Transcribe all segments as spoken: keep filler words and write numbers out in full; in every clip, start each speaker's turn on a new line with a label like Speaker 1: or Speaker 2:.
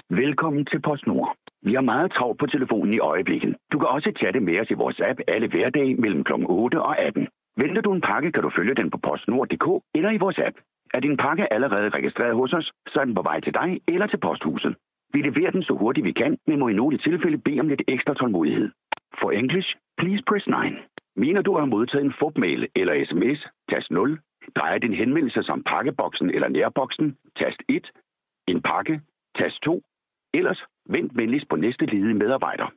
Speaker 1: Velkommen til PostNord. Vi har meget travlt på telefonen i øjeblikket. Du kan også chatte med os i vores app alle hverdage mellem klokken otte og atten. Venter du en pakke, kan du følge den på postnord punktum d k eller i vores app. Er din pakke allerede registreret hos os, så er den på vej til dig eller til posthuset. Vi leverer den så hurtigt vi kan, men må i nogle tilfælde bede om lidt ekstra tålmodighed. For English, please press nine. Mener du at have modtaget en fupmail eller sms, tast nul. Drejer din henvendelse som pakkeboksen eller nærboksen, tast et. En pakke, tast to. Ellers vent venligst på næste ledige medarbejder.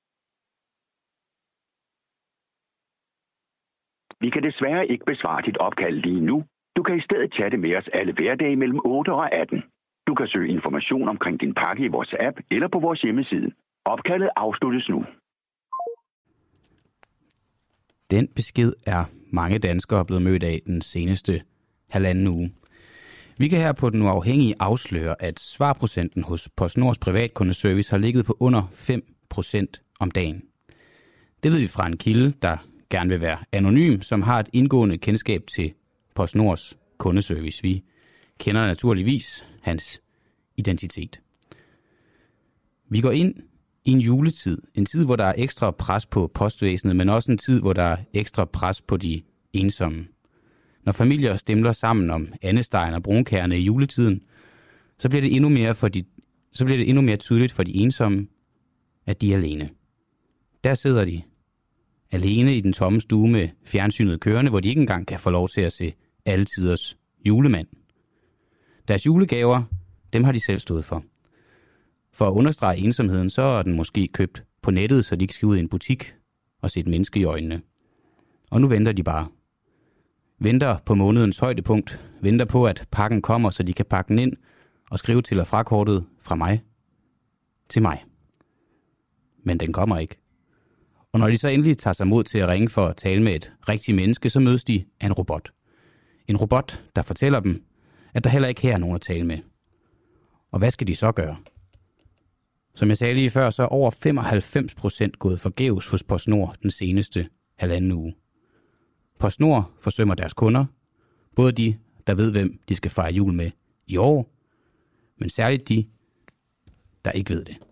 Speaker 1: Vi kan desværre ikke besvare dit opkald lige nu. Du kan i stedet chatte med os alle hverdage mellem otte og atten. Du kan søge information omkring din pakke i vores app eller på vores hjemmeside. Opkaldet afsluttes nu.
Speaker 2: Den besked er mange danskere blevet mødt af den seneste halvanden uge. Vi kan her på Den Uafhængige afsløre, at svarprocenten hos PostNords privatkundeservice har ligget på under fem procent om dagen. Det ved vi fra en kilde, der gerne vil være anonym, som har et indgående kendskab til PostNords kundeservice. Vi kender naturligvis hans identitet. Vi går ind i en juletid, en tid, hvor der er ekstra pres på postvæsenet, men også en tid, hvor der er ekstra pres på de ensomme. Når familier stemler sammen om andestegen og brunkærne i juletiden, så bliver det endnu mere for de, så bliver det endnu mere tydeligt for de ensomme, at de er alene. Der sidder de alene i den tomme stue med fjernsynet kørende, hvor de ikke engang kan få lov til at se alle tiders julemand. Deres julegaver, dem har de selv stået for. For at understrege ensomheden, så er den måske købt på nettet, så de ikke skal ud i en butik og se et menneske i øjnene. Og nu venter de bare. Venter på månedens højdepunkt, venter på, at pakken kommer, så de kan pakke den ind og skrive til og fra kortet fra mig til mig. Men den kommer ikke. Og når de så endelig tager sig mod til at ringe for at tale med et rigtigt menneske, så mødes de af en robot. En robot, der fortæller dem, at der heller ikke her er nogen at tale med. Og hvad skal de så gøre? Som jeg sagde lige før, så er over femoghalvfems procent gået forgæves hos PostNord den seneste halvanden uge. PostNord forsømmer deres kunder, både de, der ved, hvem de skal fejre jul med i år, men særligt de, der ikke ved det.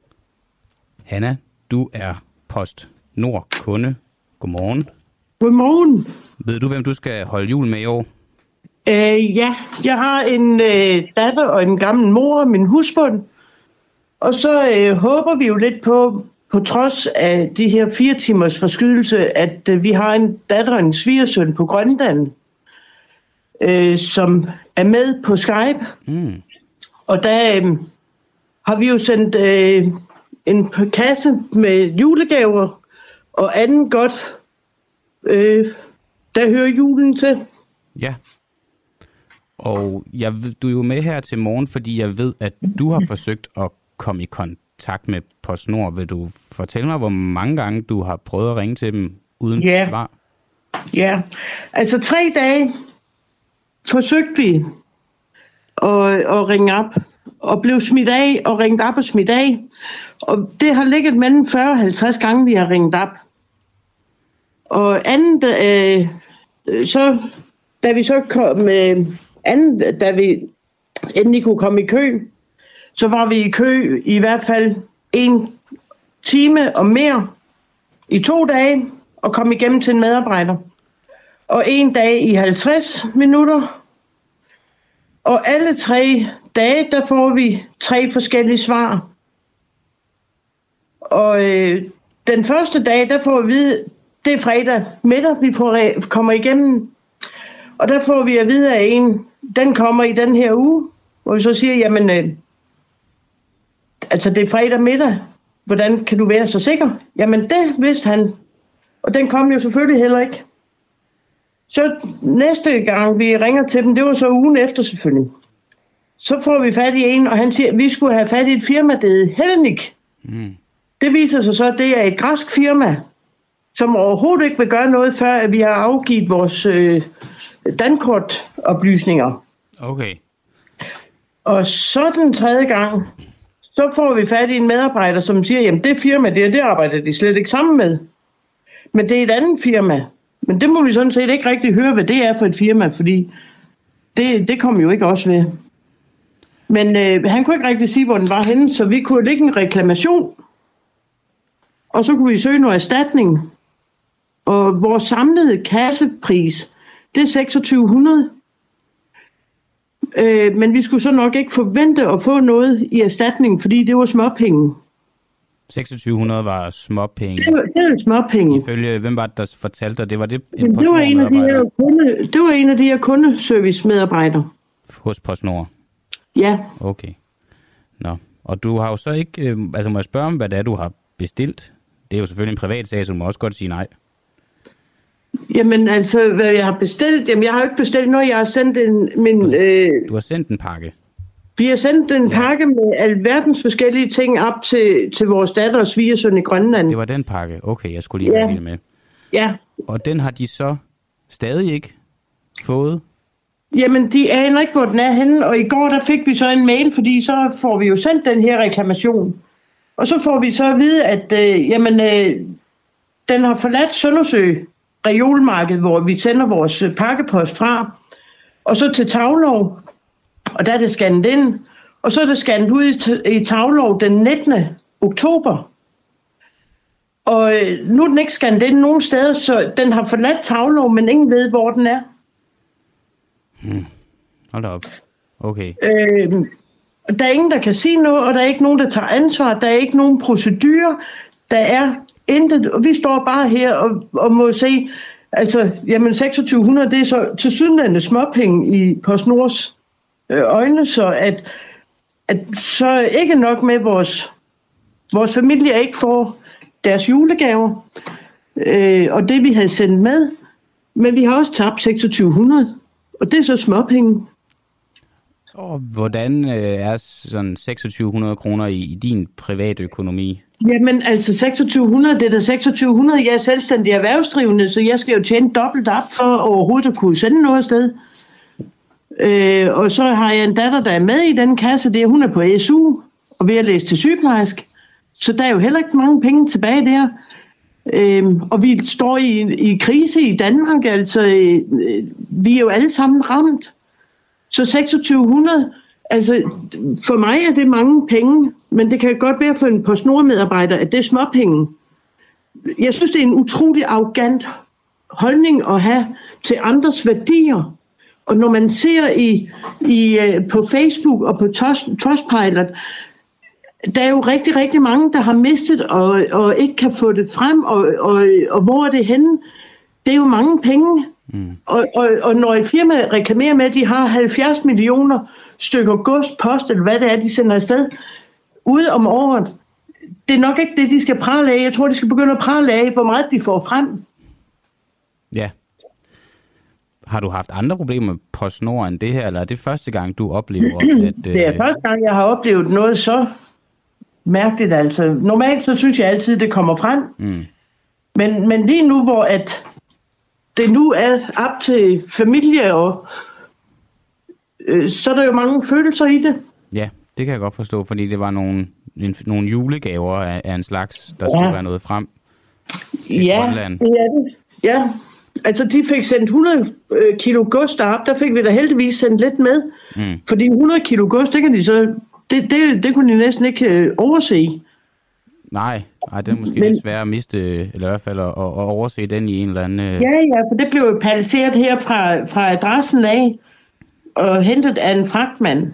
Speaker 2: Hanna, du er PostNord-kunde. Godmorgen.
Speaker 3: Godmorgen.
Speaker 2: Ved du, hvem du skal holde jul med i år?
Speaker 3: Øh, ja, jeg har en øh, datter og en gammel mor og min husbund. Og så øh, håber vi jo lidt på, på trods af de her fire timers forskydelse, at øh, vi har en datter og en svigersøn på Grønland, øh, som er med på Skype. Mm. Og der øh, har vi jo sendt øh, en kasse med julegaver og anden godt, øh, der hører julen til.
Speaker 2: Ja. Og jeg, du er jo med her til morgen, fordi jeg ved, at du har forsøgt at komme i kontakt med PostNord. Vil du fortælle mig, hvor mange gange du har prøvet at ringe til dem uden
Speaker 3: ja.
Speaker 2: svar?
Speaker 3: Ja, altså tre dage forsøgte vi at, at ringe op, og blev smidt af, og ringet op og smidt af. Og det har ligget mellem fyrre og halvtreds gange, vi har ringet op. Og anden, øh, så, da vi så kom, øh, anden, da vi endelig kunne komme i kø, så var vi i kø i hvert fald en time og mere i to dage, og kom igennem til en medarbejder. Og en dag i halvtreds minutter. Og alle tre dage, der får vi tre forskellige svar. Og øh, den første dag, der får vi at vide, det er fredag middag, vi får, kommer igennem. Og der får vi at vide af en, den kommer i den her uge. Og vi så siger, jamen, øh, altså det er fredag middag. Hvordan kan du være så sikker? Jamen det vidste han. Og den kom jo selvfølgelig heller ikke. Så næste gang vi ringer til dem, det var så ugen efter selvfølgelig. Så får vi fat i en, og han siger, at vi skulle have fat i et firma, der hedder Hellenic. Mm. Det viser sig så, at det er et græsk firma, som overhovedet ikke vil gøre noget, før at vi har afgivet vores øh, dankortoplysninger.
Speaker 2: Okay.
Speaker 3: Og så den tredje gang, så får vi fat i en medarbejder, som siger, jamen det firma, det, det arbejder de slet ikke sammen med. Men det er et andet firma. Men det må vi sådan set ikke rigtig høre, hvad det er for et firma, fordi det, det kommer jo ikke også ved. Men øh, han kunne ikke rigtig sige, hvor den var henne, så vi kunne lægge en reklamation, og så kunne vi søge noget erstatning. Og vores samlede kassepris, det er seksogtyve hundrede. Øh, men vi skulle så nok ikke forvente at få noget i erstatning, fordi det var småpenge.
Speaker 2: seksogtyve hundrede var småpenge?
Speaker 3: Det var, det var småpenge.
Speaker 2: Ifølge, hvem var det, der fortalte dig? Det var det en
Speaker 3: Jamen, det var en af de her kunde, det var en af de her kundeservice-medarbejdere.
Speaker 2: Hos PostNord?
Speaker 3: Ja.
Speaker 2: Okay. Nå, og du har jo så ikke... Øh, altså må jeg spørge om, hvad det er, du har bestilt? Det er jo selvfølgelig en privat sag, så du må også godt sige nej.
Speaker 3: Jamen altså, hvad jeg har bestilt? Jamen jeg har jo ikke bestilt noget, jeg har sendt en... Min,
Speaker 2: du, har,
Speaker 3: øh,
Speaker 2: du har sendt en pakke?
Speaker 3: Vi har sendt en
Speaker 2: ja.
Speaker 3: pakke med alverdens forskellige ting op til, til vores datter og svigersøn i Grønland.
Speaker 2: Det var den pakke? Okay, jeg skulle lige være
Speaker 3: ja.
Speaker 2: helt med.
Speaker 3: Ja.
Speaker 2: Og den har de så stadig ikke fået?
Speaker 3: Jamen, de aner ikke, hvor den er henne, og i går der fik vi så en mail, fordi så får vi jo sendt den her reklamation. Og så får vi så at vide, at øh, jamen, øh, den har forladt Søndersø reolmarked, hvor vi sender vores pakkepost fra, og så til Taglov, og der er det scannet ind, og så er det scannet ud i, i Taglov den nittende oktober. Og øh, nu er den ikke scannet ind nogen steder, så den har forladt Taglov, men ingen ved, hvor den er.
Speaker 2: Hmm. Hold da op. Okay.
Speaker 3: Øh, der er ingen, der kan sige noget, og der er ikke nogen, der tager ansvar. Der er ikke nogen procedure. Der er intet. Og vi står bare her og, og må se, altså, jamen seksogtyve hundrede, det er så tilsyneladende småpenge i PostNords øh, øjne, så at, at så ikke nok med vores, vores familie ikke får deres julegaver, øh, og det vi havde sendt med, men vi har også tabt seksogtyve hundrede. Og det er så småpenge. Og
Speaker 2: hvordan øh, er sådan seksogtyve hundrede kroner i, i din private økonomi?
Speaker 3: Jamen altså seksogtyve hundrede, det er da seksogtyve hundrede. Jeg er selvstændig erhvervsdrivende, så jeg skal jo tjene dobbelt op for overhovedet at kunne sende noget afsted. Øh, og så har jeg en datter, der er med i den kasse. Det er, hun er på S U og ved at læse til sygeplejerske. Så der er jo heller ikke mange penge tilbage der. Øhm, og vi står i, i krise i Danmark, altså øh, vi er jo alle sammen ramt. Så seksogtyve hundrede, altså for mig er det mange penge, men det kan godt være for en PostNord-medarbejder, at det er småpenge. Jeg synes, det er en utrolig arrogant holdning at have til andres værdier. Og når man ser i, i, på Facebook og på Trustpilot, der er jo rigtig, rigtig mange, der har mistet og, og ikke kan få det frem, og, og, og hvor er det henne? Det er jo mange penge. Mm. Og, og, og når et firma reklamerer med, at de har halvfjerds millioner stykker gods, post, eller hvad det er, de sender afsted, ude om året, det er nok ikke det, de skal prale af. Jeg tror, de skal begynde at prale af, hvor meget de får frem.
Speaker 2: Ja. Har du haft andre problemer med PostNord end det her, eller er det første gang, du oplever, at...
Speaker 3: Det er øh... første gang, jeg har oplevet noget så mærkeligt, altså. Normalt så synes jeg altid, det kommer frem. Mm. Men, men lige nu, hvor at det nu er op til familie, og øh, så er der jo mange følelser i det.
Speaker 2: Ja, det kan jeg godt forstå, fordi det var nogle, en, nogle julegaver af, af en slags, der ja. skulle være noget frem til
Speaker 3: ja,
Speaker 2: Grønland.
Speaker 3: det er det. Ja, altså de fik sendt hundrede kilo gods derop, der fik vi da heldigvis sendt lidt med. Mm. Fordi hundrede kilo gods, det kan de så... Det, det, det kunne de næsten ikke øh, overse.
Speaker 2: Nej, nej, det er måske Men, lidt svært at miste, eller i hvert fald at, at overse den i en eller anden... Øh...
Speaker 3: Ja, ja, for det blev jo paleteret her fra, fra adressen af, og hentet af en fragtmand.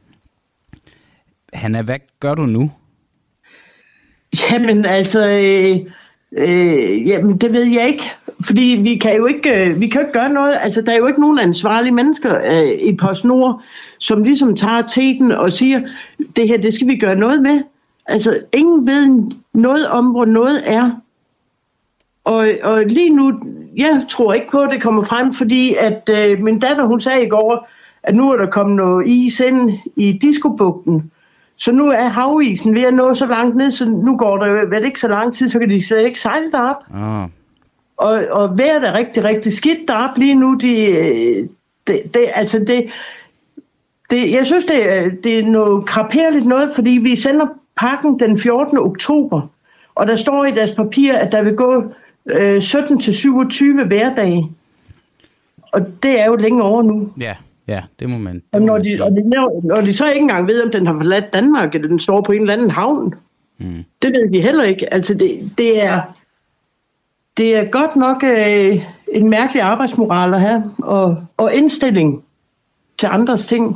Speaker 2: Hanna, hvad gør du nu?
Speaker 3: Jamen altså, øh, øh, jamen, det ved jeg ikke. Fordi vi kan jo ikke, øh, vi kan jo ikke gøre noget. Altså, der er jo ikke nogen ansvarlige mennesker øh, i PostNord, som ligesom tager teten og siger, det her, det skal vi gøre noget med. Altså, ingen ved noget om, hvor noget er. Og, og lige nu, jeg tror ikke på, at det kommer frem, fordi at øh, min datter, hun sagde i går, at nu er der kommet noget is ind i Diskobugten. Så nu er havisen ved at nå så langt ned, så nu går der vel ikke så lang tid, så kan de slet ikke sejle derop. Ah. Og, og vejret er rigtig, rigtig skidt deroppe lige nu. De, det, det, altså det, det, jeg synes, det, det er noget kraperligt noget, fordi vi sender pakken den fjortende oktober, og der står i deres papir, at der vil gå øh, sytten til syvogtyve hverdage. Og det er jo længe over nu.
Speaker 2: Ja, Ja, det må man, det
Speaker 3: og,
Speaker 2: må
Speaker 3: når
Speaker 2: man
Speaker 3: de,
Speaker 2: sige.
Speaker 3: og, de, og de så ikke engang ved, om den har forladt Danmark, eller den står på en eller anden havn. Mm. Det ved de heller ikke. Altså, det, det, er, det er godt nok øh, en mærkelig arbejdsmoral at have, og, og indstilling til andres ting.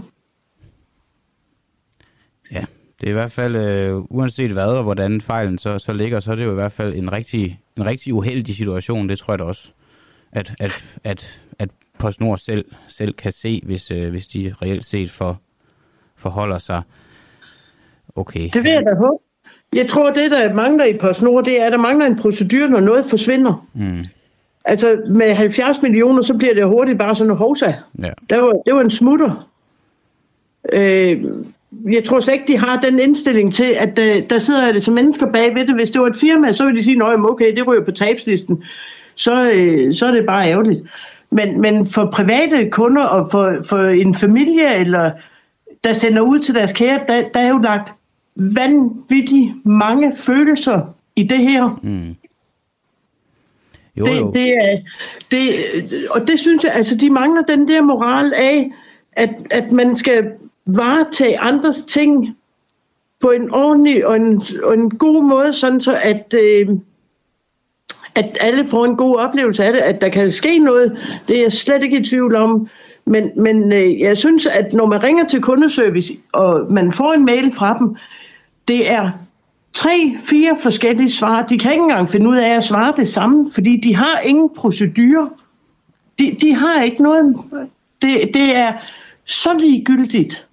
Speaker 2: Ja, det er i hvert fald, øh, uanset hvad og hvordan fejlen så, så ligger, så er det jo i hvert fald en rigtig, en rigtig uheldig situation, det tror jeg da også, at, at, at, at PostNord selv, selv kan se, hvis, øh, hvis de reelt set for, forholder sig. Okay.
Speaker 3: Det vil jeg da håbe. Jeg tror, det der mangler i PostNord, det er, at der mangler en procedure, når noget forsvinder. Mm. Altså med halvfjerds millioner, så bliver det hurtigt bare sådan en hovsa. Ja. Det var, det var en smutter. Øh, jeg tror slet ikke, de har den indstilling til, at der, der sidder det som mennesker bagved det. Hvis det var et firma, så ville de sige, at okay, det ryger på tabslisten. Så, øh, så er det bare ærgerligt. Men, men for private kunder og for, for en familie, eller der sender ud til deres kære, der, der er jo lagt vanvittigt mange følelser i det her. Mm. Jo, jo. Det, det er, det, og det synes jeg, altså de mangler den der moral af, at, at man skal varetage andres ting på en ordentlig og en, og en god måde, sådan så at, øh, at alle får en god oplevelse af det, at der kan ske noget, det er jeg slet ikke i tvivl om. Men, men øh, jeg synes, at når man ringer til kundeservice, og man får en mail fra dem, det er tre, fire forskellige svar. De kan ikke engang finde ud af at svare det samme, fordi de har ingen procedurer. De, de har ikke noget. Det, det er så ligegyldigt.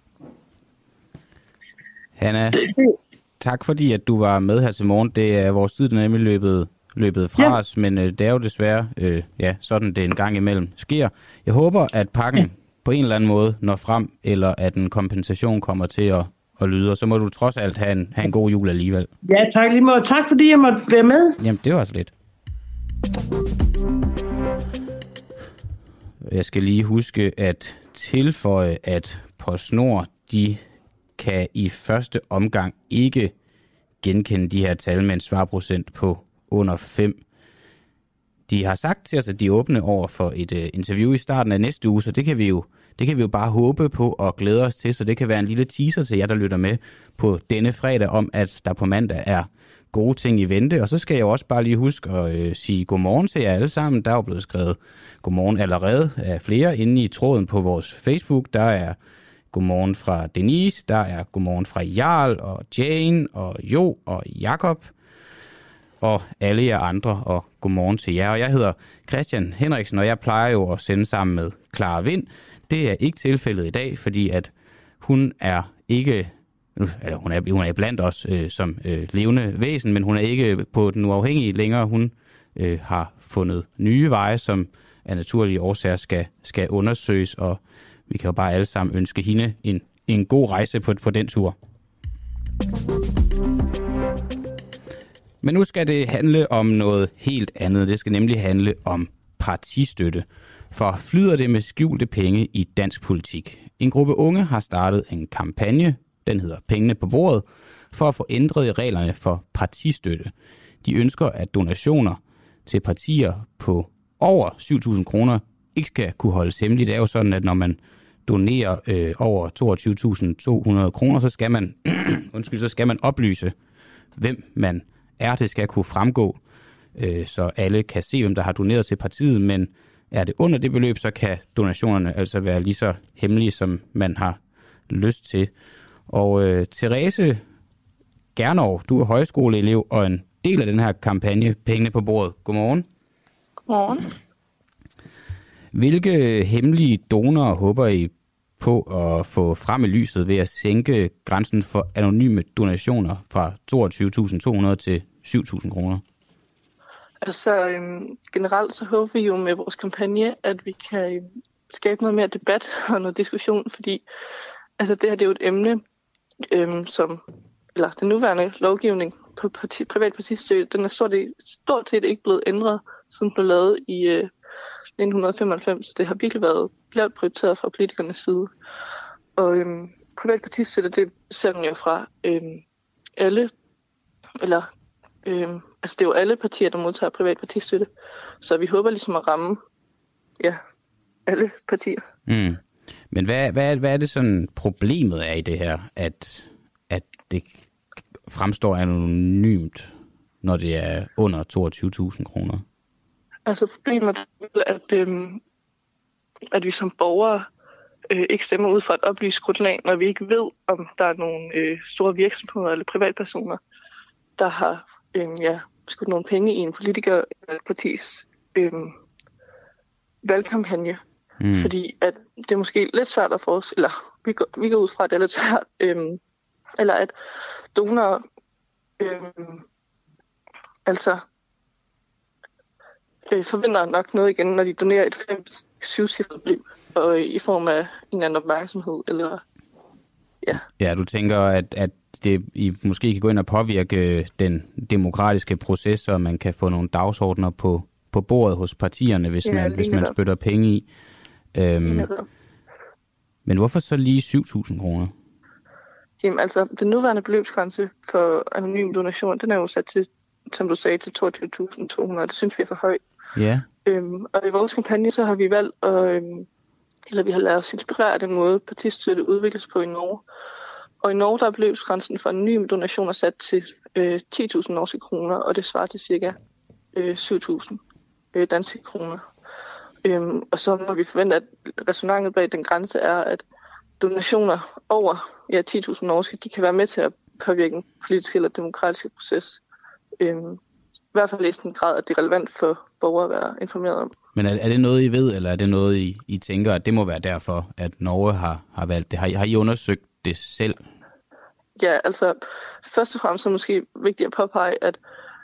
Speaker 2: Hanna, tak fordi at du var med her til morgen. Det er vores tid, den er nemlig løbet, løbet fra ja. os, men øh, det er jo desværre øh, ja, sådan, det en gang imellem sker. Jeg håber, at pakken ja. på en eller anden måde når frem, eller at en kompensation kommer til at og lyder, så må du trods alt have en, have en god jul alligevel.
Speaker 3: Ja, tak lige måde. Tak fordi jeg måtte være med.
Speaker 2: Jamen, det var så lidt. Jeg skal lige huske at tilføje, at PostNord, de kan i første omgang ikke genkende de her tal med en svarprocent på under fem. De har sagt til os, at de er åbne over for et uh, interview i starten af næste uge, så det kan vi jo Det kan vi jo bare håbe på og glæde os til, så det kan være en lille teaser til jer, der lytter med på denne fredag, om at der på mandag er gode ting i vente. Og så skal jeg jo også bare lige huske at øh, sige godmorgen til jer alle sammen. Der er jo blevet skrevet godmorgen allerede af flere inde i tråden på vores Facebook. Der er godmorgen fra Denise, der er godmorgen fra Jarl og Jane og Jo og Jakob og alle jer andre, og godmorgen til jer. Og jeg hedder Christian Henriksen, og jeg plejer jo at sende sammen med Clara Vind. Det er ikke tilfældet i dag, fordi at hun er ikke, eller hun er, hun er blandt os øh, som øh, levende væsen, men hun er ikke på den uafhængige længere. Hun øh, har fundet nye veje, som af naturlige årsager skal, skal undersøges, og vi kan jo bare alle sammen ønske hende en, en god rejse på, på den tur. Men nu skal det handle om noget helt andet. Det skal nemlig handle om partistøtte. For flyder det med skjulte penge i dansk politik? En gruppe unge har startet en kampagne, den hedder Pengene på bordet, for at få ændret reglerne for partistøtte. De ønsker, at donationer til partier på over syv tusind kroner ikke skal kunne holdes hemmeligt. Det er jo sådan, at når man donerer øh, over toogtyve tusind to hundrede kroner, så skal man, undskyld, så skal man oplyse, hvem man er. Det skal kunne fremgå, øh, så alle kan se, hvem der har doneret til partiet, men er det under det beløb, så kan donationerne altså være lige så hemmelige, som man har lyst til. Og øh, Therese Gernov, du er højskoleelev og en del af den her kampagne Pengene på bordet. Godmorgen.
Speaker 4: Godmorgen.
Speaker 2: Hvilke hemmelige donorer håber I på at få frem i lyset ved at sænke grænsen for anonyme donationer fra toogtyve tusind to hundrede til syv tusind kroner?
Speaker 4: Altså øhm, generelt så håber vi jo med vores kampagne, at vi kan øhm, skabe noget mere debat og noget diskussion, fordi altså, det her det er jo et emne, øhm, som, eller den nuværende lovgivning på parti, privat partistøtte, den er stort, stort set ikke blevet ændret, siden den blev lavet i øh, nitten femoghalvfems. Det har virkelig været lavt prioriteret fra politikernes side. Og øhm, privat partistøtte, det ser man jo fra øhm, alle, eller øhm, altså det er jo alle partier, der modtager privat partistøtte. Så vi håber ligesom at ramme, ja, alle partier.
Speaker 2: Mm. Men hvad, hvad, hvad er det sådan problemet er i det her, at, at det fremstår anonymt, når det er under toogtyve tusind kroner?
Speaker 4: Altså problemet er, at, øhm, at vi som borgere øh, ikke stemmer ud fra et oplyst grundlag, når vi ikke ved, om der er nogle øh, store virksomheder eller privatpersoner, der har øh, ja, skudt nogle penge i en politiker eller et partis øh, valgkampagne. Mm. Fordi at det er måske lidt svært at få, eller vi går, vi går ud fra, at det er lidt svært, øhm, eller at donorer øhm, altså øh, forventer nok noget igen, når de donerer et fem syv-cifret beløb, og i form af en eller anden opmærksomhed, eller ja.
Speaker 2: Ja, du tænker, at, at det I måske kan gå ind og påvirke den demokratiske proces, og man kan få nogle dagsordner på, på bordet hos partierne, hvis, ja, man, hvis man spytter penge i. Øhm, men hvorfor så lige syv tusind kroner?
Speaker 4: Jamen altså, den nuværende beløbsgrænse for anonym donation, den er jo sat til, som du sagde, til toogtyve tusind to hundrede. Det synes vi er for højt.
Speaker 2: Ja.
Speaker 4: Øhm, og i vores kampagne, så har vi valgt, at, øhm, eller vi har ladet os inspirere af den måde, partistøtte udvikles på i Norge. Og i Norge, der er beløbsgrænsen for anonyme donationer sat til øh, ti tusind norske kroner, og det svarer til cirka øh, syv tusind øh, danske kroner. Øhm, og så må vi forvente, at ræsonnementet bag den grænse er, at donationer over ja, ti tusind norske, de kan være med til at påvirke den politiske eller demokratiske proces. Øhm, I hvert fald i sådan en grad, at det er relevant for borgere at være informeret om.
Speaker 2: Men er, er det noget, I ved, eller er det noget, I, I tænker, at det må være derfor, at Norge har, har valgt det? Har I, har I undersøgt det selv?
Speaker 4: Ja, altså først og fremmest er det måske vigtigt at påpege, at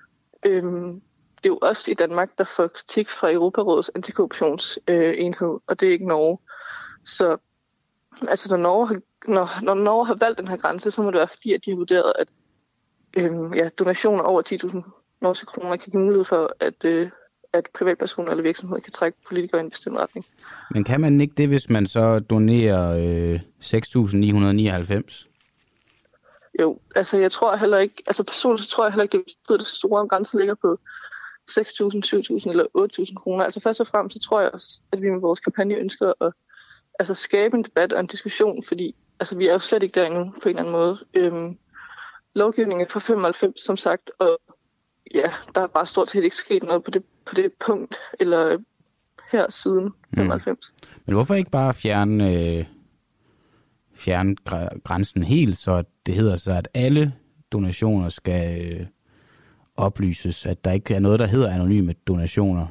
Speaker 4: øhm, det er jo også i Danmark, der får kritik fra Europarådets antikorruptionsenhed, øh, og det er ikke Norge. Så altså, når, Norge har, når, når Norge har valgt den her grænse, så må det være fordi, at de har vurderet, at øh, ja, donationer over ti tusind norske kroner kan give mulighed for, at, øh, at privatpersoner eller virksomheder kan trække politikere i en bestemt retning.
Speaker 2: Men kan man ikke det, hvis man så donerer øh, seks tusind ni hundrede nioghalvfems?
Speaker 4: Jo, altså jeg tror heller ikke, altså personligt så tror jeg heller ikke, det betyder, at det store om grænsen ligger på seks tusind, syv tusind eller otte tusind kroner. Altså først og fremmest så tror jeg også, at vi med vores kampagne ønsker at altså, skabe en debat og en diskussion, fordi altså, vi er jo slet ikke der endnu på en eller anden måde. Øhm, lovgivningen er fra femoghalvfems, som sagt, og ja, der er bare stort set ikke sket noget på det, på det punkt, eller her siden femoghalvfems.
Speaker 2: Mm. Men hvorfor ikke bare fjerne, øh, fjerne gr- grænsen helt, så det hedder så, at alle donationer skal øh, oplyses, at der ikke er noget, der hedder anonyme donationer?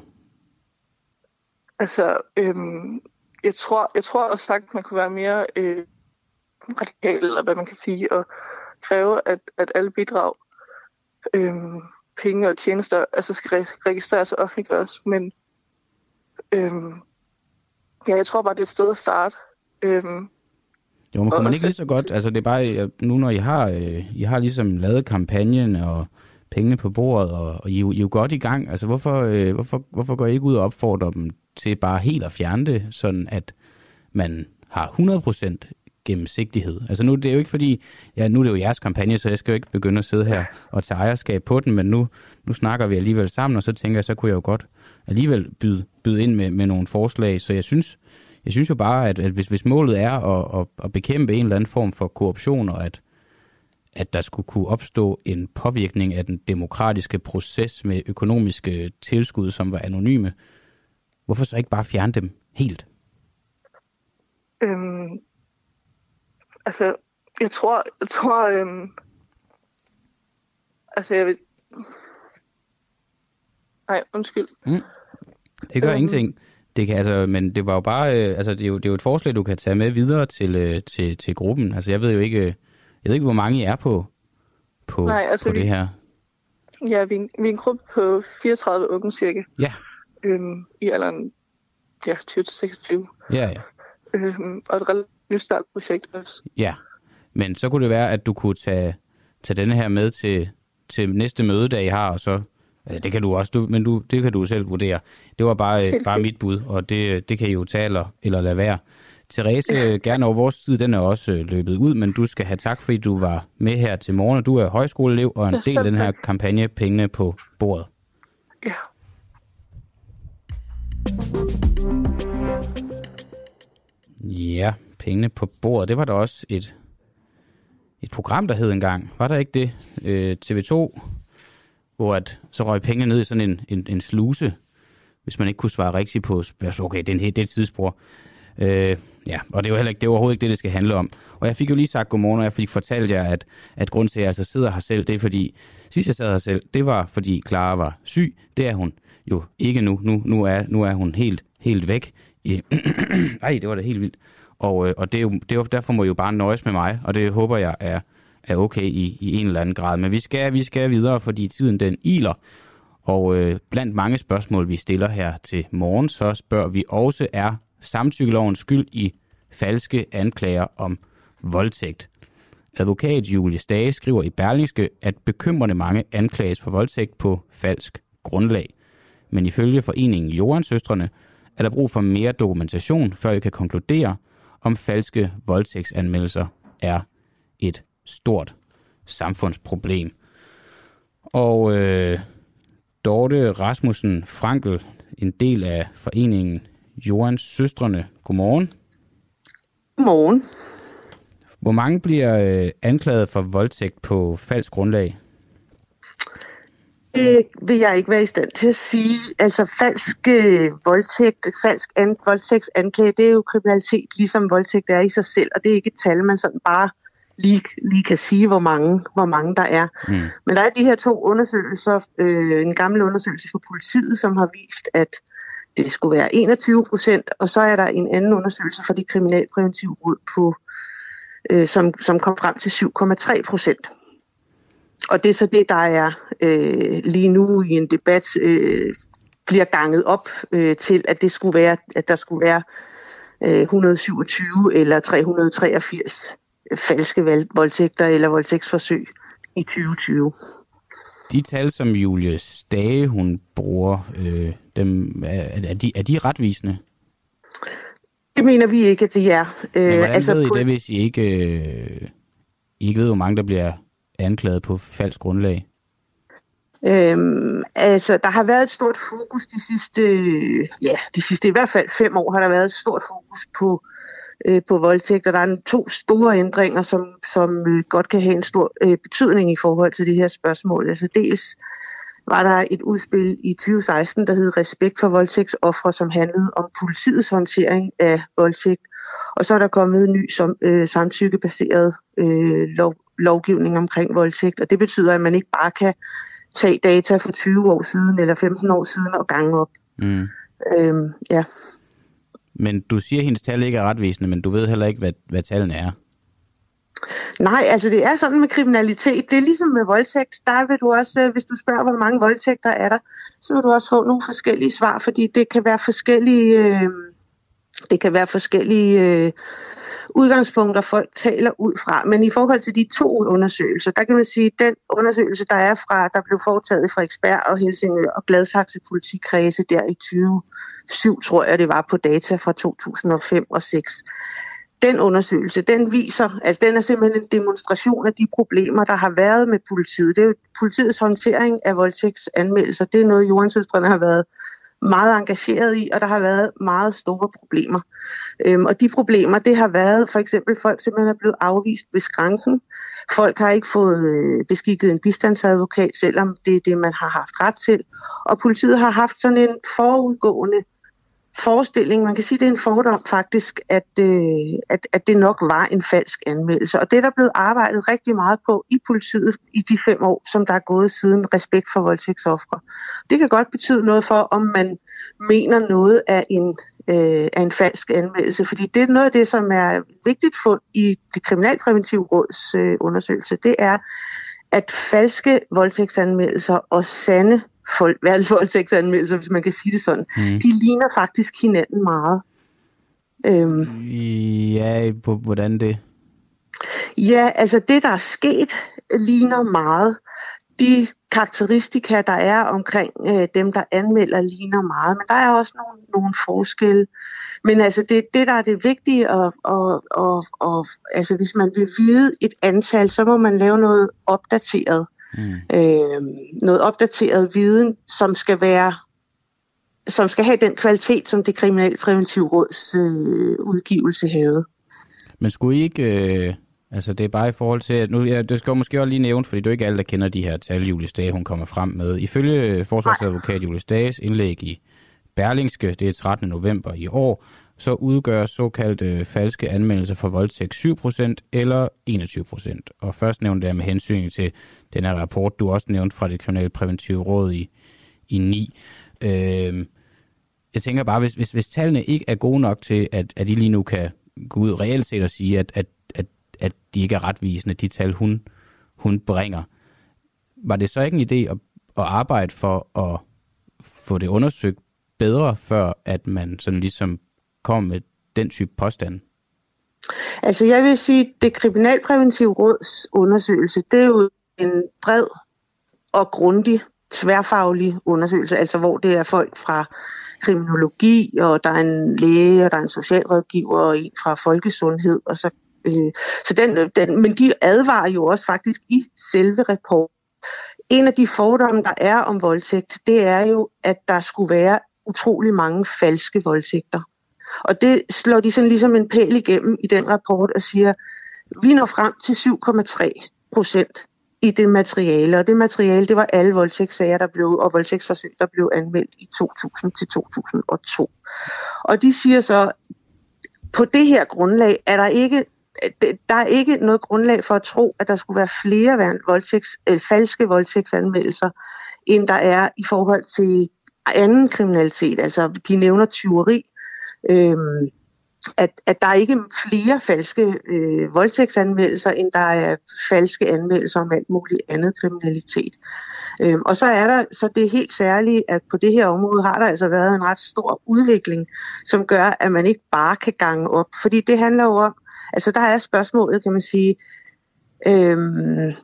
Speaker 4: Altså, øhm, jeg tror, jeg tror også sagt, at man kunne være mere øh, radikal, eller hvad man kan sige, og kræve, at, at alle bidrag, øh, penge og tjenester, altså skal registreres og offentliggøres. Men øh, ja, jeg tror bare, det er et sted at starte. Øh,
Speaker 2: jo, men kunne man ikke lige så godt, altså det er bare, nu når I har, øh, I har ligesom lavet kampagnen og pengene på bordet, og, og I, I er jo godt i gang, altså hvorfor, øh, hvorfor, hvorfor går I ikke ud og opfordrer dem til bare helt at fjerne det, sådan at man har hundrede procent gennemsigtighed? Altså nu det er jo ikke fordi, ja, nu er det jo jeres kampagne, så jeg skal jo ikke begynde at sidde her og tage ejerskab på den, men nu, nu snakker vi alligevel sammen, og så tænker jeg, så kunne jeg jo godt alligevel byde, byde ind med, med nogle forslag, så jeg synes, jeg synes jo bare, at, at hvis, hvis målet er at, at, at bekæmpe en eller anden form for korruption, og at at der skulle kunne opstå en påvirkning af den demokratiske proces med økonomiske tilskud, som var anonyme, hvorfor så ikke bare fjerne dem helt?
Speaker 4: Øhm, altså, jeg tror, jeg tror, øhm, altså jeg vil, nej, undskyld.
Speaker 2: Mm. Det gør øhm. ingenting. Det kan, altså, men det var jo bare, øh, altså det er jo, det er jo et forslag, du kan tage med videre til, øh, til, til gruppen. Altså jeg ved jo ikke, jeg ved ikke, hvor mange I er på, på, nej, altså på vi, det her.
Speaker 4: Ja, vi, vi er en gruppe på fireogtredive unge cirka.
Speaker 2: Ja.
Speaker 4: Øhm, I alderen ja, tyve til seksogtyve.
Speaker 2: Ja, ja.
Speaker 4: Øhm, og et relativt nystartet projekt også.
Speaker 2: Ja, men så kunne det være, at du kunne tage, tage denne her med til, til næste mødedag, I har, og så, det kan du også, du, men du, det kan du selv vurdere. Det var bare, bare mit bud, og det, det kan I jo tage eller, eller lade være. Therese, ja. Gerne over vores tid, den er også løbet ud, men du skal have tak, fordi du var med her til morgen. Du er højskoleelev og en ja, del af den her kampagne Pengene på bordet.
Speaker 4: Ja.
Speaker 2: Ja, pengene på bordet. Det var der også et, et program, der hed engang. Var der ikke det? Øh, T V to, hvor at, så røg pengene ned i sådan en, en, en sluse, hvis man ikke kunne svare rigtigt på, okay, det er, en, det er et tidsspor. Øh, ja, og det er jo heller ikke, det er overhovedet ikke det, det skal handle om. Og jeg fik jo lige sagt godmorgen, og jeg fik fortalt jer, at, at grund til, at jeg altså sidder her selv, det er fordi, sidst jeg sad her selv, det var fordi Clara var syg. Det er hun jo ikke nu. Nu, nu, er, nu er hun helt, helt væk. Ej, det var da helt vildt. Og, og det er jo, det er jo, derfor må I jo bare nøjes med mig, og det håber jeg er, er okay i, i en eller anden grad. Men vi skal, vi skal videre, fordi tiden den iler. Og øh, blandt mange spørgsmål, vi stiller her til morgen, så spørger vi også, er samtykkelovens skyld i falske anklager om voldtægt? Advokat Julie Stage skriver i Berlingske, at bekymrende mange anklages for voldtægt på falsk grundlag. Men ifølge foreningen Johan-søstrene er der brug for mere dokumentation, før vi kan konkludere, om falske voldtægtsanmeldelser er et stort samfundsproblem. Og øh, Dorte Rasmussen Frankel, en del af foreningen Johan-søstrene. Godmorgen.
Speaker 5: Godmorgen.
Speaker 2: Hvor mange bliver øh, anklaget for voldtægt på falsk grundlag?
Speaker 5: Det vil jeg ikke være i stand til at sige. Altså falsk øh, voldtægt, falsk an, voldtægtsanklage, det er jo kriminalitet, ligesom voldtægt er i sig selv, og det er ikke et tal, man sådan bare lige, lige kan sige, hvor mange, hvor mange der er. Mm. Men der er de her to undersøgelser, øh, en gammel undersøgelse fra politiet, som har vist, at det skulle være enogtyve procent, og så er der en anden undersøgelse fra de kriminalpræventive råd, på, øh, som, som kom frem til syv komma tre procent. Og det er så det, der er øh, lige nu i en debat, øh, bliver ganget op øh, til, at det skulle være, at der skulle være øh, et hundrede og syvogtyve eller tre hundrede og treogfirs falske voldtægter eller voldtægtsforsøg i tyve tyve.
Speaker 2: De tal, som Julie Stage, hun bruger, øh, dem, er, er, de, er de retvisende?
Speaker 5: Det mener vi ikke, at de er.
Speaker 2: Men hvordan
Speaker 5: altså,
Speaker 2: ved I
Speaker 5: på...
Speaker 2: det, hvis I ikke, øh, I ikke ved, hvor mange der bliver anklaget på falsk grundlag?
Speaker 5: Øhm, altså, der har været et stort fokus de sidste, ja, de sidste i hvert fald fem år har der været et stort fokus på, øh, på voldtægt, og der er to store ændringer, som, som øh, godt kan have en stor øh, betydning i forhold til det her spørgsmål. Altså dels var der et udspil i tyve seksten, der hed Respekt for voldtægtsofre, som handlede om politiets håndtering af voldtægt, og så er der kommet en ny som, øh, samtykkebaseret øh, lov, lovgivning omkring voldtægt, og det betyder, at man ikke bare kan tage data for tyve år siden eller femten år siden og gange op. Mm. Øhm, ja.
Speaker 2: Men du siger, at hendes tal ikke er retvisende, men du ved heller ikke, hvad, hvad tallene er.
Speaker 5: Nej, altså det er sådan med kriminalitet. Det er ligesom med voldtægt. Der vil du også, hvis du spørger, hvor mange voldtægter er der, så vil du også få nogle forskellige svar, fordi det kan være forskellige, øh, det kan være forskellige øh, udgangspunkter, folk taler ud fra. Men i forhold til de to undersøgelser, der kan man sige, at den undersøgelse, der er fra, der blev foretaget i Frederiksberg og Helsingør og Gladsaxe politikredse der i tyve syv, tror jeg det var, på data fra to tusind og fem og seks. Den undersøgelse, den viser, altså den er simpelthen en demonstration af de problemer, der har været med politiet. Det er jo politiets håndtering af voldtægtsanmeldelser. Det er noget, Johan-søstrene har været meget engageret i, og der har været meget store problemer. Øhm, og de problemer, det har været for eksempel, folk simpelthen er blevet afvist ved skranken. Folk har ikke fået øh, beskikket en bistandsadvokat, selvom det er det, man har haft ret til. Og politiet har haft sådan en forudgående forestilling, man kan sige, det er en fordom faktisk, at, øh, at, at det nok var en falsk anmeldelse. Og det er der blevet arbejdet rigtig meget på i politiet i de fem år, som der er gået siden Respekt for voldtægtsofre. Det kan godt betyde noget for, om man mener noget af en, øh, af en falsk anmeldelse, fordi det er noget af det, som er vigtigt fund i det kriminalpræventive råds øh, undersøgelse. Det er, at falske voldtægtsanmeldelser og sande voldtægtsanmeldelser, hvis man kan sige det sådan, mm. de ligner faktisk hinanden meget. Øhm,
Speaker 2: ja, på hvordan det?
Speaker 5: Ja, altså det, der er sket, ligner meget. De karakteristika, der er omkring øh, dem, der anmelder, ligner meget, men der er også nogle, nogle forskelle. Men altså det, det der er det vigtige, og, og, og, og altså hvis man vil vide et antal, så må man lave noget opdateret. Mm. Øh, noget opdateret viden, som skal være som skal have den kvalitet, som det kriminalpræventive råds øh, udgivelse havde.
Speaker 2: Men skulle I ikke, øh, altså det er bare i forhold til, at nu, ja, det skal jo måske også lige nævne, fordi du er ikke alle, der kender de her tal, Julie Stage, hun kommer frem med. Ifølge forsvarsadvokat Julie Stages indlæg i Berlingske, det er trettende november i år, så udgør såkaldte falske anmeldelser for voldtægt syv procent eller enogtyve procent. Og først nævnte jeg med hensyn til den her rapport, du også nævnte fra det kriminalpræventive råd i, i ni. Øh, jeg tænker bare, hvis, hvis, hvis tallene ikke er gode nok til, at, at I lige nu kan gå ud reelt set og sige, at, at, at, at de ikke er retvisende, de tal, hun, hun bringer. Var det så ikke en idé at, at arbejde for at få det undersøgt bedre, før at man sådan ligesom kom med den type påstand?
Speaker 5: Altså jeg vil sige, at det kriminalpræventive råds undersøgelse, det er jo en bred og grundig tværfaglig undersøgelse, altså hvor det er folk fra kriminologi, og der er en læge, og der er en socialrådgiver, og en fra folkesundhed, og så, øh, så den, den, men de advarer jo også faktisk i selve rapport. En af de fordomme, der er om voldtægt, det er jo, at der skulle være utrolig mange falske voldtægter. Og det slår de sådan ligesom en pæl igennem i den rapport og siger, vi når frem til syv komma tre procent i det materiale, og det materiale, det var alle voldtægtssager, der blev, og voldtægtsforsøg, der blev anmeldt i to tusind til to tusind og to. Og de siger så, på det her grundlag er der ikke, der er ikke noget grundlag for at tro, at der skulle være flere voldtægts, øh, falske voldtægtsanmeldelser, end der er i forhold til anden kriminalitet. Altså, de nævner tyveri, øhm, at, at der er ikke flere falske øh, voldtægtsanmeldelser, end der er falske anmeldelser om alt muligt andet kriminalitet. Øhm, og så er der så det helt særlige, at på det her område har der altså været en ret stor udvikling, som gør, at man ikke bare kan gange op. Fordi det handler jo om, altså der er spørgsmålet, kan man sige, øhm,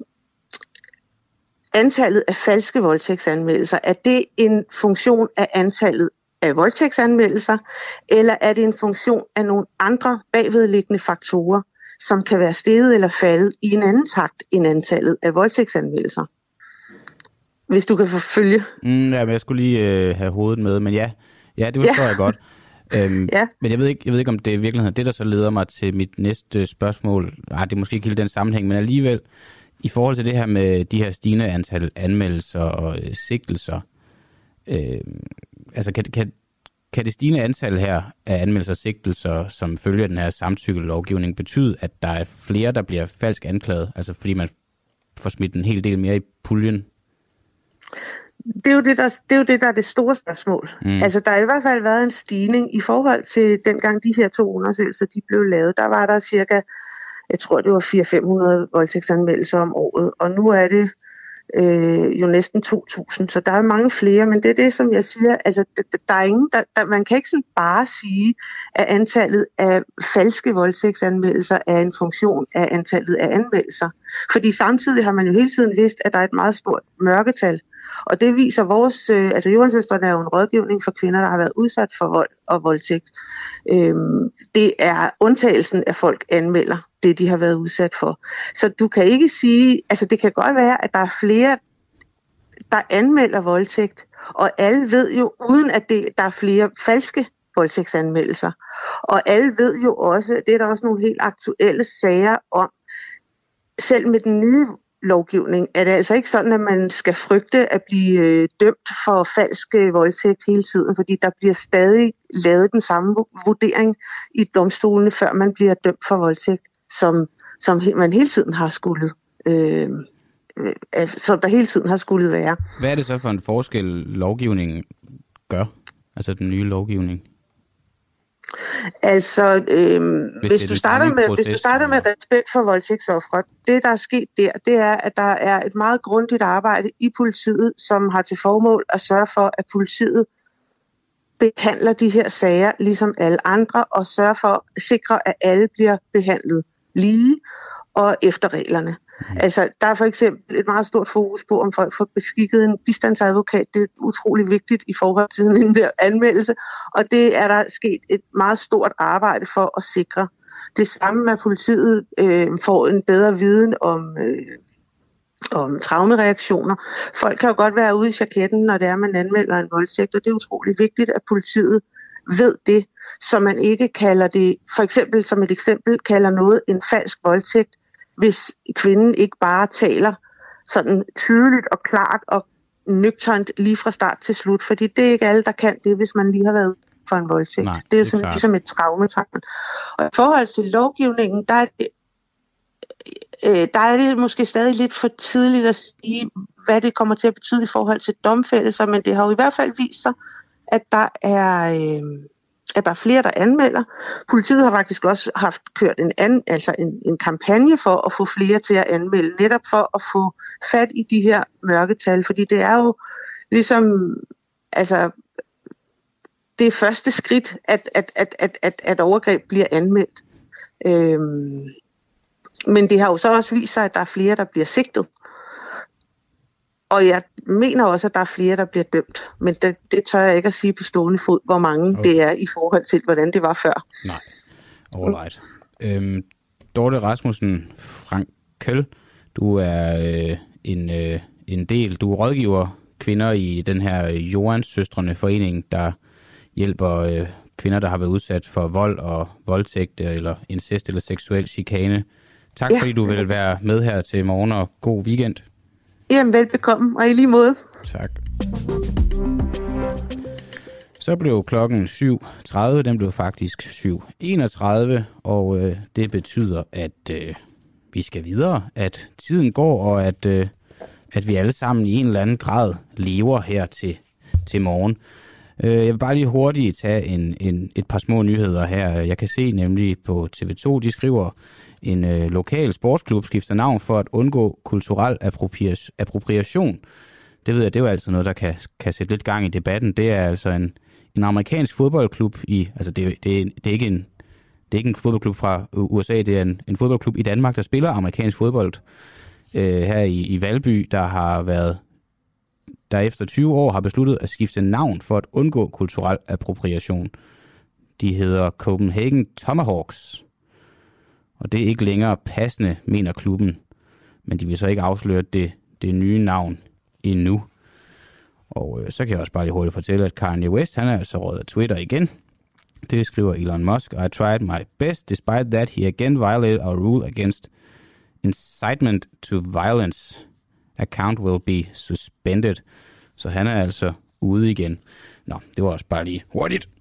Speaker 5: antallet af falske voldtægtsanmeldelser, er det en funktion af antallet af voldtægtsanmeldelser, eller er det en funktion af nogle andre bagvedliggende faktorer, som kan være steget eller faldet i en anden takt end antallet af voldtægtsanmeldelser? Hvis du kan forfølge.
Speaker 2: Mm, ja, men jeg skulle lige øh, have hovedet med, men ja, ja det forstår ja. jeg godt. Øhm, ja. Men jeg ved, ikke, jeg ved ikke, om det er virkeligheden det, der så leder mig til mit næste spørgsmål. Ej, det er måske ikke helt den sammenhæng, men alligevel, i forhold til det her med de her stigende antal anmeldelser og øh, sigtelser, øh, altså kan, kan, kan det stigende antal her af anmeldelser og sigtelser, som følger den her samtykkelovgivning, betyde, at der er flere, der bliver falsk anklaget, altså fordi man får smidt en hel del mere i puljen?
Speaker 5: Det er, jo det, der, det er jo det, der er det store spørgsmål. Mm. Altså, der har i hvert fald været en stigning i forhold til dengang de her to undersøgelser, de blev lavet. Der var der cirka, jeg tror det var fire til fem hundrede voldtægtsanmeldelser om året, og nu er det øh, jo næsten to tusind, så der er mange flere, men det er det, som jeg siger, altså, der er ingen, der, der, man kan ikke sådan bare sige, at antallet af falske voldtægtsanmeldelser er en funktion af antallet af anmeldelser. Fordi samtidig har man jo hele tiden vidst, at der er et meget stort mørketal. Og det viser vores, øh, altså Jordensøstrene er jo en rådgivning for kvinder, der har været udsat for vold og voldtægt. Øhm, det er undtagelsen, at folk anmelder det, de har været udsat for. Så du kan ikke sige, altså det kan godt være, at der er flere, der anmelder voldtægt, og alle ved jo, uden at det, der er flere falske voldtægtsanmeldelser. Og alle ved jo også, det er der også nogle helt aktuelle sager om, selv med den nye lovgivning, er det altså ikke sådan, at man skal frygte at blive øh, dømt for falsk øh, voldtægt hele tiden, fordi der bliver stadig lavet den samme vurdering i domstolene, før man bliver dømt for voldtægt, som, som man hele tiden har skulle, øh, øh, som der hele tiden har skulle være.
Speaker 2: Hvad er det så for en forskel, lovgivningen gør? Altså den nye lovgivning?
Speaker 5: Altså, øhm, hvis, hvis, du starter med, proces, hvis du starter med respekt for voldtægtsofferet, det der er sket der, det er, at der er et meget grundigt arbejde i politiet, som har til formål at sørge for, at politiet behandler de her sager ligesom alle andre, og sørger for at sikre, at alle bliver behandlet lige og efter reglerne. Mm. Altså, der er for eksempel et meget stort fokus på, om folk får beskikket en bistandsadvokat. Det er utrolig vigtigt i forhold til en der anmeldelse, og det er der sket et meget stort arbejde for at sikre. Det samme med, at politiet øh, får en bedre viden om, øh, om traumereaktioner. Folk kan jo godt være ude i jaketten, når det er, man anmelder en voldtægt, og det er utrolig vigtigt, at politiet ved det, så man ikke kalder det, for eksempel som et eksempel, kalder noget en falsk voldtægt, hvis kvinden ikke bare taler sådan tydeligt og klart og nøgternt lige fra start til slut, fordi det er ikke alle, der kan det, hvis man lige har været for en voldtægt.
Speaker 2: Nej,
Speaker 5: det er jo
Speaker 2: det er
Speaker 5: sådan ligesom et traumetegn. Og i forhold til lovgivningen, der er det, øh, der er det måske stadig lidt for tidligt at sige, hvad det kommer til at betyde i forhold til domfældelser, men det har jo i hvert fald vist sig, at der er, øh, at der er flere, der anmelder. Politiet har faktisk også haft kørt en, an, altså en, en kampagne for at få flere til at anmelde, netop for at få fat i de her mørketal, fordi det er jo ligesom, altså, det er første skridt, at, at, at, at, at, at overgreb bliver anmeldt. Øhm, men det har jo så også vist sig, at der er flere, der bliver sigtet. Og jeg mener også, at der er flere, der bliver dømt. Men det, det tør jeg ikke at sige på stående fod, hvor mange okay. det er i forhold til, hvordan det var før.
Speaker 2: Nej, alright. Øhm, Dorte Rasmussen Frankel, du er øh, en, øh, en del, du er rådgiver kvinder i den her Johans Søstrene forening, der hjælper øh, kvinder, der har været udsat for vold og voldtægt eller incest eller seksuel chikane. Tak ja. fordi du vil være med her til morgen, og god weekend.
Speaker 5: Jamen velbekomme, og i lige måde.
Speaker 2: Tak. Så blev klokken syv tredive, den blev faktisk syv enogtredive, og øh, det betyder, at øh, vi skal videre, at tiden går, og at, øh, at vi alle sammen i en eller anden grad lever her til, til morgen. Øh, jeg vil bare lige hurtigt tage en, en, et par små nyheder her. Jeg kan se nemlig på T V to, de skriver, en øh, lokal sportsklub skifter navn for at undgå kulturel appropriation. Det ved jeg, det er jo altid noget, der kan, kan sætte lidt gang i debatten. Det er altså en, en amerikansk fodboldklub i, altså det, det, det er ikke en det er ikke en fodboldklub fra U S A, det er en, en fodboldklub i Danmark, der spiller amerikansk fodbold øh, her i, i Valby, der har været, der efter tyve år har besluttet at skifte navn for at undgå kulturel appropriation. De hedder Copenhagen Tomahawks. Og det er ikke længere passende, mener klubben. Men de vil så ikke afsløre det, det nye navn endnu. Og øh, så kan jeg også bare lige hurtigt fortælle, at Kanye West, han er altså røget af Twitter igen. Det skriver Elon Musk. I tried my best, despite that he again violated our rule against incitement to violence. Account will be suspended. Så han er altså ude igen. Nå, det var også bare lige hurtigt.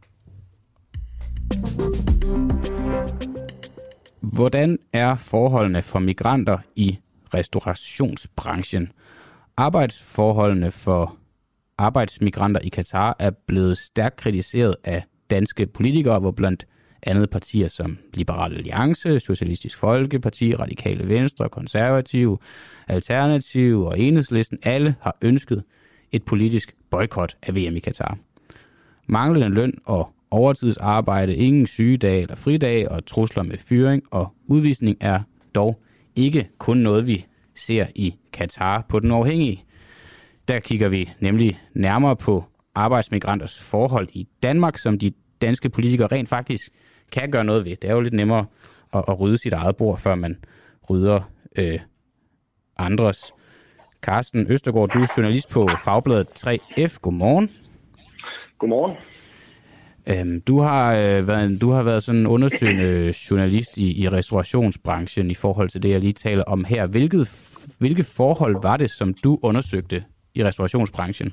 Speaker 2: Hvordan er forholdene for migranter i restaurationsbranchen? Arbejdsforholdene for arbejdsmigranter i Katar er blevet stærkt kritiseret af danske politikere, hvor blandt andet partier som Liberal Alliance, Socialistisk Folkeparti, Radikale Venstre, Konservative, Alternative og Enhedslisten alle har ønsket et politisk boykot af V M i Katar. Manglende løn og overtidsarbejde, ingen sygedage eller fridage og trusler med fyring og udvisning er dog ikke kun noget, vi ser i Katar på Den Uafhængige. Der kigger vi nemlig nærmere på arbejdsmigranters forhold i Danmark, som de danske politikere rent faktisk kan gøre noget ved. Det er jo lidt nemmere at, at rydde sit eget bord, før man rydder øh, andres. Carsten Østergaard, du er journalist på Fagbladet tre F. Godmorgen.
Speaker 6: Godmorgen.
Speaker 2: Øhm, du, har, øh, været, du har været sådan en undersøgende journalist i, i restaurationsbranchen i forhold til det, jeg lige taler om her. Hvilket, hvilke forhold var det, som du undersøgte i restaurationsbranchen?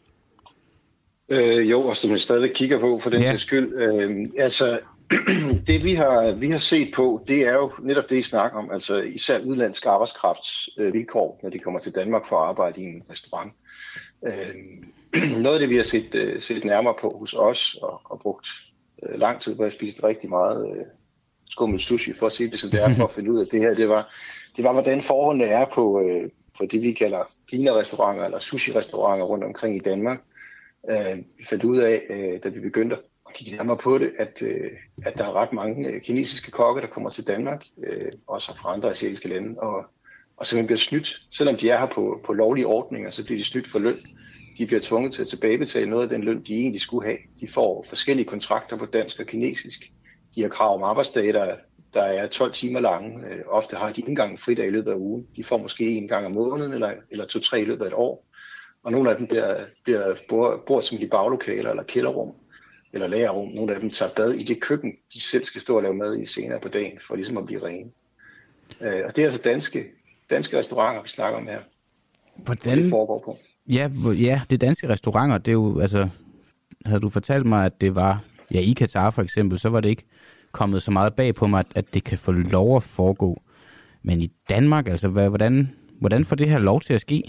Speaker 6: Øh, jo, og som jeg stadig kigger på for den ja. til skyld. Øh, altså, det vi har, vi har set på, det er jo netop det, I snakker om. Altså især udenlandsk arbejdskrafts øh, vilkår, når de kommer til Danmark for at arbejde i en restaurant. Øh, noget af det, vi har set, øh, set nærmere på hos os, og, og brugt øh, lang tid på at spise rigtig meget øh, skummel sushi, for at sige det, som det er, for at finde ud af det her, det var, det var hvordan forholdene er på, øh, på det, vi kalder Kina-restauranter eller sushi-restauranter rundt omkring i Danmark. Øh, vi fandt ud af, øh, da vi begyndte at kigge nærmere på det, at, øh, at der er ret mange øh, kinesiske kokke, der kommer til Danmark, øh, også fra andre asiatiske lande, og, og simpelthen bliver snydt. Selvom de er her på, på lovlige ordninger, så bliver de snydt for løn. De bliver tvunget til at tilbagebetale noget af den løn, de egentlig skulle have. De får forskellige kontrakter på dansk og kinesisk. De har krav om arbejdsdage, der der er tolv timer lange. Øh, ofte har de ikke engang en fridag i løbet af ugen. De får måske en gang om måneden, eller, eller to-tre i løbet af et år. Og nogle af dem bliver, bliver bor som i baglokaler, eller kælderrum, eller lagerrum. Nogle af dem tager bad i det køkken, de selv skal stå og lave mad i senere på dagen, for ligesom at blive rene. Øh, og det er altså danske, danske restauranter, vi snakker om her.
Speaker 2: Hvordan
Speaker 6: det foregår på.
Speaker 2: Ja, ja, det danske restauranter, det er jo, altså, havde du fortalt mig, at det var, ja, i Katar for eksempel, så var det ikke kommet så meget bag på mig, at, at det kan få lov at foregå. Men i Danmark, altså, hvad, hvordan, hvordan får det her lov til at ske?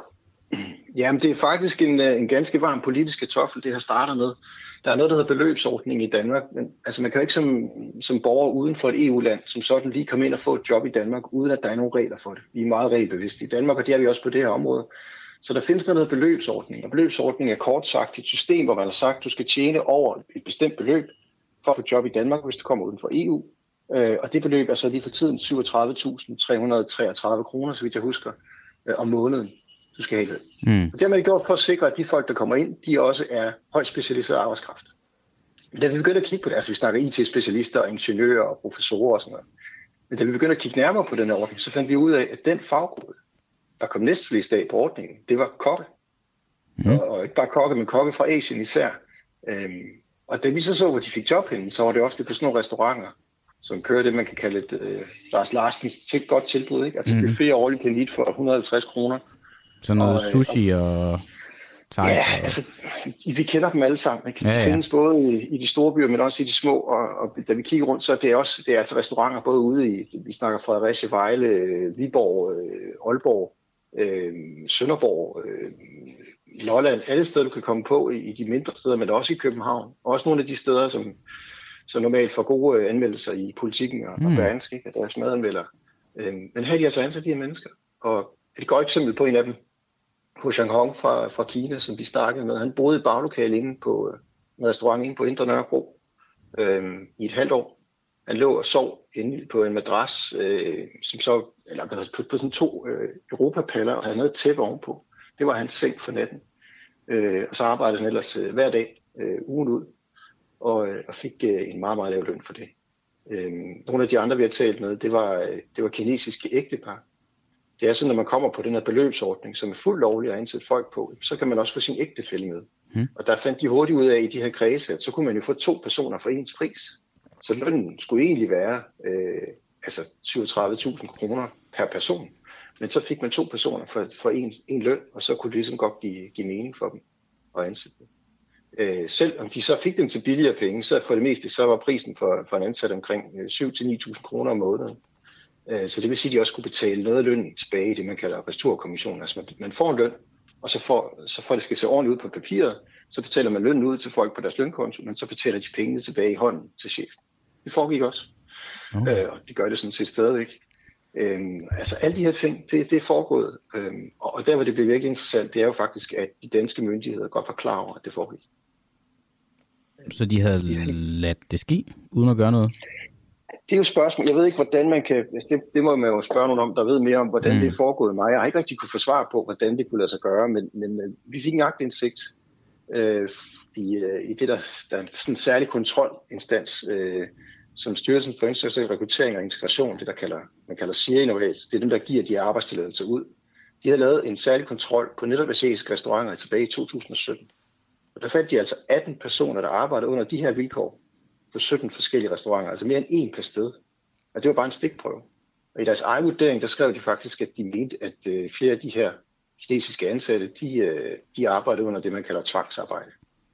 Speaker 6: Jamen, det er faktisk en, en ganske varm politisk kartoffel, det har startet med. Der er noget, der hedder beløbsordning i Danmark. Men, altså, man kan jo ikke som, som borger uden for et E U-land, som sådan lige komme ind og få et job i Danmark, uden at der er nogle regler for det. Vi er meget regelbevidste i Danmark, og det er vi også på det her område. Så der findes noget, der hedder beløbsordning. Og beløbsordning er kort sagt et system, hvor man har sagt, at du skal tjene over et bestemt beløb for at få job i Danmark, hvis du kommer uden for E U. Og det beløb er så lige for tiden syvogtredive tusind tre hundrede og treogtredive kroner, så vidt jeg husker, om måneden. Du skal have det. Mm. Og det har man gjort for at sikre, at de folk, der kommer ind, de også er højt specialiseret arbejdskraft. Men da vi begyndte at kigge på det, altså vi snakker I T-specialister, ingeniører og professorer og sådan noget, men da vi begyndte at kigge nærmere på den her ordning, så fandt vi ud af, at den faggruppe, der kom næstflest af på ordningen, det var kokke. Mm. Og, og ikke bare kokke, men kokke fra Asien især. Øhm, og da vi så så, hvor de fik job henne, så var det ofte på sådan nogle restauranter, som kører det, man kan kalde et øh, Lars Larsens til godt tilbud, ikke? Altså mm. buffet og all you can eat for et hundrede og halvtreds kroner.
Speaker 2: Sådan noget og, sushi og thai.
Speaker 6: Ja, og... altså, vi kender dem alle sammen. Ikke?
Speaker 2: Ja, ja.
Speaker 6: Det findes både i, i de store byer, men også i de små. Og, og da vi kigger rundt, så er det også det er altså restauranter både ude i, vi snakker Fredericia, Vejle, Viborg, Aalborg, øh, Sønderborg, øh, Lolland, alle steder, du kan komme på i, i de mindre steder, men også i København. Også nogle af de steder, som, som normalt får gode anmeldelser i Politikken og, mm. og Berlingske, ikke? At deres madanmelder. Øh, men her er de altså ansat de her mennesker. Og et godt eksempel på en af dem, Hu Xianghong fra, fra Kina, som vi snakkede med. Han boede i baglokale inde på en restaurant inde på Indre Nørrebro øh, i et halvt år. Han lå og sov inde på en madras, øh, som så, eller på, på sådan to øh, europapaller, og havde noget tæppe ovenpå. Det var hans seng for natten. Øh, og så arbejdede han ellers øh, hver dag, øh, ugen ud, og, øh, og fik øh, en meget, meget lav løn for det. Øh, nogle af de andre, vi har talt med, det var, øh, det var kinesiske ægtepar. Det er sådan, når man kommer på den her beløbsordning, som er fuldt lovlig at ansætte folk på, så kan man også få sin ægtefælle med. Mm. Og der fandt de hurtigt ud af i de her kredse, at så kunne man jo få to personer for ens pris. Så lønnen skulle egentlig være øh, altså syvogtredive tusind kroner per person. Men så fik man to personer for, for en, en løn, og så kunne det ligesom godt give, give mening for dem at ansætte dem. Øh, selv om de så fik dem til billigere penge, så for det meste så var prisen for, for en ansat omkring syv til ni tusind kroner om måneden. Så det vil sige, at de også skulle betale noget af lønnen tilbage i det, man kalder returkommission. Altså man, man får en løn, og så får, så får det skal se ordentligt ud på papiret, så betaler man lønnen ud til folk på deres lønkonto, men så betaler de pengene tilbage i hånden til chefen. Det foregik også. Okay. Øh, og det gør det sådan set stadigvæk. Øhm, altså alle de her ting, det, det er foregået. Øhm, og der, hvor det bliver virkelig interessant, det er jo faktisk, at de danske myndigheder godt var klar over, at det foregik.
Speaker 2: Så de havde ladt det ske, uden at gøre noget?
Speaker 6: Det er jo et spørgsmål. Jeg ved ikke, hvordan man kan... Det, det må man jo spørge nogen om, der ved mere om, hvordan mm. det er foregået mig. Jeg har ikke rigtig kunne få svar på, hvordan det kunne lade sig gøre, men, men vi fik en aktindsigt øh, i, i det, der, der er sådan en særlig kontrolinstans, øh, som Styrelsen for International Rekruttering og Integration, det der kalder, man kalder S I R I, det er dem, der giver de arbejdstilladelser ud. De har lavet en særlig kontrol på netop asiatiske restauranter tilbage i to tusind og sytten. Og der fandt de altså atten personer, der arbejdede under de her vilkår på sytten forskellige restauranter, altså mere end en per sted. Og det var bare en stikprøve. Og i deres egen vurdering, der skrev de faktisk, at de mente, at øh, flere af de her kinesiske ansatte, de, øh, de arbejdede under det, man kalder tvangsarbejde.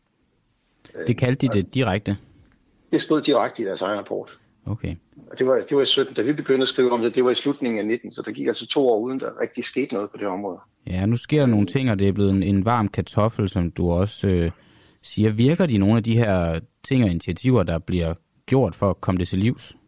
Speaker 2: Det kaldte de det direkte?
Speaker 6: Det stod direkte i deres egen rapport.
Speaker 2: Okay.
Speaker 6: Og det var, det var i sytten, da vi begyndte at skrive om det, det var i slutningen af nitten, så der gik altså to år uden, der rigtig skete noget på det område. Ja,
Speaker 2: nu sker der nogle ting, og det er blevet en, en varm kartoffel, som du også øh, siger. Virker de nogle af de her ting og initiativer, der bliver gjort for at komme det til livs?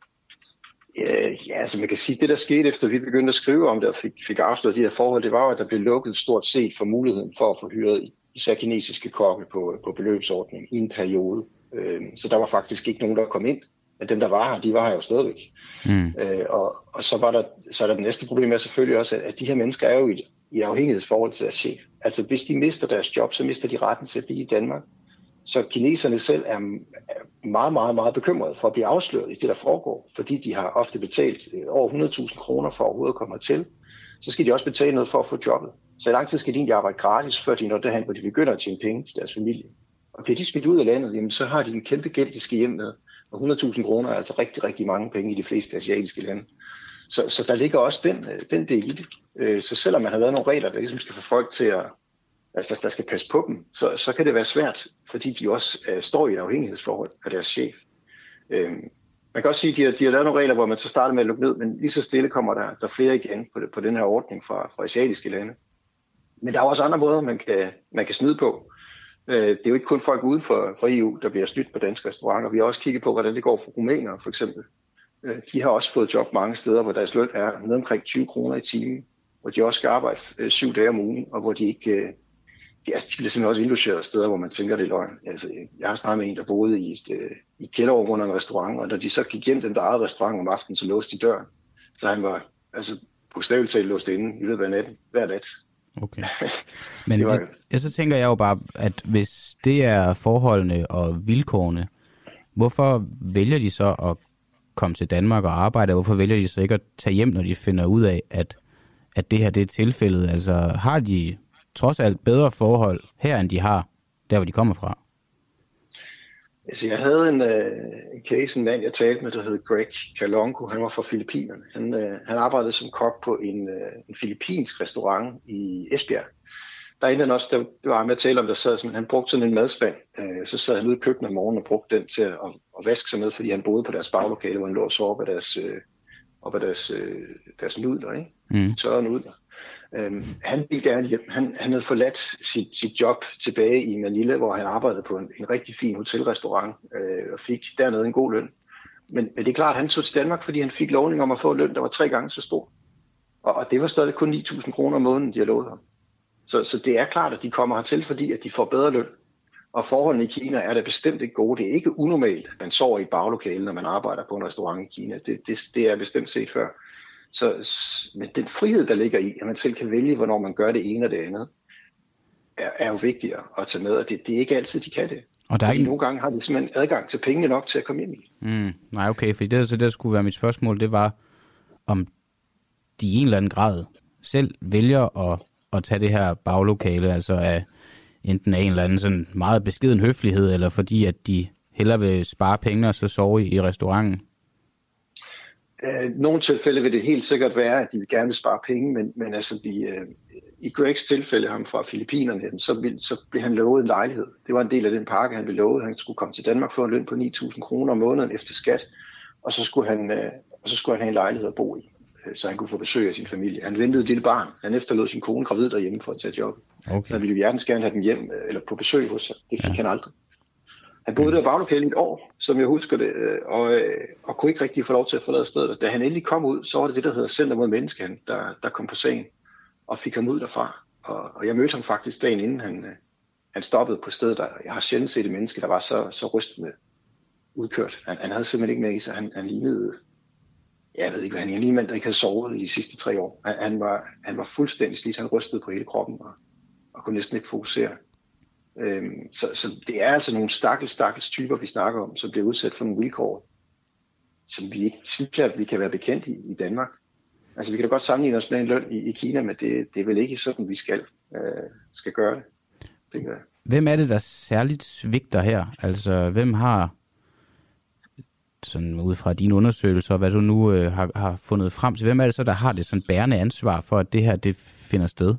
Speaker 6: Ja, ja, altså man kan sige, det der skete efter vi begyndte at skrive om det og fik, fik afsløret de her forhold, det var jo, at der blev lukket stort set for muligheden for at få hyret især kinesiske kokke på, på beløbsordningen i en periode. Så der var faktisk ikke nogen, der kom ind. Men dem, der var her, de var her jo stadigvæk. Mm. Øh, og, og så var der, så er der det næste problem er selvfølgelig også, at, at de her mennesker er jo i, i afhængighedsforhold til deres chef. Altså hvis de mister deres job, så mister de retten til at blive i Danmark. Så kineserne selv er meget, meget, meget bekymrede for at blive afsløret i det, der foregår, fordi de har ofte betalt over hundrede tusind kroner for overhovedet at komme til. Så skal de også betale noget for at få jobbet. Så i lang tid skal de egentlig arbejde gratis, før de når derhen, hvor de begynder at tjene penge til deres familie. Og bliver de smidt ud af landet, jamen, så har de en kæmpe gæld, de skal hjem med. Og hundrede tusind kroner er altså rigtig, rigtig mange penge i de fleste asiatiske lande. Så, så der ligger også den, den del i det. Så selvom man har været nogle regler, der ligesom skal få folk til at, altså der skal passe på dem, så, så kan det være svært, fordi de også uh, står i et afhængighedsforhold af deres chef. Øhm, man kan også sige, at de har, de har lavet nogle regler, hvor man så starter med at lukke ned, men lige så stille kommer der, der flere igen på, på den her ordning fra, fra asiatiske lande. Men der er også andre måder, man kan, man kan snyde på. Det er jo ikke kun folk uden for, for E U, der bliver snydt på danske restauranter. Vi har også kigget på, hvordan det går for rumænere, for eksempel. De har også fået job mange steder, hvor deres løn er ned omkring tyve kroner i timen, hvor de også skal arbejde syv dage om ugen, og hvor de ikke... De, altså, de bliver simpelthen også indlogeret steder, hvor man tænker, det er løgn. Altså, jeg har snakket med en, der boede i, i kælderover under en restaurant, og når de så gik hjem den der ejede restaurant om aftenen, så låste de døren. Så han var altså, bogstaveligt talt låst inde i løbet af natten, hver nat.
Speaker 2: Okay. Men
Speaker 6: var...
Speaker 2: jeg, jeg, så tænker jeg jo bare, at hvis det er forholdene og vilkårene, hvorfor vælger de så at komme til Danmark og arbejde? Hvorfor vælger de så ikke at tage hjem, når de finder ud af, at, at det her det er tilfældet? Altså har de trods alt bedre forhold her, end de har der, hvor de kommer fra?
Speaker 6: Altså, jeg havde en, øh, en case, en mand, jeg talte med, der hed Greg Calonco. Han var fra Filippinerne. Han, øh, han arbejdede som kok på en, øh, en filippinsk restaurant i Esbjerg. Der endte han også, der, det var med at tale om, der sad sådan, han brugte sådan en madspand. Øh, så sad han ude i køkkenet om morgenen og brugte den til at, at, at vaske sig med, fordi han boede på deres baglokale, hvor han lå og sov op af deres, øh, op af deres, øh, deres nudler, ikke? Mm. Tørre nudler. Øhm, han ville gerne hjem. Han, han havde forladt sit, sit job tilbage i Manila, hvor han arbejdede på en, en rigtig fin hotelrestaurant øh, og fik dernede en god løn. Men, men det er klart, at han tog til Danmark, fordi han fik lovning om at få en løn, der var tre gange så stor. Og, og det var stadig kun ni tusind kroner om måneden, de har lovet ham. Så, så det er klart, at de kommer hertil, fordi at de får bedre løn. Og forholdene i Kina er da bestemt ikke gode. Det er ikke unormalt, at man sover i baglokale, når man arbejder på en restaurant i Kina. Det, det, det er bestemt set før. Så men den frihed, der ligger i, at man selv kan vælge, hvornår man gør det ene og det andet, er, er jo vigtigere at tage med, og det, det er ikke altid, de kan det. Og der er ikke... nogle gange har de simpelthen adgang til pengene nok til at komme ind i.
Speaker 2: Mm, nej, okay, for det, så det, der skulle være mit spørgsmål, det var, om de i en eller anden grad selv vælger at, at tage det her baglokale, altså af enten af en eller anden sådan meget beskeden høflighed, eller fordi at de hellere vil spare penge og så sove i, i restauranten.
Speaker 6: Uh, nogle tilfælde vil det helt sikkert være, at de vil gerne vil spare penge, men, men altså de, uh, i Gregs tilfælde, ham fra Filippinerne, så, vil, så blev han lovet en lejlighed. Det var en del af den pakke, han blev lovet. Han skulle komme til Danmark for en løn på ni tusind kroner om måneden efter skat, og så skulle han, uh, og så skulle han have en lejlighed at bo i, uh, så han kunne få besøg af sin familie. Han ventede et lille barn. Han efterlod sin kone gravid derhjemme for at tage job. Okay. Så han ville jo hjertens gerne have dem hjem, uh, eller på besøg hos sig. Det fik ja. han aldrig. Han boede der i baglokale i et år, som jeg husker det, og, og kunne ikke rigtig få lov til at forlade stedet. Da han endelig kom ud, så var det det, der hedder Center mod Menneskehandel, der, der kom på sagen og fik ham ud derfra. Og, og jeg mødte ham faktisk dagen inden han, han stoppede på stedet. Der, jeg har sjældent set et menneske, der var så, så rystet med udkørt. Han, han havde simpelthen ikke med i sig. Han, han lignede, jeg ved ikke hvad han lignede, en mand, der ikke havde sovet i de sidste tre år. Han, han, var, han var fuldstændig slidt, han rystede på hele kroppen og, og kunne næsten ikke fokusere. Øhm, så, så det er altså nogle stakkels, stakkels typer, vi snakker om, som bliver udsat for nogle vilkår, som vi ikke synes, at vi kan være bekendt i, i Danmark. Altså vi kan da godt sammenligne os med en løn i, i Kina, men det, det er vel ikke sådan, vi skal, øh, skal gøre det. det
Speaker 2: hvem er det, der særligt svigter her? Altså hvem har, sådan ud fra dine undersøgelser, hvad du nu øh, har, har fundet frem til, hvem er det så, der har det sådan bærende ansvar for, at det her det finder sted?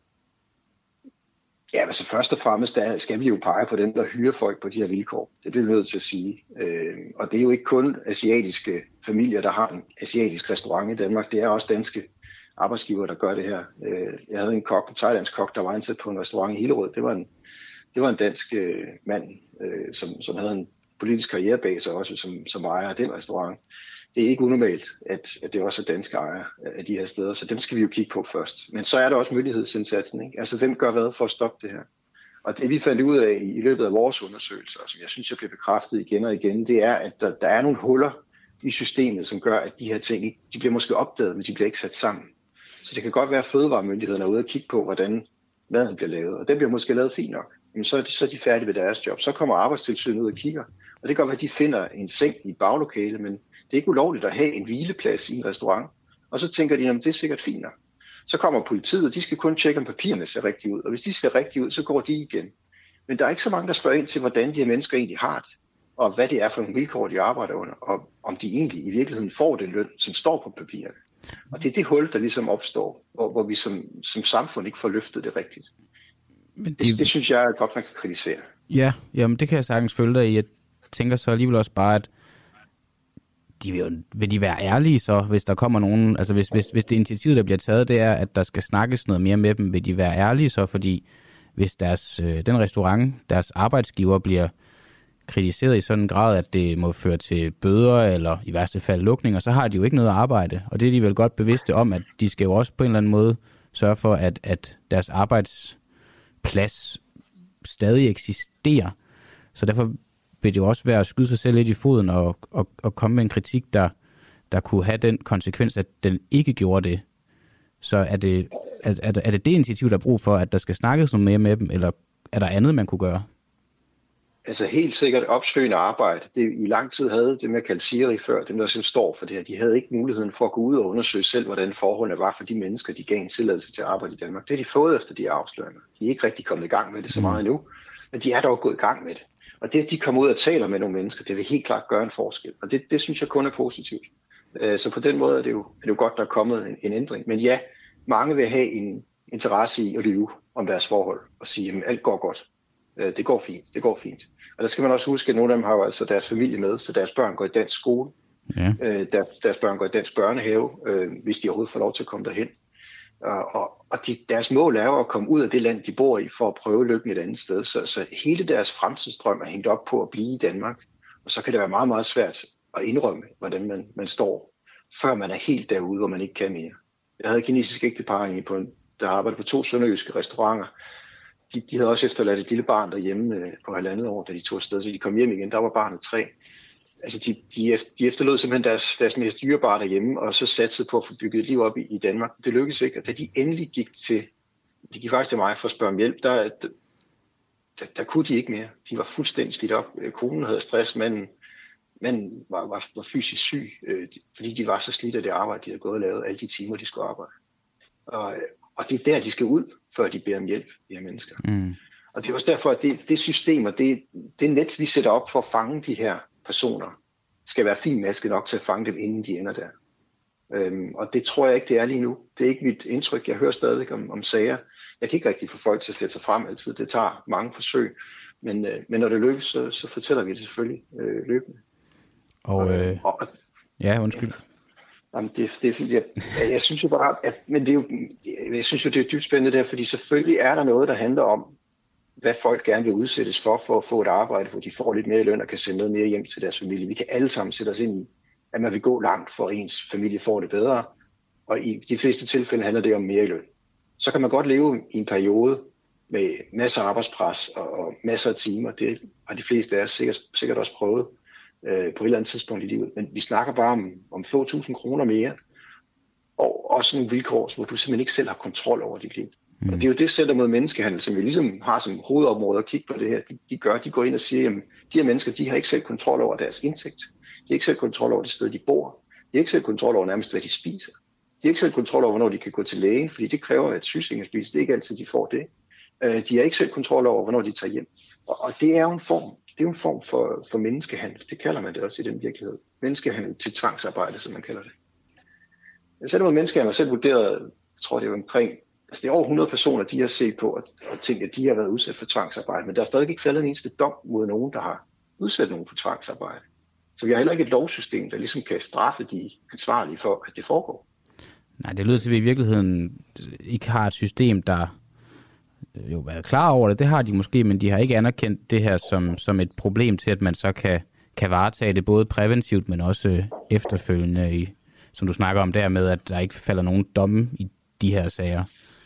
Speaker 6: Ja, altså først og fremmest der skal vi jo pege på dem, der hyrer folk på de her vilkår. Det bliver vi nødt til at sige. Øh, og det er jo ikke kun asiatiske familier, der har en asiatisk restaurant i Danmark. Det er også danske arbejdsgivere, der gør det her. Øh, jeg havde en kok, en thailandsk kok, der var ansat på en restaurant i Hillerød. Det var en, det var en dansk øh, mand, øh, som, som havde en politisk karriere bag sig også, som, som ejer af den restaurant. Det er ikke unormalt, at, at det også er danske ejere af de her steder, så dem skal vi jo kigge på først. Men så er der også myndighedsindsatsen, ikke? Altså, hvem gør hvad for at stoppe det her? Og det vi fandt ud af i, i løbet af vores undersøgelser, som jeg synes, jeg bliver bekræftet igen og igen, det er, at der, der er nogle huller i systemet, som gør, at de her ting, ikke, de bliver måske opdaget, men de bliver ikke sat sammen. Så det kan godt være, at fødevaremyndighederne er ude og kigge på, hvordan maden bliver lavet, og den bliver måske lavet fint nok. så er, de, så er de færdige med deres job. Så kommer Arbejdstilsynet ud og kigger, og det kan godt være, at de finder en seng i et baglokale, men det er ikke ulovligt at have en hvileplads i en restaurant. Og så tænker de, at det er sikkert fint nok. Så kommer politiet, og de skal kun tjekke, om papirerne ser rigtigt ud. Og hvis de ser rigtigt ud, så går de igen. Men der er ikke så mange, der spørger ind til, hvordan de her mennesker egentlig har det, og hvad det er for nogle vilkår, de arbejder under, og om de egentlig i virkeligheden får den løn, som står på papirerne. Og det er det hul, der ligesom opstår, hvor, hvor vi som, som samfund ikke får løftet det rigtigt. Men det, det, det synes jeg er godt, man kan kritisere.
Speaker 2: Ja, jamen det kan jeg sagtens følge dig i. Jeg tænker så alligevel også bare, at de vil, jo, vil de være ærlige så, hvis der kommer nogen, altså hvis, hvis, hvis det initiativ, der bliver taget, det er, at der skal snakkes noget mere med dem, vil de være ærlige så, fordi hvis deres, øh, den restaurant, deres arbejdsgiver bliver kritiseret i sådan en grad, at det må føre til bøder eller i værste fald lukninger, så har de jo ikke noget arbejde. Og det er de vel godt bevidste om, at de skal jo også på en eller anden måde sørge for, at, at deres arbejdsplads stadig eksisterer. Så derfor vil det jo også være at skyde sig selv lidt i foden og, og, og komme med en kritik, der, der kunne have den konsekvens, at den ikke gjorde det. Så er det, er, er, er det det initiativ, der er brug for, at der skal snakkes noget mere med dem, eller er der andet, man kunne gøre?
Speaker 6: Altså helt sikkert opsøgende arbejde. Det, i lang tid havde det med kaldsiri før, dem der selv står for det her, de havde ikke muligheden for at gå ud og undersøge selv, hvordan forholdene var for de mennesker, de gav en tilladelse til at arbejde i Danmark. Det har de fået efter de afsløringer. De er ikke rigtig kommet i gang med det så meget endnu, men de er dog gået i gang med det. Og det, at de kommer ud og taler med nogle mennesker, det vil helt klart gøre en forskel. Og det, det synes jeg kun er positivt. Så på den måde er det jo, er det jo godt, der er kommet en, en ændring. Men ja, mange vil have en interesse i at lyve om deres forhold og sige, at alt går godt. Det går fint, det går fint. Og der skal man også huske, at nogle af dem har jo altså deres familie med, så deres børn går i dansk skole. Ja. Deres, deres børn går i dansk børnehave, hvis de overhovedet får lov til at komme derhen. Og, og de, deres mål er jo at komme ud af det land, de bor i, for at prøve lykken et andet sted. Så, så hele deres fremtidsdrøm er hængt op på at blive i Danmark. Og så kan det være meget, meget svært at indrømme, hvordan man, man står, før man er helt derude, hvor man ikke kan mere. Jeg havde et kinesisk ægtepar, på en, der arbejdede på to sønderjyske restauranter. De, de havde også efterladt et lille barn derhjemme på halvandet år, da de tog afsted, så de kom hjem igen. Der var barnet tre. Altså de, de, de efterlod simpelthen deres, deres mest dyrebare derhjemme, og så satsede på at få bygget et liv op i, i Danmark. Det lykkedes ikke, og da de endelig gik til, de gik faktisk til mig for at spørge om hjælp, der, der, der, der kunne de ikke mere. De var fuldstændig slidt op. Konen havde stress, manden, manden var, var, var fysisk syg, øh, fordi de var så slidt af det arbejde, de havde gået og lavet, alle de timer, de skulle arbejde. Og, og det er der, de skal ud, før de beder om hjælp, de her mennesker. Mm. Og det er også derfor, at det, det system og det, det net, vi sætter op for at fange de her personer, skal være finmasket nok til at fange dem, inden de ender der. Øhm, og det tror jeg ikke, det er lige nu. Det er ikke mit indtryk. Jeg hører stadig om, om sager. Jeg kan ikke rigtig få folk til at slætte sig frem altid. Det tager mange forsøg. Men, øh, men når det lykkes, så, så fortæller vi det selvfølgelig øh, løbende.
Speaker 2: Og, øh, og, og ja, undskyld.
Speaker 6: Jamen, det, det er fint. Jeg, jeg synes jo bare, at, men det er jo, jeg synes jo, det er dybt spændende der, fordi selvfølgelig er der noget, der handler om, hvad folk gerne vil udsættes for, for at få et arbejde, hvor de får lidt mere løn og kan sende noget mere hjem til deres familie. Vi kan alle sammen sætte os ind i, at man vil gå langt, for at ens familie får det bedre. Og i de fleste tilfælde handler det om mere løn. Så kan man godt leve i en periode med masser af arbejdspres og, og masser af timer. Det har de fleste af os sikkert, sikkert også prøvet øh, på et eller andet tidspunkt i livet. Men vi snakker bare om, om få tusind kroner mere. Og også nogle vilkår, hvor du simpelthen ikke selv har kontrol over dit liv. Mm. Og det er jo det Center mod Menneskehandel, som vi ligesom har som hovedområde at kigge på det her. De, de gør, de går ind og siger, at de her mennesker, de har ikke selv kontrol over deres indtægt. De har ikke selv kontrol over det sted, de bor. De har ikke selv kontrol over nærmest, hvad de spiser. De har ikke selv kontrol over, hvornår de kan gå til lægen, fordi det kræver, at sygesikringen spiser. Det er ikke altid, de får det. De har ikke selv kontrol over, hvornår de tager hjem. Og, og det er jo en form, det er jo en form for, for menneskehandel. Det kalder man det også i den virkelighed. Menneskehandel til tvangsarbejde, som man kalder det. Center mod Menneskehandel har selv vurderet, jeg tror det er jo omkring, altså det er over hundrede personer, de har set på og, og tænkt, at de har været udsat for tvangsarbejde, men der er stadig ikke faldet en eneste dom mod nogen, der har udsat nogen for tvangsarbejde. Så vi har heller ikke et lovsystem, der ligesom kan straffe de ansvarlige for, at det foregår.
Speaker 2: Nej, det lyder til, at vi i virkeligheden ikke har et system, der jo været klar over det. Det har de måske, men de har ikke anerkendt det her som, som et problem til, at man så kan, kan varetage det både præventivt, men også efterfølgende, i, som du snakker om dermed, at der ikke falder nogen domme i de her sager.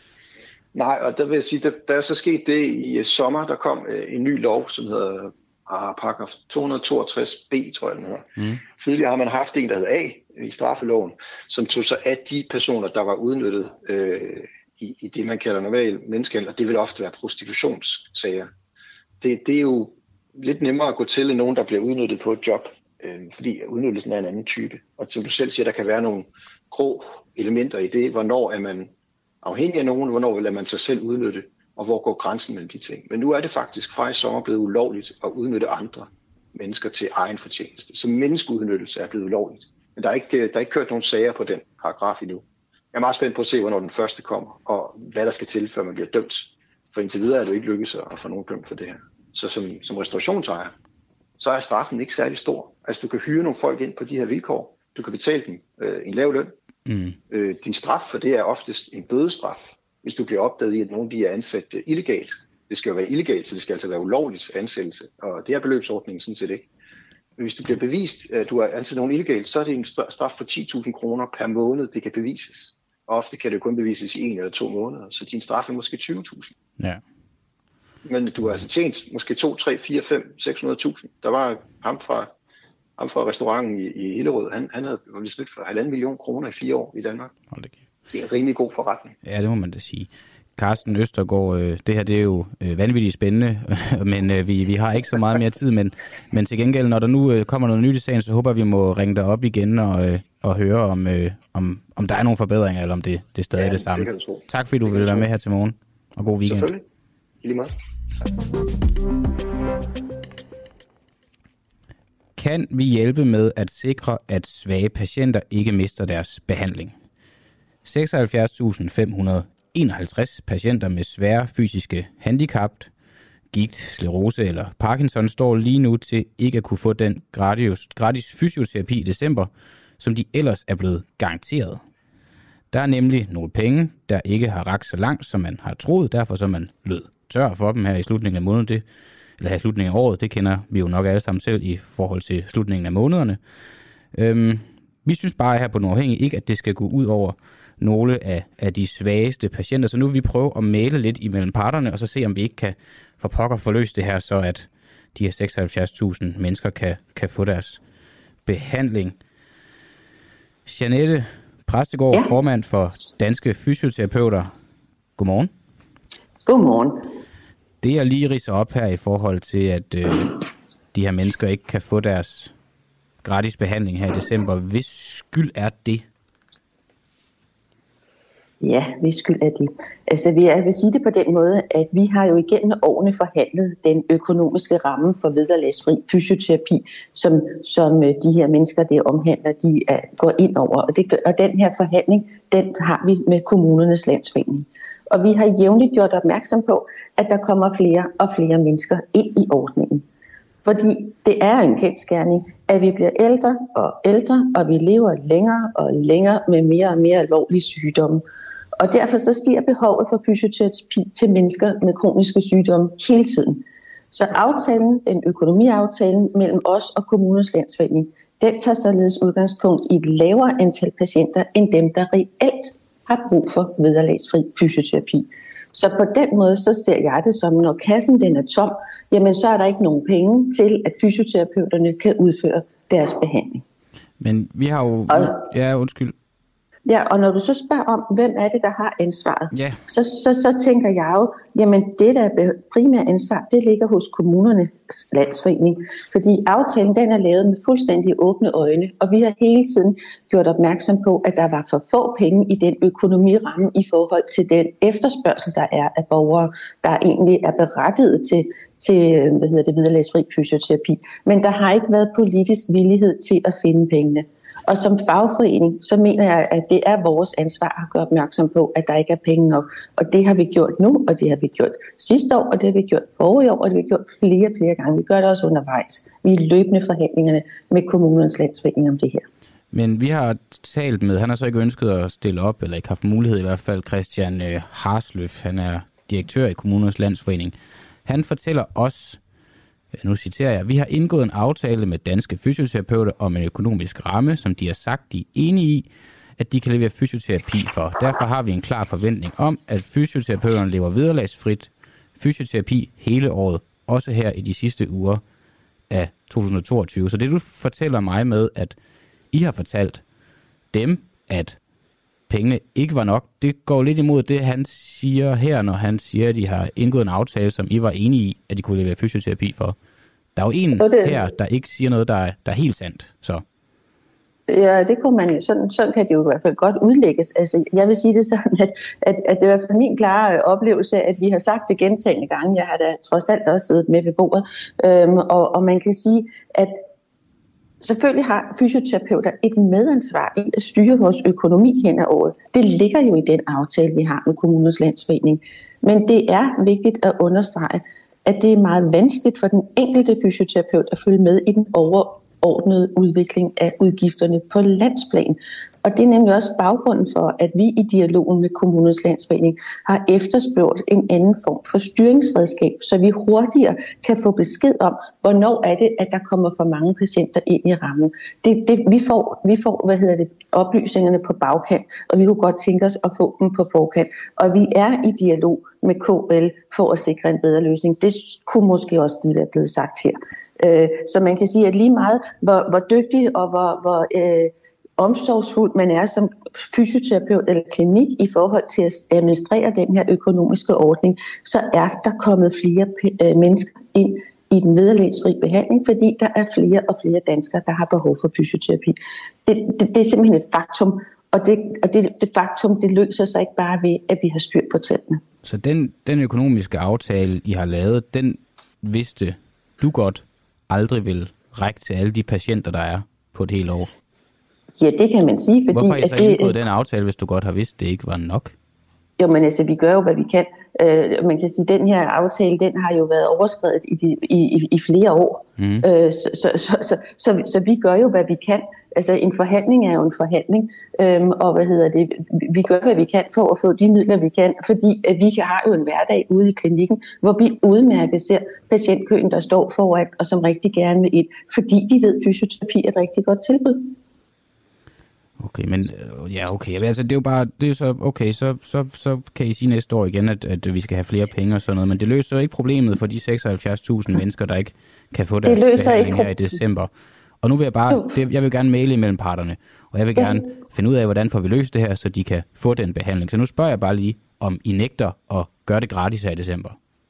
Speaker 6: Nej, og der vil jeg sige, der, der er så sket det i sommer, der kom øh, en ny lov, som hedder ah, paragraf to hundrede toogtres B, tror jeg den hedder. Mm. Tidligere har man haft en, der hedder A i straffeloven, som tog sig af de personer, der var udnyttet øh, i, i det, man kalder normal menneskehandel, og det vil ofte være prostitutionssager. det, det er jo lidt nemmere at gå til end nogen, der bliver udnyttet på et job, øh, fordi udnyttelsen er en anden type. Og som du selv siger, der kan være nogle grå elementer i det. Hvornår er man afhængig af nogen, hvornår vil man sig selv udnytte, og hvor går grænsen mellem de ting. Men nu er det faktisk fra i sommer blevet ulovligt at udnytte andre mennesker til egen fortjeneste. Så menneskeudnyttelse er blevet ulovligt. Men der er ikke, der er ikke kørt nogen sager på den paragraf endnu. Jeg er meget spændt på at se, hvornår den første kommer, og hvad der skal til, før man bliver dømt. For indtil videre er det jo ikke lykkedes at få nogen dømt for det her. Så som, som restaurationsejer, så er straffen ikke særlig stor. Altså du kan hyre nogle folk ind på de her vilkår. Du kan betale dem øh, en lav løn. Mm. Øh, din straf for det er oftest en bødestraf, hvis du bliver opdaget i, at nogen de er ansat øh, illegalt. Det skal jo være illegalt, så det skal altså være ulovligt ansættelse. Og det er beløbsordningen sådan set ikke. Men hvis du bliver bevist, at du har ansat nogen illegalt, så er det en straf for ti tusind kroner per måned, det kan bevises. Og ofte kan det kun bevises i en eller to måneder, så din straf er måske tyve tusind. Ja. Men du har altså tjent måske to, tre, fire, fem, seks hundrede tusind. Der var ham fra, ham fra restauranten i, i Hillerød, han, han havde jo lidt for halvanden million kroner i fire år i Danmark. Det er en rimelig god forretning.
Speaker 2: Ja, det må man da sige. Carsten Østergaard, øh, det her det er jo øh, vanvittigt spændende, men øh, vi, vi har ikke så meget mere tid, men, men til gengæld, når der nu øh, kommer noget nyt i sagen, så håber vi må ringe dig op igen og, øh, og høre, om, øh, om, om der er nogle forbedringer, eller om det, det er stadig ja, det samme. Det tak fordi du ville være med her til morgen, og god weekend.
Speaker 6: Selvfølgelig. I lige meget.
Speaker 2: Kan vi hjælpe med at sikre, at svage patienter ikke mister deres behandling? seksoghalvfjerds tusind fem hundrede enoghalvtreds patienter med svære fysiske handicap, gigt, sklerose eller Parkinson står lige nu til ikke at kunne få den gratis, gratis fysioterapi i december, som de ellers er blevet garanteret. Der er nemlig nogle penge, der ikke har rakt så langt, som man har troet, derfor så man lød tør for dem her i slutningen af måneden, det, eller her i slutningen af året. Det kender vi jo nok alle sammen selv i forhold til slutningen af månederne. Øhm, vi synes bare her på Den Uafhængige ikke, at det skal gå ud over nogle af, af de svageste patienter. Så nu vil vi prøve at male lidt imellem parterne, og så se, om vi ikke kan for pokker forløse det her, så at de her seksoghalvfjerds tusind mennesker kan, kan få deres behandling. Jeanette Præstegård, ja. Formand for Danske Fysioterapeuter. Godmorgen.
Speaker 7: Godmorgen.
Speaker 2: Det jeg lige ridser op her i forhold til, at øh, de her mennesker ikke kan få deres gratis behandling her i december. Hvis skyld er det?
Speaker 7: Ja, hvis skyld er det. Altså, jeg vil sige det på den måde, at vi har jo igennem årene forhandlet den økonomiske ramme for vederlagsfri fysioterapi, som, som de her mennesker, det omhandler, de er, går ind over. Og, det, og den her forhandling, den har vi med Kommunernes Landsforening. Og vi har jævnligt gjort opmærksom på, at der kommer flere og flere mennesker ind i ordningen. Fordi det er en kendsgerning, at vi bliver ældre og ældre, og vi lever længere og længere med mere og mere alvorlige sygdomme. Og derfor så stiger behovet for fysioterapi til mennesker med kroniske sygdomme hele tiden. Så aftalen, den økonomiaftalen mellem os og Kommunernes Landsforening, den tager således udgangspunkt i et lavere antal patienter, end dem, der reelt har brug for vederlagsfri fysioterapi. Så på den måde, så ser jeg det som, når kassen den er tom, jamen så er der ikke nogen penge til, at fysioterapeuterne kan udføre deres behandling.
Speaker 2: Men vi har jo...
Speaker 7: Og,
Speaker 2: ja, undskyld.
Speaker 7: Ja, og når du så spørger om, hvem er det, der har ansvaret,
Speaker 2: ja.
Speaker 7: så, så, så tænker jeg jo, jamen det, der er primært ansvar, det ligger hos Kommunernes Landsforening. Fordi aftalen, den er lavet med fuldstændig åbne øjne, og vi har hele tiden gjort opmærksom på, at der var for få penge i den økonomiramme i forhold til den efterspørgsel, der er af borgere, der egentlig er berettiget til, til hvad hedder det, vederlagsfri fysioterapi. Men der har ikke været politisk villighed til at finde pengene. Og som fagforening, så mener jeg, at det er vores ansvar at gøre opmærksom på, at der ikke er penge nok. Og det har vi gjort nu, og det har vi gjort sidste år, og det har vi gjort forrige år, og det har vi gjort flere, flere gange. Vi gør det også undervejs. Vi er løbende forhandlingerne med Kommunernes Landsforening om det her.
Speaker 2: Men vi har talt med, han har så ikke ønsket at stille op, eller ikke haft mulighed i hvert fald, Christian Harsløf, han er direktør i Kommunernes Landsforening. Han fortæller os, nu citerer jeg, vi har indgået en aftale med Danske Fysioterapeuter om en økonomisk ramme, som de har sagt, de er enige i, at de kan levere fysioterapi for. Derfor har vi en klar forventning om, at fysioterapeuterne lever vederlagsfrit fysioterapi hele året, også her i de sidste uger af to tusind og toogtyve. Så det du fortæller mig med, at I har fortalt dem, at pengene ikke var nok. Det går lidt imod det, han siger her, når han siger, at de har indgået en aftale, som I var enige i, at de kunne levere fysioterapi for. Der er jo en det... her, der ikke siger noget, der er, der er helt sandt. Så.
Speaker 7: Ja, det kunne man jo, sådan, sådan kan det jo i hvert fald godt udlægges. Altså, jeg vil sige det sådan, at, at, at det er i hvert fald min klare oplevelse, at vi har sagt det gentagne gange. Jeg har da trods alt også siddet med ved bordet. Øhm, og, og man kan sige, at selvfølgelig har fysioterapeuter et medansvar i at styre vores økonomi hen ad året. Det ligger jo i den aftale, vi har med Kommunernes Landsforening. Men det er vigtigt at understrege, at det er meget vanskeligt for den enkelte fysioterapeut at følge med i den overordnede udvikling af udgifterne på landsplan. Og det er nemlig også baggrunden for, at vi i dialogen med Kommunernes Landsforening har efterspurgt en anden form for styringsredskab, så vi hurtigere kan få besked om, hvornår er det, at der kommer for mange patienter ind i rammen. Det, det, vi får, vi får hvad hedder det, oplysningerne på bagkant, og vi kunne godt tænke os at få dem på forkant. Og vi er i dialog med K L for at sikre en bedre løsning. Det kunne måske også lige være blevet sagt her. Så man kan sige, at lige meget, hvor, hvor dygtig og hvor... hvor øh, omsorgsfuld man er som fysioterapeut eller klinik i forhold til at administrere den her økonomiske ordning, så er der kommet flere p- mennesker ind i den vederlagsfri behandling, fordi der er flere og flere danskere, der har behov for fysioterapi. Det, det, det er simpelthen et faktum, og, det, og det, det faktum, det løser sig ikke bare ved, at vi har styr på tallene.
Speaker 2: Så den, den økonomiske aftale, I har lavet, den vidste du godt aldrig vil række til alle de patienter, der er på et helt år?
Speaker 7: Ja, det kan man sige, fordi...
Speaker 2: Hvorfor har I så
Speaker 7: at det,
Speaker 2: indgået den aftale, hvis du godt har vidst, det ikke var nok?
Speaker 7: Jo, men altså, vi gør jo, hvad vi kan. Øh, man kan sige, at den her aftale, den har jo været overskredet i, de, i, i, i flere år. Mm. Øh, så, så, så, så, så, så vi gør jo, hvad vi kan. Altså, en forhandling er jo en forhandling. Øhm, og hvad hedder det? Vi gør, hvad vi kan for at få de midler, vi kan. Fordi at vi har jo en hverdag ude i klinikken, hvor vi udmærket ser patientkøen, der står foran, og som rigtig gerne vil ind. Fordi de ved, at fysioterapi er et rigtig godt tilbud.
Speaker 2: Okay, men ja, okay. Altså, det er jo bare, det er så, okay, så, så, så kan I sige næste år igen, at, at vi skal have flere penge og sådan noget, men det løser jo ikke problemet for de seksoghalvfjerds tusind mennesker, der ikke kan få deres behandling her i december. Og nu vil jeg bare, det, jeg vil gerne maile imellem parterne, og jeg vil gerne ja. finde ud af, hvordan får vi løst det her, så de kan få den behandling. Så nu spørger jeg bare lige, om I nægter at gøre det gratis her i december.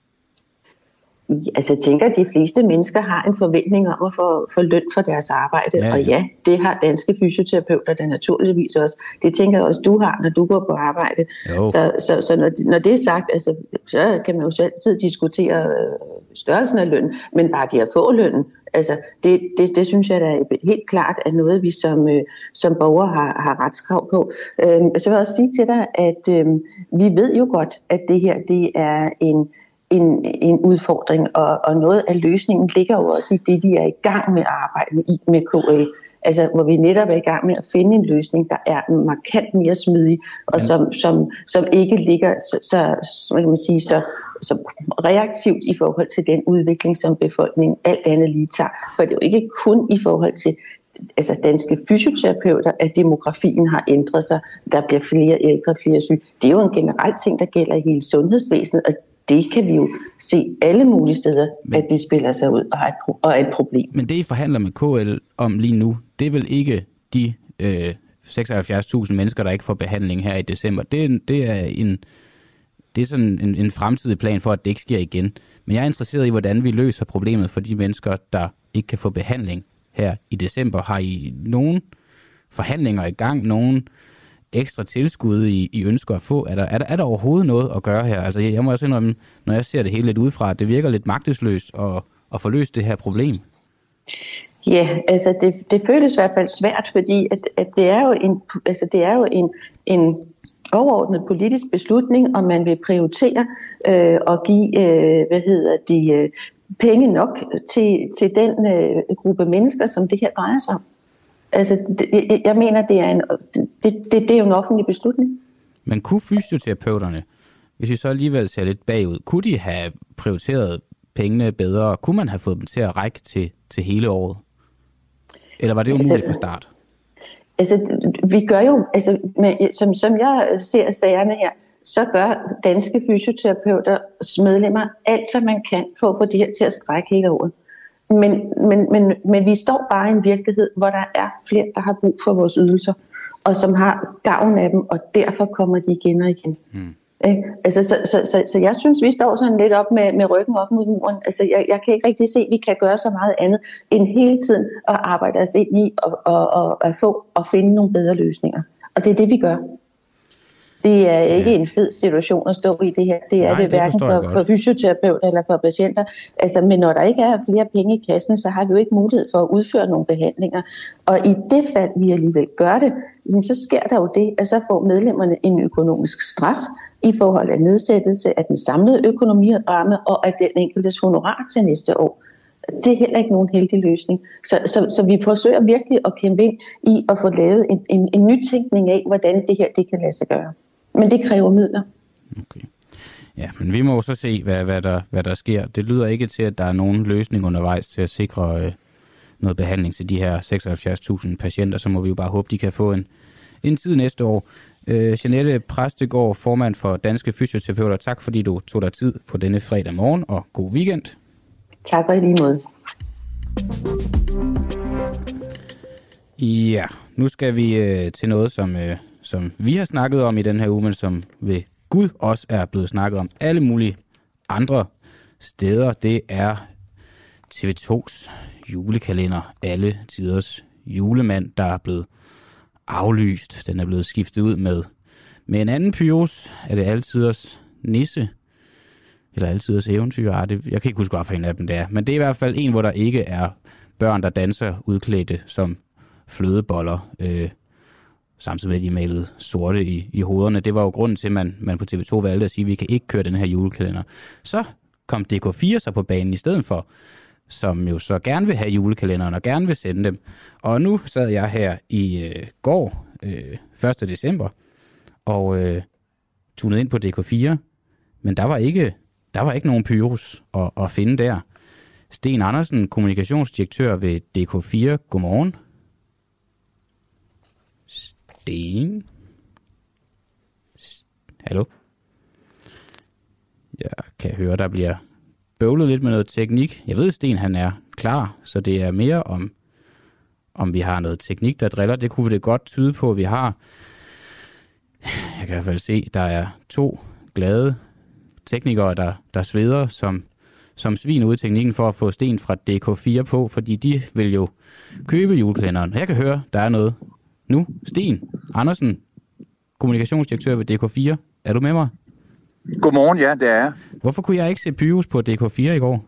Speaker 7: Altså, jeg tænker, at de fleste mennesker har en forventning om at få, få løn for deres arbejde. Ja, ja. Og ja, det har danske fysioterapeuter da naturligvis også. Det tænker jeg også, du har, når du går på arbejde. Så, så, så når, når det er sagt, altså, så kan man jo altid diskutere størrelsen af løn, men bare det at få lønnen, altså, det, det, det synes jeg da er helt klart er noget, vi som, øh, som borgere har, har retskrav på. Øhm, så vil jeg også sige til dig, at øh, vi ved jo godt, at det her det er en En, en udfordring, og, og noget af løsningen ligger jo også i det, vi er i gang med at arbejde med, med K L. Altså, hvor vi netop er i gang med at finde en løsning, der er markant mere smidig, og ja. som, som, som ikke ligger så, så, så, kan man sige, så, så reaktivt i forhold til den udvikling, som befolkningen alt andet lige tager. For det er jo ikke kun i forhold til altså danske fysioterapeuter, at demografien har ændret sig. Der bliver flere ældre, flere syge. Det er jo en generel ting, der gælder i hele sundhedsvæsenet, og det kan vi jo se alle mulige steder, men, at det spiller sig ud og er, et pro- og er et problem.
Speaker 2: Men det, I forhandler med K L om lige nu, det er vel ikke de øh, seksoghalvfjerds tusind mennesker, der ikke får behandling her i december. Det, det er en det er sådan en, en fremtidig plan for, at det ikke sker igen. Men jeg er interesseret i, hvordan vi løser problemet for de mennesker, der ikke kan få behandling her i december. Har I nogen forhandlinger i gang, nogen ekstra tilskud, I, I ønsker at få? Er der, er, der, er der overhovedet noget at gøre her? Altså, jeg må også indrømme, når jeg ser det hele lidt udefra, at det virker lidt magtesløst at, at få løst det her problem.
Speaker 7: Ja, altså det, det føles i hvert fald svært, fordi at, at det er jo en, altså det er jo en, en overordnet politisk beslutning, om man vil prioritere øh, og give øh, hvad hedder de, øh, penge nok til, til den øh, gruppe mennesker, som det her drejer sig om. Altså, det, jeg mener, det er, en, det, det, det er jo en offentlig beslutning.
Speaker 2: Men kunne fysioterapeuterne, hvis vi så alligevel ser lidt bagud, kunne de have prioriteret pengene bedre? Kunne man have fået dem til at række til, til hele året? Eller var det umuligt altså, fra start?
Speaker 7: Altså, vi gør jo, altså, med, som, som jeg ser sagerne her, så gør danske fysioterapeuter medlemmer alt, hvad man kan for at få det her til at strække hele året. Men, men, men, men vi står bare i en virkelighed, hvor der er flere, der har brug for vores ydelser. og som har gavn af dem, og derfor kommer de igen og igen. Mm. Altså, så, så, så, så jeg synes, vi står sådan lidt op med, med ryggen op mod muren. Altså, jeg, jeg kan ikke rigtig se, at vi kan gøre så meget andet, end hele tiden at arbejde os ind i og, og, og, at få og finde nogle bedre løsninger. Og det er det, vi gør. Det er ikke ja. en fed situation at stå i det her. Det er Nej, det, det hverken for, for fysioterapeuter eller for patienter. Altså, men når der ikke er flere penge i kassen, så har vi jo ikke mulighed for at udføre nogle behandlinger. Og i det fald, vi alligevel gør det, så sker der jo det, at så får medlemmerne en økonomisk straf i forhold af nedsættelse af den samlede økonomiramme og af den enkeltes honorar til næste år. Det er heller ikke nogen heldig løsning. Så, så, så vi forsøger virkelig at kæmpe ind i at få lavet en, en, en nytænkning af, hvordan det her det kan lade sig gøre. Men det kræver midler.
Speaker 2: Okay. Ja, men vi må jo så se, hvad, hvad, der, hvad der sker. Det lyder ikke til, at der er nogen løsning undervejs til at sikre øh, noget behandling til de her seksoghalvfjerds tusind patienter. Så må vi jo bare håbe, de kan få en, en tid næste år. Øh, Jeanette Præstegård, formand for Danske Fysioterapeuter. Tak fordi du tog dig tid på denne fredag morgen, og god weekend.
Speaker 7: Tak og i lige måde.
Speaker 2: Ja, nu skal vi øh, til noget, som, øh, som vi har snakket om i den her uge, men som ved Gud også er blevet snakket om alle mulige andre steder. Det er T V to's julekalender, Alle Tiders Julemand, der er blevet aflyst. Den er blevet skiftet ud med, med en anden Pyrus. Er det Alle Tiders Nisse? Eller Alle Tiders Eventyr? Jeg kan ikke huske, hvad for en af dem det er. Men det er i hvert fald en, hvor der ikke er børn, der danser udklædte som flødeboller. Øh, samtidig med, at de malede sorte i, i hovederne. Det var jo grunden til, at man, man på T V to valgte at sige, at vi kan ikke køre den her julekalender. Så kom D K fire så på banen i stedet for, som jo så gerne vil have julekalenderen og gerne vil sende dem. Og nu sad jeg her i øh, går, øh, første december, og øh, tunede ind på D K fire, men der var ikke, der var ikke nogen Pyrus at, at finde der. Sten Andersen, kommunikationsdirektør ved D K fire. Godmorgen. Sten? Hallo? Jeg kan høre, der bliver bøvlet lidt med noget teknik. Jeg ved, Sten han er klar, så det er mere om, om vi har noget teknik, der driller. Det kunne vi det godt tyde på, at vi har. Jeg kan i hvert fald se, der er to glade teknikere, der, der sveder som, som svin ude i teknikken for at få Sten fra D K fire på, fordi de vil jo købe julekalenderen. Jeg kan høre, der er noget nu. Sten Andersen, kommunikationsdirektør ved D K fire. Er du med mig?
Speaker 8: Godmorgen, ja, det er jeg.
Speaker 2: Hvorfor kunne jeg ikke se Pyrus på D K fire i går?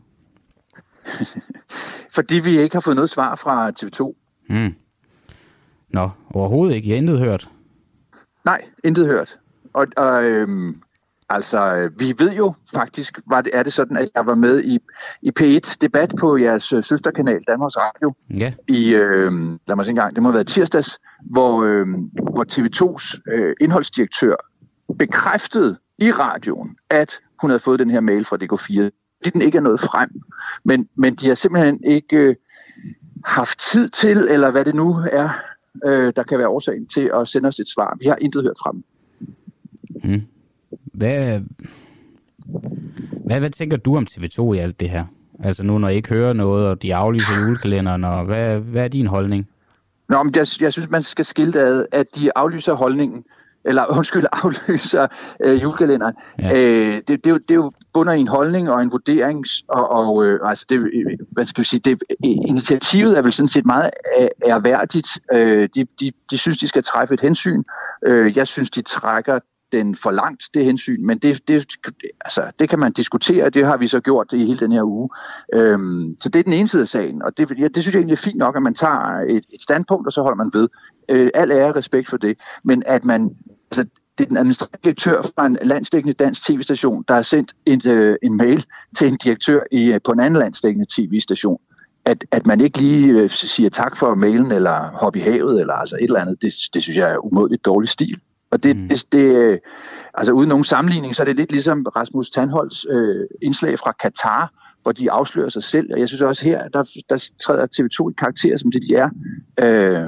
Speaker 8: Fordi vi ikke har fået noget svar fra T V to.
Speaker 2: Hmm. Nå, overhovedet ikke. Jeg har intet hørt. Nej,
Speaker 8: intet hørt. Og, og øhm, altså, vi ved jo faktisk, var det, er det sådan, at jeg var med i, i P et debat på jeres øh, søsterkanal, Danmarks Radio.
Speaker 2: Ja.
Speaker 8: I, øh, lad mig se en gang, det må have været tirsdags, hvor, øh, hvor T V tos øh, indholdsdirektør bekræftede i radioen, at hun havde fået den her mail fra D K fire. Fordi den ikke er nået frem. Men, men de har simpelthen ikke øh, haft tid til, eller hvad det nu er, øh, der kan være årsagen til at sende os et svar. Vi har intet hørt fra dem.
Speaker 2: Hmm. Hvad, hvad, hvad tænker du om T V to i alt det her? Altså nu, når I ikke hører noget, og de aflyser julekalenderen, og hvad, hvad er din holdning?
Speaker 8: Nå, men jeg, jeg synes, man skal skille ad, at de aflyser holdningen, eller undskyld, aflyser øh, julekalenderen. Ja. Øh, det, det, er jo, det er jo bunder i en holdning og en vurdering, og, og øh, altså det, hvad skal vi sige, det, initiativet er vel sådan set meget ærværdigt. Øh, de, de, de synes, de skal træffe et hensyn. Øh, jeg synes, de trækker den for langt, det hensyn, men det, det, altså, det kan man diskutere, det har vi så gjort i hele den her uge. Øhm, så det er den ene side af sagen, og det, ja, det synes jeg egentlig er fint nok, at man tager et, et standpunkt, og så holder man ved. Øh, al ære og respekt for det, men at man, altså, det er den administrative direktør fra en landsdækkende dansk tv-station, der har sendt et, øh, en mail til en direktør i, på en anden landsdækkende tv-station, at, at man ikke lige øh, siger tak for mailen, eller hop i havet, eller altså et eller andet, det, det synes jeg er umådeligt dårlig stil. Og det, mm. det, det, altså uden nogen sammenligning, så er det lidt ligesom Rasmus Tandholts øh, indslag fra Katar, hvor de afslører sig selv. Og jeg synes også her, der, der træder T V to i karakter, som det de er, øh,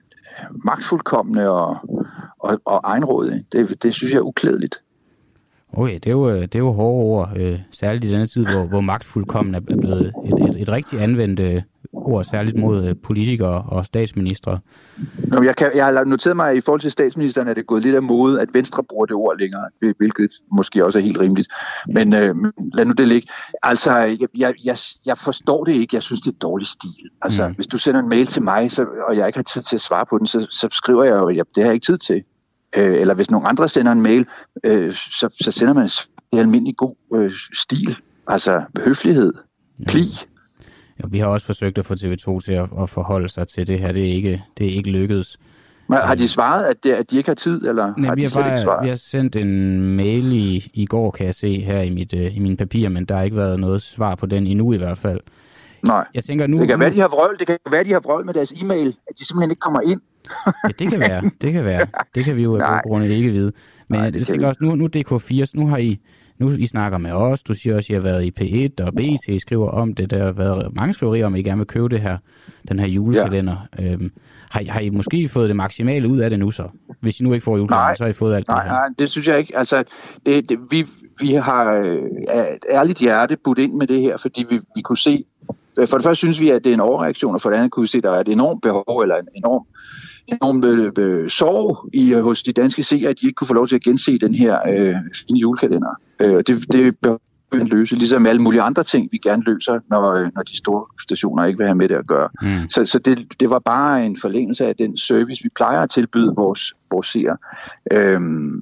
Speaker 8: magtfuldkomne og, og, og egenrådige. Det, det synes jeg er uklædeligt.
Speaker 2: Okay, det er jo, det er jo hårde ord, øh, særligt i denne tid, hvor, hvor magtfuldkommen er blevet et, et, et rigtig anvendt øh, ord, særligt mod øh, politikere og statsministre.
Speaker 8: Nå, jeg, kan, jeg har noteret mig, at i forhold til statsministeren er det gået lidt af mode, at Venstre bruger det ord længere, hvilket måske også er helt rimeligt. Men øh, lad nu det ligge. Altså, jeg, jeg, jeg forstår det ikke. Jeg synes, det er dårlig stil. Altså, mm. hvis du sender en mail til mig, så, og jeg ikke har tid til at svare på den, så, så skriver jeg jo, at det har jeg ikke tid til. Øh, eller hvis nogen andre sender en mail, øh, så, så sender man en almindelig god øh, stil. Altså, høflighed, pli.
Speaker 2: Ja, vi har også forsøgt at få T V to til at, at forholde sig til det her. Det er ikke, det er ikke lykkedes.
Speaker 8: Men har de svaret, at, det, at de ikke har tid, eller
Speaker 2: Nej,
Speaker 8: har
Speaker 2: vi
Speaker 8: de
Speaker 2: har
Speaker 8: slet
Speaker 2: bare,
Speaker 8: ikke svaret?
Speaker 2: Vi har sendt en mail i, i går, kan jeg se her i, mit, uh, i mine papirer, men der har ikke været noget svar på den endnu i hvert fald.
Speaker 8: Nej,
Speaker 2: jeg tænker, nu,
Speaker 8: det kan
Speaker 2: nu...
Speaker 8: være, de har vrøvl, det kan være, de har vrøvl med deres e-mail, at de simpelthen ikke kommer ind.
Speaker 2: Ja, det kan være, det kan være. Det kan vi jo af gode grunde ikke vide. Men Nej, jeg tænker også, nu, nu D K fire, nu har I, nu I snakker med os, du siger også, at I har været i P et og B T, skriver om det, der har været mange skriverier om, at I gerne vil købe det her, den her julekalender. Ja. Øhm, har, I, har I måske fået det maksimale ud af det nu så? Hvis I nu ikke får julekalender, så har I fået alt
Speaker 8: nej,
Speaker 2: det her.
Speaker 8: Nej, det synes jeg ikke. Altså, det, det, vi, vi har øh, et ærligt hjerte budt ind med det her, fordi vi, vi kunne se, for det første synes vi, at det er en overreaktion, og for det andet kunne vi se, at der er et enormt behov, eller en enorm enorm øh, øh, sorg i, øh, hos de danske seere, at de ikke kunne få lov til at gense den her øh, fine julekalender. Øh, det, det bør vi løse, ligesom alle mulige andre ting, vi gerne løser, når, øh, når de store stationer ikke vil have med det at gøre. Mm. Så, så det, det var bare en forlængelse af den service, vi plejer at tilbyde vores, vores seere. Øh,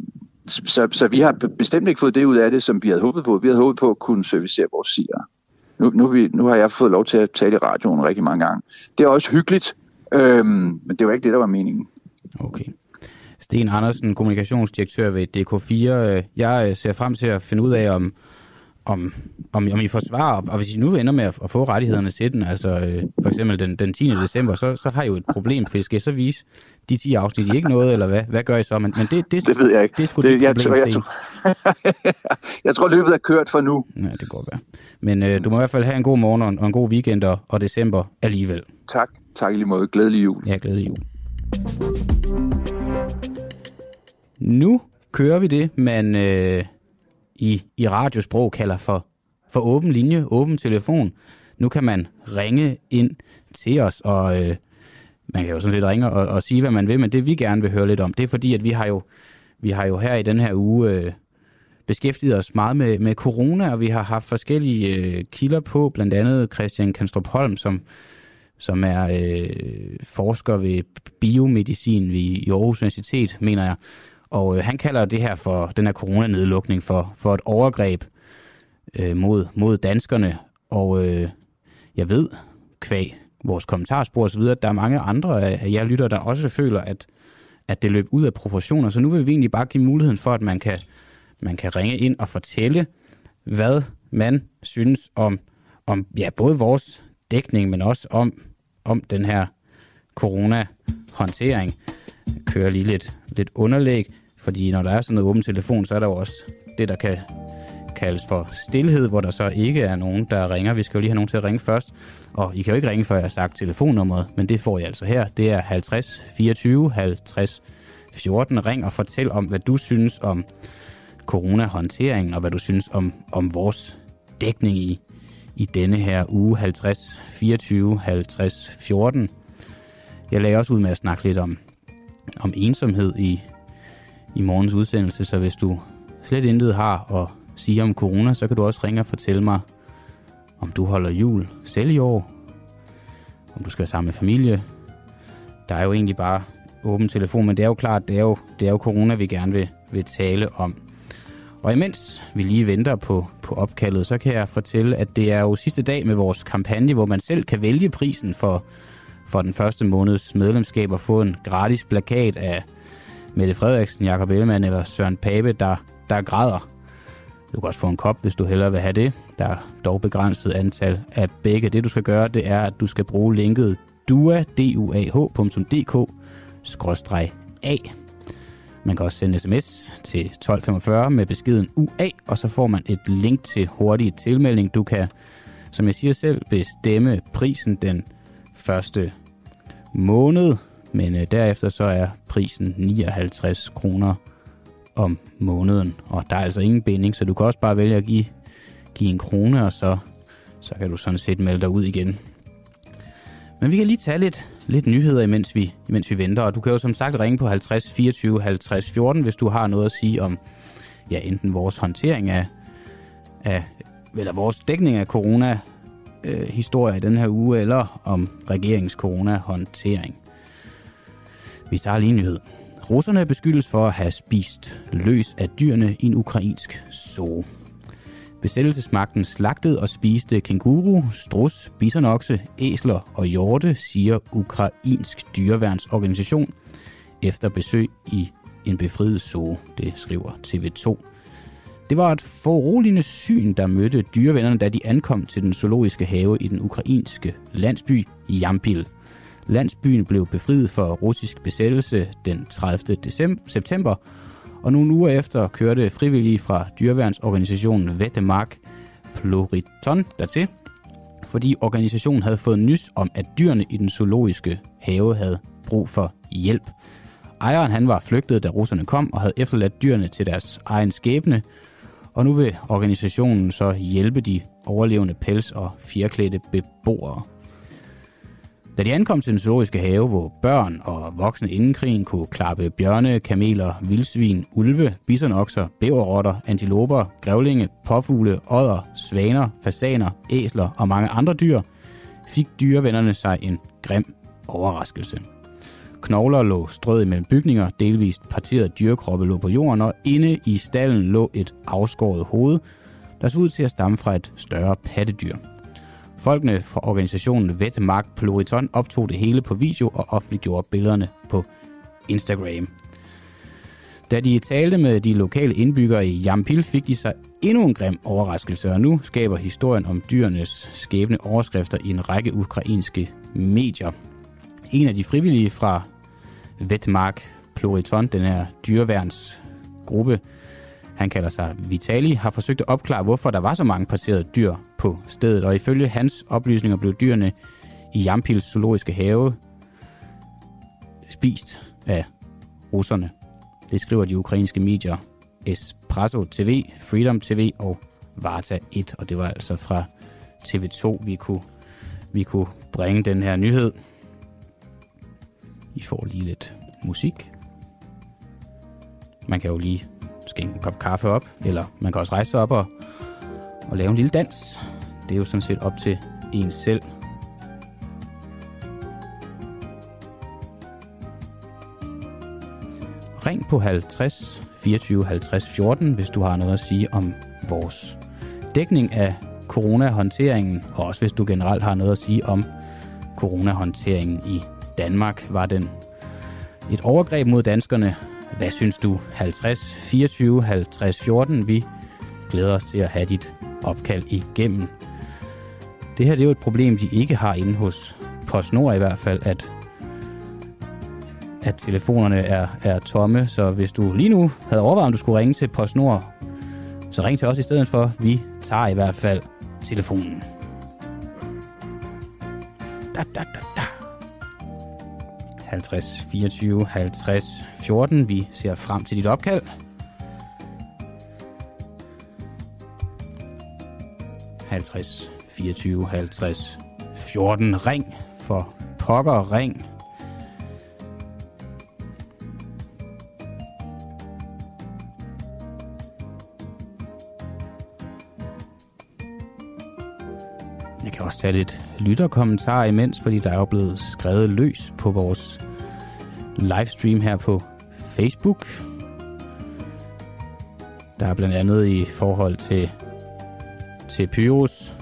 Speaker 8: så, så vi har bestemt ikke fået det ud af det, som vi havde håbet på. Vi havde håbet på at kunne servicere vores seere. Nu, nu, vi, nu har jeg fået lov til at tale i radioen rigtig mange gange. Det er også hyggeligt, Øhm, men det var ikke det, der var meningen.
Speaker 2: Okay. Sten Andersen, kommunikationsdirektør ved D K fire. Jeg ser frem til at finde ud af, om, om, om, om I får svar, og hvis I nu ender med at få rettighederne til den, altså øh, for eksempel den, den tiende december, så, så har I jo et problem, for skal I så vise de ti afsnit, I ikke noget, eller hvad? Hvad gør I så? Men, men det, det,
Speaker 8: det ved jeg ikke.
Speaker 2: Det er sgu
Speaker 8: det,
Speaker 2: dit
Speaker 8: jeg,
Speaker 2: problem,
Speaker 8: jeg, jeg, jeg tror, løbet er kørt for nu.
Speaker 2: Ja, det går være. Men øh, du må i hvert fald have en god morgen og en god weekend og, og december alligevel.
Speaker 8: Tak. Tak i lige måde. Glædelig jul.
Speaker 2: Ja, glædelig jul. Nu kører vi det, man øh, i, i radiosprog kalder for, for åben linje, åben telefon. Nu kan man ringe ind til os, og øh, man kan jo sådan set ringe og, og sige, hvad man vil, men det vi gerne vil høre lidt om, det er fordi, at vi har jo, vi har jo her i den her uge øh, beskæftiget os meget med, med corona, og vi har haft forskellige øh, kilder på, blandt andet Christian Kanstrup Holm, som som er øh, forsker ved biomedicin ved, i Aarhus Universitet, mener jeg. Og øh, han kalder det her for, den her coronanedlukning for, for et overgreb øh, mod, mod danskerne. Og øh, jeg ved, kvæg vores kommentarspor osv., at der er mange andre af jer lyttere, der også føler, at, at det løb ud af proportioner. Så nu vil vi egentlig bare give muligheden for, at man kan, man kan ringe ind og fortælle, hvad man synes om, om ja, både vores dækning, men også om, om den her corona-håndtering. Jeg kører lige lidt, lidt underlæg, fordi når der er sådan noget åben telefon, så er der jo også det, der kan kaldes for stilhed, hvor der så ikke er nogen, der ringer. Vi skal jo lige have nogen til at ringe først, og I kan jo ikke ringe, før jeg har sagt telefonnummeret, men det får I altså her. Det er halvtreds fireogtyve halvtreds fjorten. Ring og fortæl om, hvad du synes om corona-håndteringen, og hvad du synes om, om vores dækning i i denne her uge. Halvtreds fireogtyve halvtreds fjorten. Jeg lagde også ud med at snakke lidt om, om ensomhed i, i morgens udsendelse, så hvis du slet intet har at sige om corona, så kan du også ringe og fortælle mig, om du holder jul selv i år, om du skal være sammen med familie. Der er jo egentlig bare åben telefon, men det er jo klart, det er jo, det er jo corona, vi gerne vil, vil tale om. Og imens vi lige venter på, på opkaldet, så kan jeg fortælle, at det er jo sidste dag med vores kampagne, hvor man selv kan vælge prisen for, for den første måneds medlemskab og få en gratis plakat af Mette Frederiksen, Jakob Ellemann eller Søren Pape, der, der græder. Du kan også få en kop, hvis du hellere vil have det. Der er dog begrænset antal af begge. Det du skal gøre, det er, at du skal bruge linket dua punktum d k skråstreg a. Man kan også sende sms til tolv femogfyrre med beskeden U A, og så får man et link til hurtig tilmelding. Du kan, som jeg siger selv, bestemme prisen den første måned, men øh, derefter så er prisen nioghalvtreds kroner om måneden. Og der er altså ingen binding, så du kan også bare vælge at give, give en krone, og så, så kan du sådan set melde dig ud igen. Men vi kan lige tage lidt, lidt nyheder, imens vi, imens vi venter. Og du kan jo som sagt ringe på halvtreds fireogtyve halvtreds fjorten, hvis du har noget at sige om ja, enten vores håndtering af, af eller vores dækning af corona-historie i den her uge, eller om regeringens corona-håndtering. Vi tager lige en nyhed. Russerne beskyldes for at have spist løs af dyrene i en ukrainsk zoo. Besættelsesmagten slagtede og spiste kænguru, struds, bisonokse, æsler og hjorte, siger ukrainsk dyreværnsorganisation efter besøg i en befriet zoo, det skriver T V to. Det var et foruroligende syn, der mødte dyrevennerne, da de ankom til den zoologiske have i den ukrainske landsby Jampil. Landsbyen blev befriet for russisk besættelse den tredivte september, og nogle uger efter kørte frivillige fra dyreværnsorganisationen Vetemark Pluriton dertil, fordi organisationen havde fået nys om, at dyrene i den zoologiske have havde brug for hjælp. Ejeren han var flygtet, da russerne kom, og havde efterladt dyrene til deres egen skæbne, og nu vil organisationen så hjælpe de overlevende pels- og fjerklædte beboere. Da de ankom til den zoologiske have, hvor børn og voksne inden krigen kunne klappe bjørne, kameler, vildsvin, ulve, bisonokser, bæverrotter, antiloper, grævlinge, påfugle, odder, svaner, fasaner, æsler og mange andre dyr, fik dyrevennerne sig en grim overraskelse. Knogler lå strøget mellem bygninger, delvist parterede dyrekroppe lå på jorden, og inde i stallen lå et afskåret hoved, der så ud til at stamme fra et større pattedyr. Folkene fra organisationen Vetemark Pluriton optog det hele på video og offentliggjorde billederne på Instagram. Da de talte med de lokale indbyggere i Jampil, fik de sig endnu en grim overraskelse, og nu skaber historien om dyrenes skæbne overskrifter i en række ukrainske medier. En af de frivillige fra Vetemark Pluriton, den her dyreværnsgruppe, han kalder sig Vitali, har forsøgt at opklare, hvorfor der var så mange parterede dyr på stedet. Og ifølge hans oplysninger blev dyrene i Jampils zoologiske have spist af russerne. Det skriver de ukrainske medier Espresso T V, Freedom T V og Varta et. Og det var altså fra T V to, vi kunne, vi kunne bringe den her nyhed. I får lige lidt musik. Man kan jo lige skænke en kop kaffe op, eller man kan også rejse sig op og, og lave en lille dans. Det er jo sådan set op til en selv. Ring på halvtreds fireogtyve halvtreds fjorten, hvis du har noget at sige om vores dækning af coronahåndteringen, og også hvis du generelt har noget at sige om coronahåndteringen i Danmark. Var den et overgreb mod danskerne? Hvad synes du? halvtreds fireogtyve halvtreds fjorten. Vi glæder os til at have dit opkald igennem. Det her det er jo et problem, de ikke har inde hos PostNord i hvert fald, at, at telefonerne er, er tomme. Så hvis du lige nu havde overvejet, om du skulle ringe til PostNord, så ring til os i stedet for. Vi tager i hvert fald telefonen. Da, da, da, da. halvtreds fireogtyve halvtreds fjorten. Vi ser frem til dit opkald. halvtreds fireogtyve halvtreds fjorten. Ring for pokker, ring. Jeg kan også tage lidt lytterkommentarer imens, fordi der er jo blevet skrevet løs på vores livestream her på Facebook. Der er blandt andet i forhold til, til Pyrus.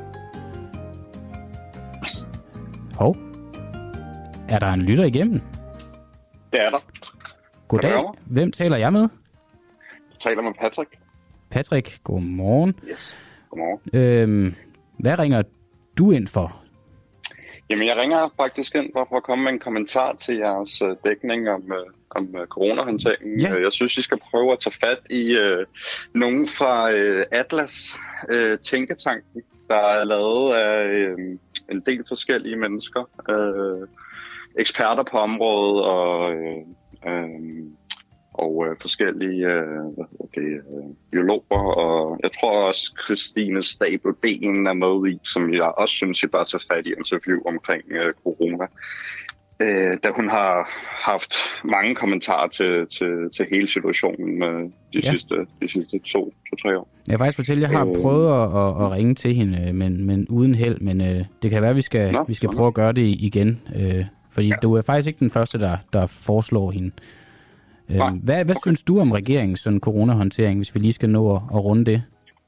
Speaker 2: Hov. Er der en lytter igennem?
Speaker 9: Det er der.
Speaker 2: Goddag. Hvem taler jeg med?
Speaker 9: Du taler med Patrick.
Speaker 2: Patrick, godmorgen.
Speaker 9: Yes, godmorgen.
Speaker 2: Øhm, hvad ringer du ind for?
Speaker 9: Jamen, jeg ringer faktisk ind for, for at komme med en kommentar til jeres uh, dækning om, uh, om uh, coronahåndteringen. Ja. Jeg synes, I skal prøve at tage fat i uh, nogen fra uh, Atlas uh, Tænketanken, der er lavet af uh, en del forskellige mennesker. Uh, eksperter på området og, uh, uh, og øh, forskellige øh, okay, øh, biologer, og jeg tror også Christine Stabel Ben er med i, som jeg også synes, jeg bare tager fat i interview omkring øh, corona. Øh, da hun har haft mange kommentarer til, til, til hele situationen øh, de, ja. sidste, de sidste to, to, tre år.
Speaker 2: Jeg vil faktisk fortælle, at jeg har øh, prøvet at, at, at ringe til hende, men, men uden held, men øh, det kan være, at vi skal, nå, vi skal prøve at gøre det igen, øh, fordi ja. du er faktisk ikke den første, der, der foreslår hende. Øh, hvad hvad okay. synes du om regeringens sådan coronahåndtering, hvis vi lige skal nå at, at runde det?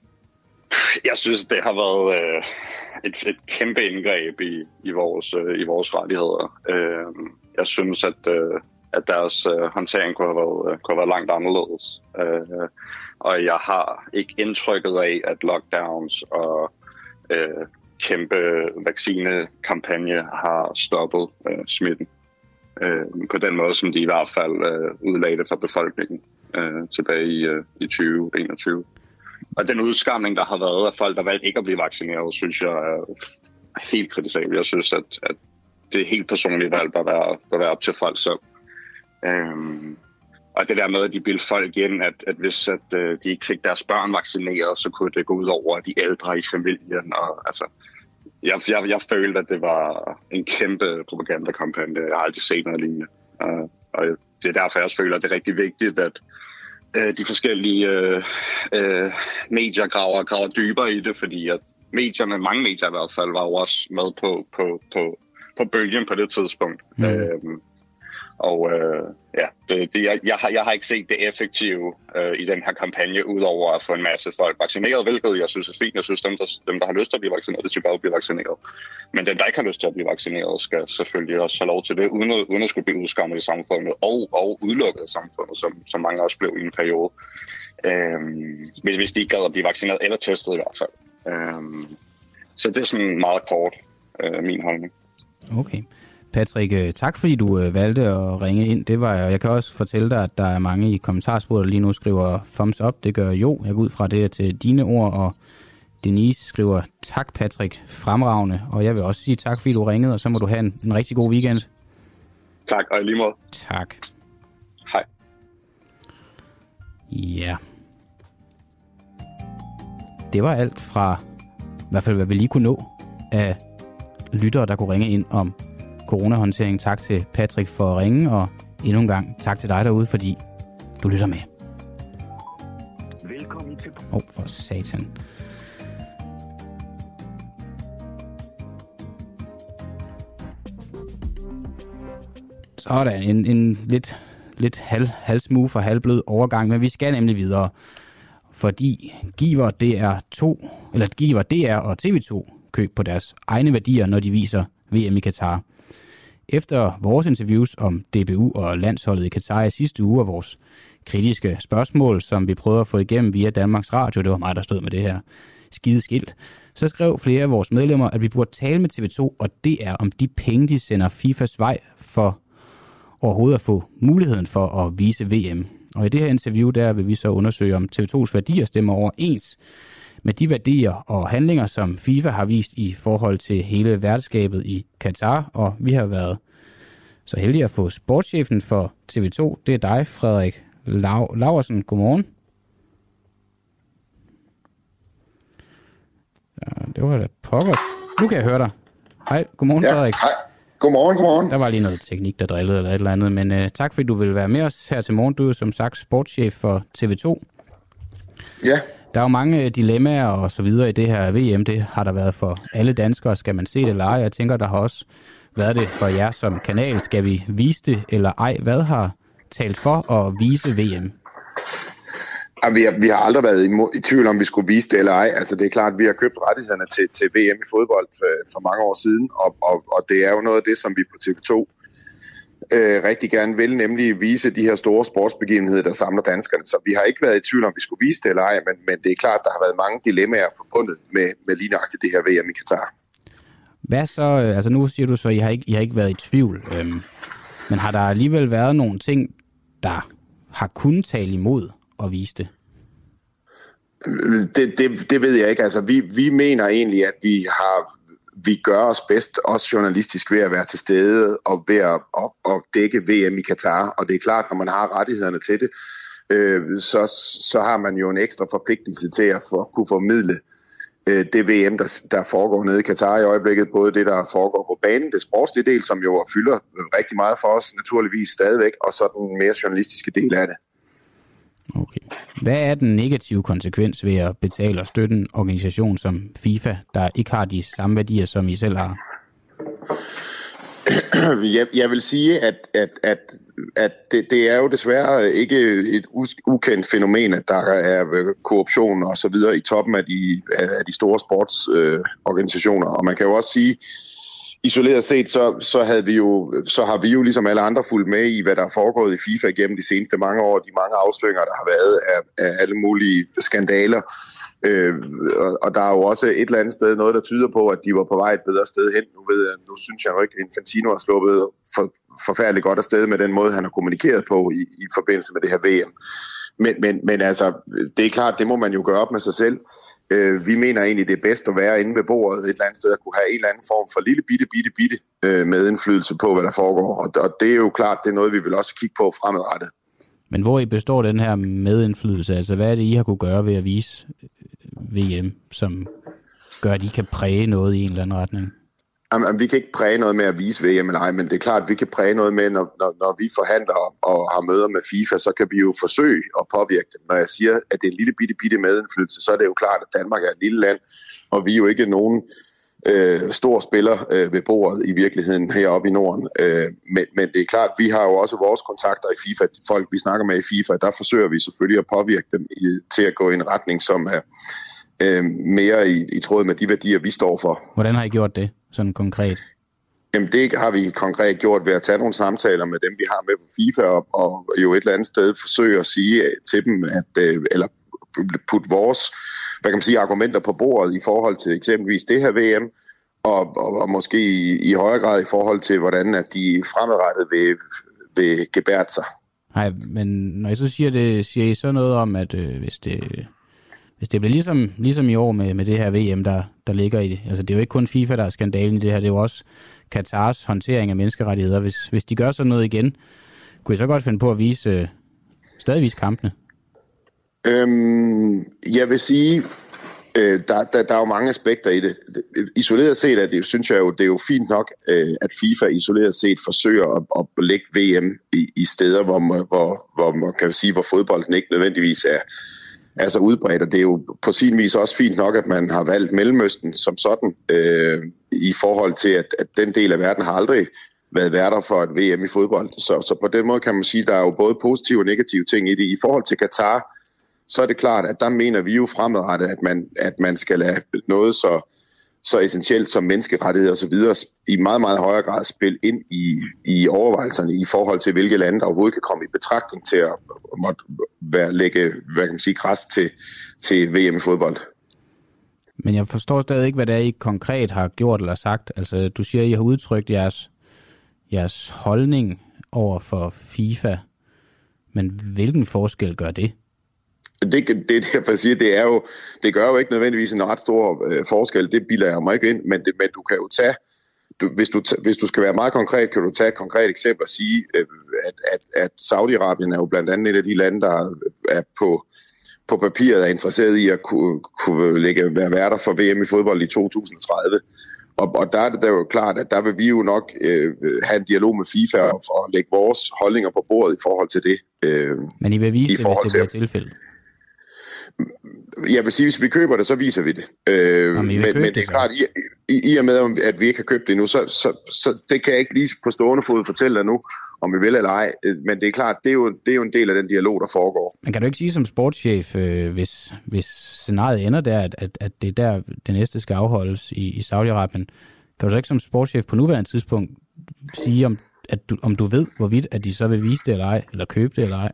Speaker 9: Jeg synes, det har været øh, et, et kæmpe indgreb i, i, vores, øh, i vores rettigheder. Øh, jeg synes, at, øh, at deres øh, håndtering kunne have, været, øh, kunne have været langt anderledes. Øh, og jeg har ikke indtrykket af, at lockdowns og øh, kæmpe vaccinekampagne har stoppet øh, smitten. Øh, på den måde, som de i hvert fald øh, udlagde det for befolkningen øh, tilbage i, øh, i tyve enogtyve. Og den udskamning, der har været af folk, der valgte ikke at blive vaccineret, synes jeg er helt kritisabel. Jeg synes, at, at det helt personlige valg bør være, bør være op til folk selv. Øhm, og det der med, at de bildte folk ind, at, at hvis at, uh, de ikke fik deres børn vaccineret, så kunne det gå ud over de ældre i familien. Og, altså, jeg, jeg, jeg følte, at det var en kæmpe propagandakampagne. Jeg har aldrig set noget lignende. Uh, og det er derfor, jeg også føler, at det er rigtig vigtigt, at de forskellige øh, øh, medier graver, graver dybere i det, fordi at medierne, mange medier i hvert fald, var jo også med på, på, på, på bølgen på det tidspunkt. Mm. Øhm, og øh, ja, det, det, jeg, jeg, har, jeg har ikke set det effektive øh, i den her kampagne, udover at få en masse folk vaccineret, hvilket jeg synes er fint. Jeg synes, dem der, dem, der har lyst til at blive vaccineret, det skal bare blive vaccineret. Men dem, der ikke har lyst til at blive vaccineret, skal selvfølgelig også have lov til det, uden at, uden at skulle blive udskammet i samfundet, og, og udelukket i samfundet, som, som mange også blev i en periode. Øhm, hvis, hvis de ikke gad at blive vaccineret, eller testet i hvert fald. Øhm, så det er sådan meget kort øh, min holdning.
Speaker 2: Okay. Patrick, tak fordi du valgte at ringe ind. Det var jeg. Jeg kan også fortælle dig, at der er mange i kommentarsporet, der lige nu skriver thumbs up. Det gør jo. Jeg går ud fra det til dine ord, og Denise skriver tak, Patrick, fremragende. Og jeg vil også sige tak, fordi du ringede, og så må du have en, en rigtig god weekend.
Speaker 9: Tak, og i lige måde.
Speaker 2: Tak.
Speaker 9: Hej.
Speaker 2: Ja. Det var alt fra, i hvert fald hvad vi lige kunne nå, af lyttere, der kunne ringe ind om coronahåndtering. Tak til Patrick for at ringe, og endnu en gang tak til dig derude, fordi du lytter med.
Speaker 1: Velkommen til...
Speaker 2: Åh, oh, for satan. Så er der en, en lidt, lidt halv, halvsmooth og halvblød overgang, men vi skal nemlig videre, fordi giver D R to, eller giver D R og T V to køb på deres egne værdier, når de viser V M i Katar. Efter vores interviews om D B U og landsholdet i Katar i sidste uge, og vores kritiske spørgsmål, som vi prøvede at få igennem via Danmarks Radio, det var mig, der stod med det her skide skilt, så skrev flere af vores medlemmer, at vi burde tale med T V to og D R om de penge, de sender FIFAs vej for overhovedet at få muligheden for at vise V M. Og i det her interview, der vil vi så undersøge, om T V tos værdier stemmer overens med de værdier og handlinger, som FIFA har vist i forhold til hele værtskabet i Katar. Og vi har været så heldige at få sportschefen for T V to. Det er dig, Frederik Lau- Laursen. Godmorgen. Ja, det var da pokkers. Nu kan jeg høre dig. Hej, godmorgen, ja, Frederik.
Speaker 10: Hej. Godmorgen, godmorgen.
Speaker 2: Der var lige noget teknik, der drillede eller et eller andet, men uh, tak fordi du vil være med os her til morgen. Du er som sagt sportschef for T V to.
Speaker 10: Ja.
Speaker 2: Der er jo mange dilemmaer og så videre i det her V M. Det har der været for alle danskere. Skal man se det eller ej? Jeg tænker, der har også været det for jer som kanal. Skal vi vise det eller ej? Hvad har talt for at vise V M?
Speaker 10: Ja, vi, har, vi har aldrig været i, i tvivl om, vi skulle vise det eller ej. Altså, det er klart, at vi har købt rettighederne til, til V M i fodbold for, for mange år siden, og, og, og det er jo noget af det, som vi på T V to øh, rigtig gerne vil, nemlig vise de her store sportsbegivenheder, der samler danskerne. Så vi har ikke været i tvivl om, vi skulle vise det eller ej, men, men det er klart, der har været mange dilemmaer forbundet med, med lige nøjagtigt det her V M i Katar.
Speaker 2: Hvad så? Altså nu siger du så, at I har ikke, I har ikke været i tvivl, øhm, men har der alligevel været nogle ting, der har kunnet tale imod at vise det?
Speaker 10: Det, det, det ved jeg ikke. Altså, vi, vi mener egentlig, at vi har vi gør os bedst, også journalistisk, ved at være til stede og ved at, at, at dække V M i Katar. Og det er klart, når man har rettighederne til det, øh, så, så har man jo en ekstra forpligtelse til at for, kunne formidle øh, det V M, der, der foregår nede i Katar i øjeblikket. Både det, der foregår på banen, det sportslige del, som jo fylder rigtig meget for os, naturligvis stadigvæk, og så den mere journalistiske del af det.
Speaker 2: Okay. Hvad er den negative konsekvens ved at betale og støtte en organisation som FIFA, der ikke har de samme værdier, som I selv har?
Speaker 10: Jeg, jeg vil sige, at, at, at, at det, det er jo desværre ikke et ukendt fænomen, at der er korruption og så videre i toppen af de, af de store sportsorganisationer. Øh, og man kan jo også sige, isoleret set, så, så, havde vi jo, så har vi jo ligesom alle andre fulgt med i, hvad der er foregået i FIFA gennem de seneste mange år, de mange afsløringer, der har været af, af alle mulige skandaler. Øh, og, og der er jo også et eller andet sted noget, der tyder på, at de var på vej et bedre sted hen. Nu, ved jeg, nu synes jeg jo ikke, at Infantino har sluppet for, forfærdeligt godt afsted med den måde, han har kommunikeret på i, i forbindelse med det her V M. Men, men, men altså, det er klart, det må man jo gøre op med sig selv. Øh, vi mener egentlig, det er bedst at være inde ved bordet et eller andet sted, at kunne have en eller anden form for lille bitte, bitte, bitte øh, medindflydelse på, hvad der foregår. Og, og det er jo klart, det er noget, vi vil også kigge på fremadrettet.
Speaker 2: Men hvor I består den her medindflydelse? Altså, hvad er det, I har kunne gøre ved at vise V M, som gør, at I kan præge noget i en eller anden retning?
Speaker 10: Jamen, vi kan ikke præge noget med at vise V M eller ej, men det er klart, at vi kan præge noget med, når, når, når vi forhandler og har møder med FIFA, så kan vi jo forsøge at påvirke dem. Når jeg siger, at det er en lille bitte, bitte medindflydelse, så er det jo klart, at Danmark er et lille land, og vi er jo ikke nogen øh, stor spiller øh, ved bordet i virkeligheden heroppe i Norden. Øh, men, men det er klart, at vi har jo også vores kontakter i FIFA. Folk, vi snakker med i FIFA, der forsøger vi selvfølgelig at påvirke dem i, til at gå i en retning, som er øh, mere i, i tråd med de værdier, vi står for.
Speaker 2: Hvordan har I gjort det, sådan konkret?
Speaker 10: Jamen det har vi konkret gjort ved at tage nogle samtaler med dem, vi har med på FIFA, og, og jo et eller andet sted forsøge at sige til dem, at, øh, eller putte vores, hvad kan man sige, argumenter på bordet i forhold til eksempelvis det her V M, og, og, og måske i, i højere grad i forhold til, hvordan at de fremadrettet vil, vil gebære sig.
Speaker 2: Nej, men når I så siger det, siger I så noget om, at øh, hvis det... Hvis det bliver ligesom, ligesom i år med, med det her V M, der, der ligger i det. Altså det er jo ikke kun FIFA, der er skandalen i det her, det er jo også Katars håndtering af menneskerettigheder. Hvis, hvis de gør sådan noget igen, kunne I så godt finde på at vise, øh, stadig vise kampene?
Speaker 10: Øhm, jeg vil sige, øh, der, der, der er jo mange aspekter i det. Isoleret set, at det, synes jeg jo, det er jo fint nok, øh, at FIFA isoleret set forsøger at, at lægge V M i, i steder, hvor, hvor, hvor man kan sige, hvor fodbolden ikke nødvendigvis er er så udbredt, og det er jo på sin vis også fint nok, at man har valgt Mellemøsten som sådan, øh, i forhold til, at, at den del af verden har aldrig været værter for et V M i fodbold. Så, så på den måde kan man sige, at der er jo både positive og negative ting i det. I forhold til Katar, så er det klart, at der mener vi jo fremadrettet, at man, at man skal lade noget så, så essentielt som menneskerettigheder og så videre i meget, meget højere grad spille ind i, i overvejelserne i forhold til, hvilke lande der overhovedet kan komme i betragtning til at måtte være, lægge, hvad kan man sige, græs til, til V M i fodbold.
Speaker 2: Men jeg forstår stadig ikke, hvad det er, I konkret har gjort eller sagt. Altså, du siger, at I har udtrykt jeres, jeres holdning over for FIFA, men hvilken forskel gør det?
Speaker 10: Det, det, derfor siger, det, er jo, det gør jo ikke nødvendigvis en ret stor øh, forskel, det bilder jeg mig ikke ind, men, det, men du kan jo tage, du, hvis, du, hvis du skal være meget konkret, kan du tage et konkret eksempel og sige, øh, at, at, at Saudi-Arabien er jo blandt andet et af de lande, der er på, på papiret er interesseret i at kunne, kunne lægge, være værter for V M i fodbold i to tusind og tredive. Og, og der er det jo klart, at der vil vi jo nok øh, have en dialog med FIFA og, og lægge vores holdninger på bordet i forhold til det. Øh,
Speaker 2: men I vil vise det, hvis det bliver tilfældet?
Speaker 10: Jeg vil sige, hvis vi køber det, så viser vi det. Øh, men, men det er klart, i, i, i og med, at vi ikke har købt det endnu, så, så, så det kan jeg ikke lige på stående fod fortælle dig nu, om vi vil eller ej. Men det er klart, det er jo, det er jo en del af den dialog, der foregår.
Speaker 2: Men kan du ikke sige som sportschef, øh, hvis, hvis scenariet ender der, at, at, at det er der, det næste skal afholdes i, i Saudi-Arabien, kan du så ikke som sportschef på nuværende tidspunkt sige, om, at du, om du ved, hvorvidt at de så vil vise det eller ej, eller købe det eller ej?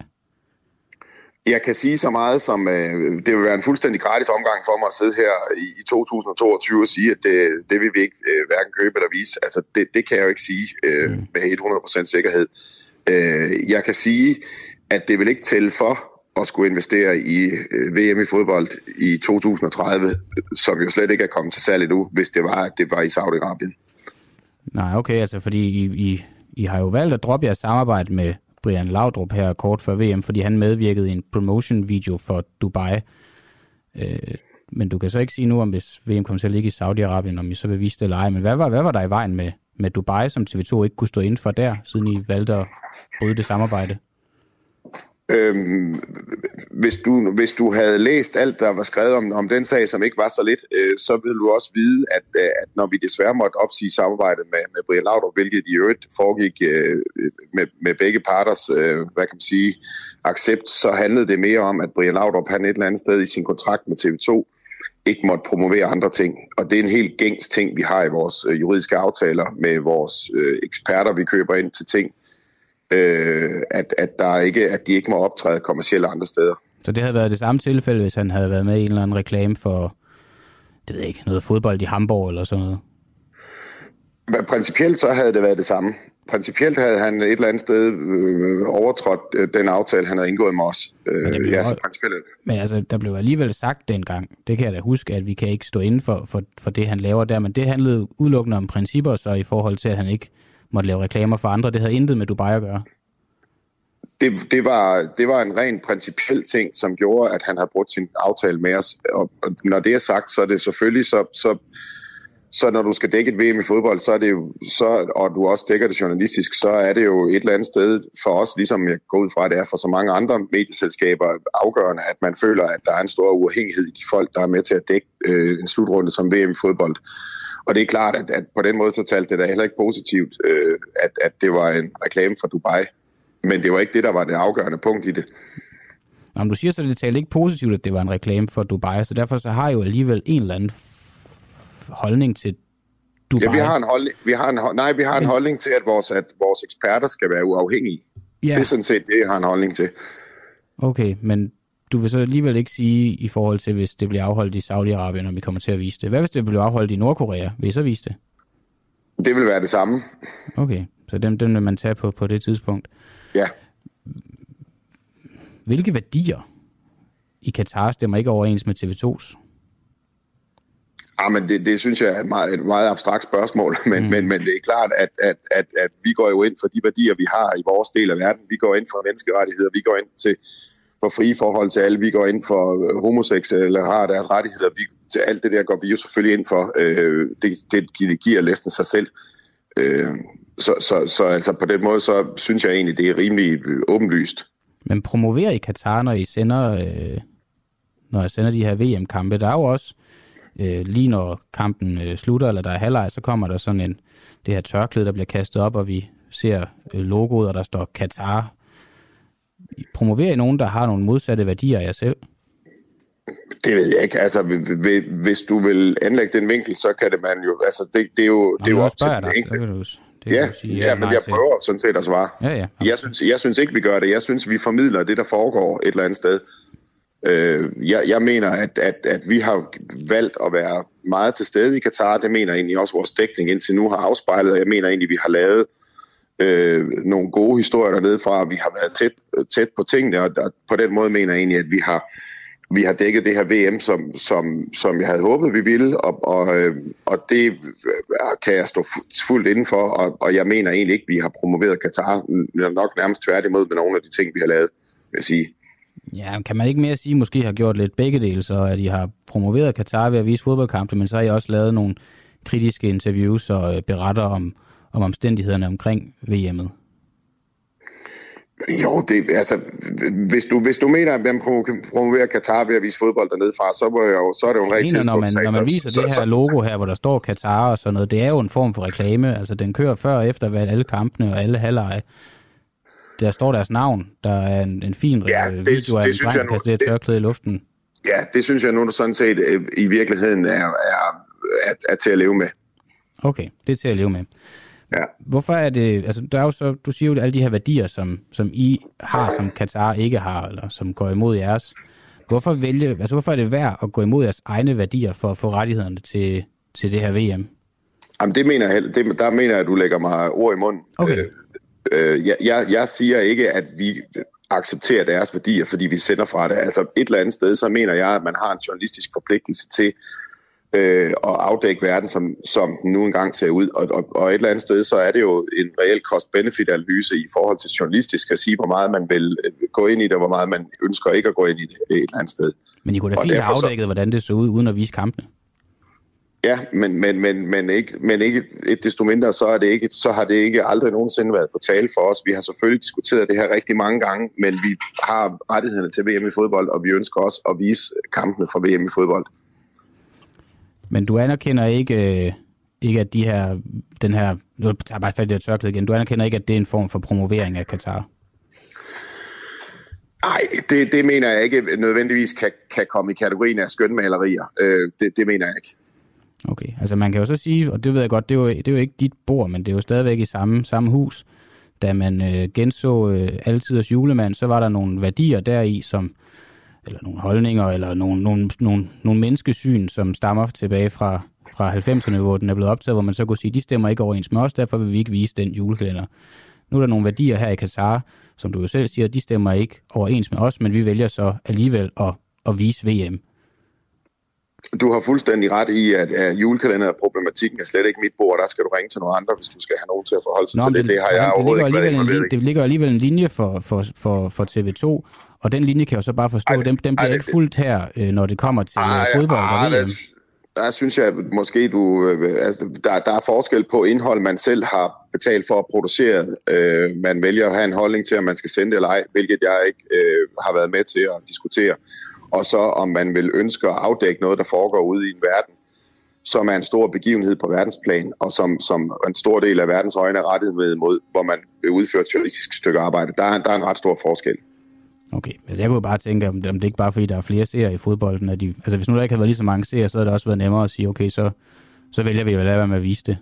Speaker 10: Jeg kan sige så meget som, øh, det vil være en fuldstændig gratis omgang for mig at sidde her i, i to tusind og toogtyve og sige, at det, det vil vi ikke øh, hverken købe eller vise. Altså det, det kan jeg jo ikke sige øh, mm. med hundrede procent sikkerhed. Øh, jeg kan sige, at det vil ikke tælle for at skulle investere i øh, V M i fodbold i to tusind og tredive, som jo slet ikke er kommet til salg endnu, hvis det var, at det var i Saudi-Arabien.
Speaker 2: Nej, okay, altså fordi I, I, I har jo valgt at droppe jeres samarbejde med Brian Laudrup her kort før V M, fordi han medvirkede i en promotion-video for Dubai. Øh, men du kan så ikke sige nu, om hvis V M kommer til at ligge i Saudi-Arabien, om I så vil vise det eller ej. Men hvad var, hvad var der i vejen med, med Dubai, som T V to ikke kunne stå inden for der, siden I valgte at bryde det samarbejde?
Speaker 10: Øhm, hvis, du, hvis du havde læst alt, der var skrevet om, om den sag, som ikke var så lidt, øh, så ville du også vide, at, at når vi desværre måtte opsige samarbejdet med, med Brian Laudrup, hvilket i øvrigt foregik øh, med, med begge parters, øh, hvad kan man sige, accept, så handlede det mere om, at Brian Laudrup, han et eller andet sted i sin kontrakt med T V to, ikke måtte promovere andre ting. Og det er en helt gængs ting, vi har i vores øh, juridiske aftaler med vores øh, eksperter, vi køber ind til ting, Øh, at, at, der ikke, at de ikke må optræde kommercielle andre steder.
Speaker 2: Så det havde været det samme tilfælde, hvis han havde været med i en eller anden reklame for, det ved jeg ikke, noget fodbold i Hamburg eller sådan noget?
Speaker 10: Principielt så havde det været det samme. Principielt havde han et eller andet sted øh, overtrådt øh, den aftale, han havde indgået med os. Øh,
Speaker 2: men,
Speaker 10: ja, så principielt.
Speaker 2: Men altså, der blev alligevel sagt dengang, det kan jeg da huske, at vi kan ikke stå inden for, for, for det, han laver der, men det handlede udelukkende om principper, så i forhold til, at han ikke måtte lave reklamer for andre. Det havde intet med Dubai at gøre.
Speaker 10: Det, det, var, det var en ren principiel ting, som gjorde, at han havde brugt sin aftale med os. Og, og når det er sagt, så er det selvfølgelig, så, så, så når du skal dække et V M i fodbold, så er det jo, så, og du også dækker det journalistisk, så er det jo et eller andet sted for os, ligesom jeg går ud fra, at det er for så mange andre medieselskaber, afgørende, at man føler, at der er en stor uafhængighed i de folk, der er med til at dække øh, en slutrunde som V M i fodbold. Og det er klart, at, at på den måde så talte det da heller ikke positivt, øh, at, at det var en reklame for Dubai. Men det var ikke det, der var det afgørende punkt i det.
Speaker 2: Nå, men du siger så, at det talte ikke positivt, at det var en reklame for Dubai, så derfor så har I jo alligevel en eller anden f- holdning til Dubai.
Speaker 10: Ja, vi har en holdning, vi har en, nej, vi har en men... holdning til, at vores, at vores eksperter skal være uafhængige. Ja. Det er sådan set det, jeg har en holdning til.
Speaker 2: Okay, men du vil så alligevel ikke sige i forhold til, hvis det bliver afholdt i Saudi-Arabien, når vi kommer til at vise det. Hvad hvis det bliver afholdt i Nordkorea? Vil I så vise det?
Speaker 10: Det vil være det samme.
Speaker 2: Okay, så dem, dem vil man tage på på det tidspunkt.
Speaker 10: Ja.
Speaker 2: Hvilke værdier i Katar stemmer ikke overens med T V to's?
Speaker 10: Ah, men det, det synes jeg er et meget, et meget abstrakt spørgsmål, men, mm. men, men det er klart, at, at, at, at vi går jo ind for de værdier, vi har i vores del af verden. Vi går ind for menneskerettigheder, vi går ind til for frie forhold til alle, vi går ind for homoseksuelle har deres rettigheder, vi, til alt det der går vi jo selvfølgelig ind for. Øh, det, det, det giver næsten sig selv. Øh, så, så, så altså på den måde, så synes jeg egentlig, det er rimelig åbenlyst.
Speaker 2: Men promoverer I Katar, når I sender, øh, når I sender de her V M-kampe? Der er jo også, øh, lige når kampen øh, slutter, eller der er halvleg, så kommer der sådan en, det her tørklæde, der bliver kastet op, og vi ser øh, logoet, og der står Katar. Promoverer I nogen, der har nogle modsatte værdier af jer selv?
Speaker 10: Det ved jeg ikke. Altså, hvis du vil anlægge den vinkel, så kan det man jo... Altså, det, det er jo,
Speaker 2: Nå,
Speaker 10: det er jo op til
Speaker 2: den enkelte.
Speaker 10: Ja, sige, ja, men jeg prøver sådan set at svare.
Speaker 2: Ja, ja.
Speaker 10: Jeg synes, jeg synes ikke, vi gør det. Jeg synes, vi formidler det, der foregår et eller andet sted. Øh, jeg, jeg mener, at, at, at vi har valgt at være meget til stede i Katar. Det mener egentlig også vores dækning indtil nu har afspejlet, og jeg mener egentlig, vi har lavet øh, nogle gode historier dernede fra. Vi har været tæt, tæt på tingene, og der, på den måde mener jeg egentlig, at vi har vi har dækket det her V M, som, som, som jeg havde håbet, vi ville, og, og, og det kan jeg stå fuldt indenfor, og, og jeg mener egentlig ikke, at vi har promoveret Katar, nok nærmest tværtimod med nogle af de ting, vi har lavet, vil jeg sige.
Speaker 2: Ja, kan man ikke mere sige, måske har gjort lidt begge dele, så at I har promoveret Katar ved at vise fodboldkampe, men så har I også lavet nogle kritiske interviews og beretter om, om omstændighederne omkring V M'et.
Speaker 10: Jo, det, altså, hvis du, hvis du mener, at man promoverer Katar ved at vise fodbold dernede fra, så, må jeg jo, så er det jo en rigtig tidspunkt.
Speaker 2: Når man, når man viser så, det her logo her, hvor der står Katar og sådan noget, det er jo en form for reklame. Altså, den kører før og efter alle kampene og alle halvleje. Der står deres navn. Der er en, en fin
Speaker 10: ja,
Speaker 2: det,
Speaker 10: video
Speaker 2: af en dreng, der kaster det tørklæde i luften. Ja,
Speaker 10: det synes jeg nu sådan set i virkeligheden er, er, er, er til at leve med.
Speaker 2: Okay, det er til at leve med. Ja. Hvorfor er det, altså der er jo så, du siger jo alle de her værdier, som, som I har, som Katar ikke har, eller som går imod jeres. Hvorfor vælge, altså hvorfor er det værd at gå imod jeres egne værdier for at få rettighederne til, til det her V M?
Speaker 10: Jamen det mener jeg, det, der mener jeg, at du lægger mig ord i munden.
Speaker 2: Okay.
Speaker 10: Øh, øh, jeg, jeg, jeg siger ikke, at vi acceptere deres værdier, fordi vi sender fra det. Altså et eller andet sted, så mener jeg, at man har en journalistisk forpligtelse til øh, at afdække verden, som, som den nu engang ser ud. Og, og, og et eller andet sted, så er det jo en reel cost-benefit-analyse i forhold til journalistisk at sige, hvor meget man vil gå ind i det, og hvor meget man ønsker ikke at gå ind i det et eller andet sted.
Speaker 2: Men I kunne da fint have afdækket, så, hvordan det så ud, uden at vise kampene.
Speaker 10: Ja, men, men, men, men, ikke, men ikke et desto mindre, så, er det ikke, så har det ikke aldrig nogensinde været på tale for os. Vi har selvfølgelig diskuteret det her rigtig mange gange, men vi har rettighederne til V M i fodbold, og vi ønsker også at vise kampene fra V M i fodbold.
Speaker 2: Men du anerkender ikke, ikke at de her, den her, nu tager jeg bare fat i det tørklæde igen, du anerkender ikke, at det er en form for promovering af Katar?
Speaker 10: Nej, det, det mener jeg ikke nødvendigvis kan, kan komme i kategorien af skønmalerier. Øh, det, det mener jeg ikke.
Speaker 2: Okay, altså man kan jo så sige, og det ved jeg godt, det er jo, det er jo ikke dit bord, men det er jo stadigvæk i samme, samme hus. Da man øh, genså øh, Altiders julemand, så var der nogle værdier deri, som, eller nogle holdninger, eller nogle, nogle, nogle, nogle menneskesyn, som stammer tilbage fra, fra halvfemserne, hvor den er blevet optaget, hvor man så kunne sige, de stemmer ikke overens med os, derfor vil vi ikke vise den julekalender. Nu er der nogle værdier her i Katar, som du jo selv siger, de stemmer ikke overens med os, men vi vælger så alligevel at, at vise V M.
Speaker 10: Du har fuldstændig ret i, at, at julekalenderproblematikken er slet ikke mit bord, der skal du ringe til nogle andre, hvis du skal have nogen til at forholde sig Nå, til det. Det, det har jeg overhovedet ikke været involveret
Speaker 2: i. Det ligger alligevel en linje for, for, for, for T V to, og den linje kan jeg jo så bare forstå, ej, den, den bliver ej, ikke fuldt her, når det kommer til ej, fodbold ej, og V M.
Speaker 10: Der, der synes jeg måske, du, altså, der, der er forskel på indhold, man selv har betalt for at producere. Øh, man vælger at have en holdning til, om man skal sende det eller ej, hvilket jeg ikke øh, har været med til at diskutere. Og så om man vil ønske at afdække noget, der foregår ude i en verden, som er en stor begivenhed på verdensplan, og som, som en stor del af verdens øjne er rettet med imod, hvor man vil udføre et journalistisk stykke arbejde. Der er, der er en ret stor forskel.
Speaker 2: Okay, altså jeg kunne bare tænke, om det, om det ikke bare fordi, der er flere seere i fodbolden. At de, altså hvis nu der ikke havde været lige så mange seere, så havde det også været nemmere at sige, okay, så, så vælger vi at lade være med at vise det.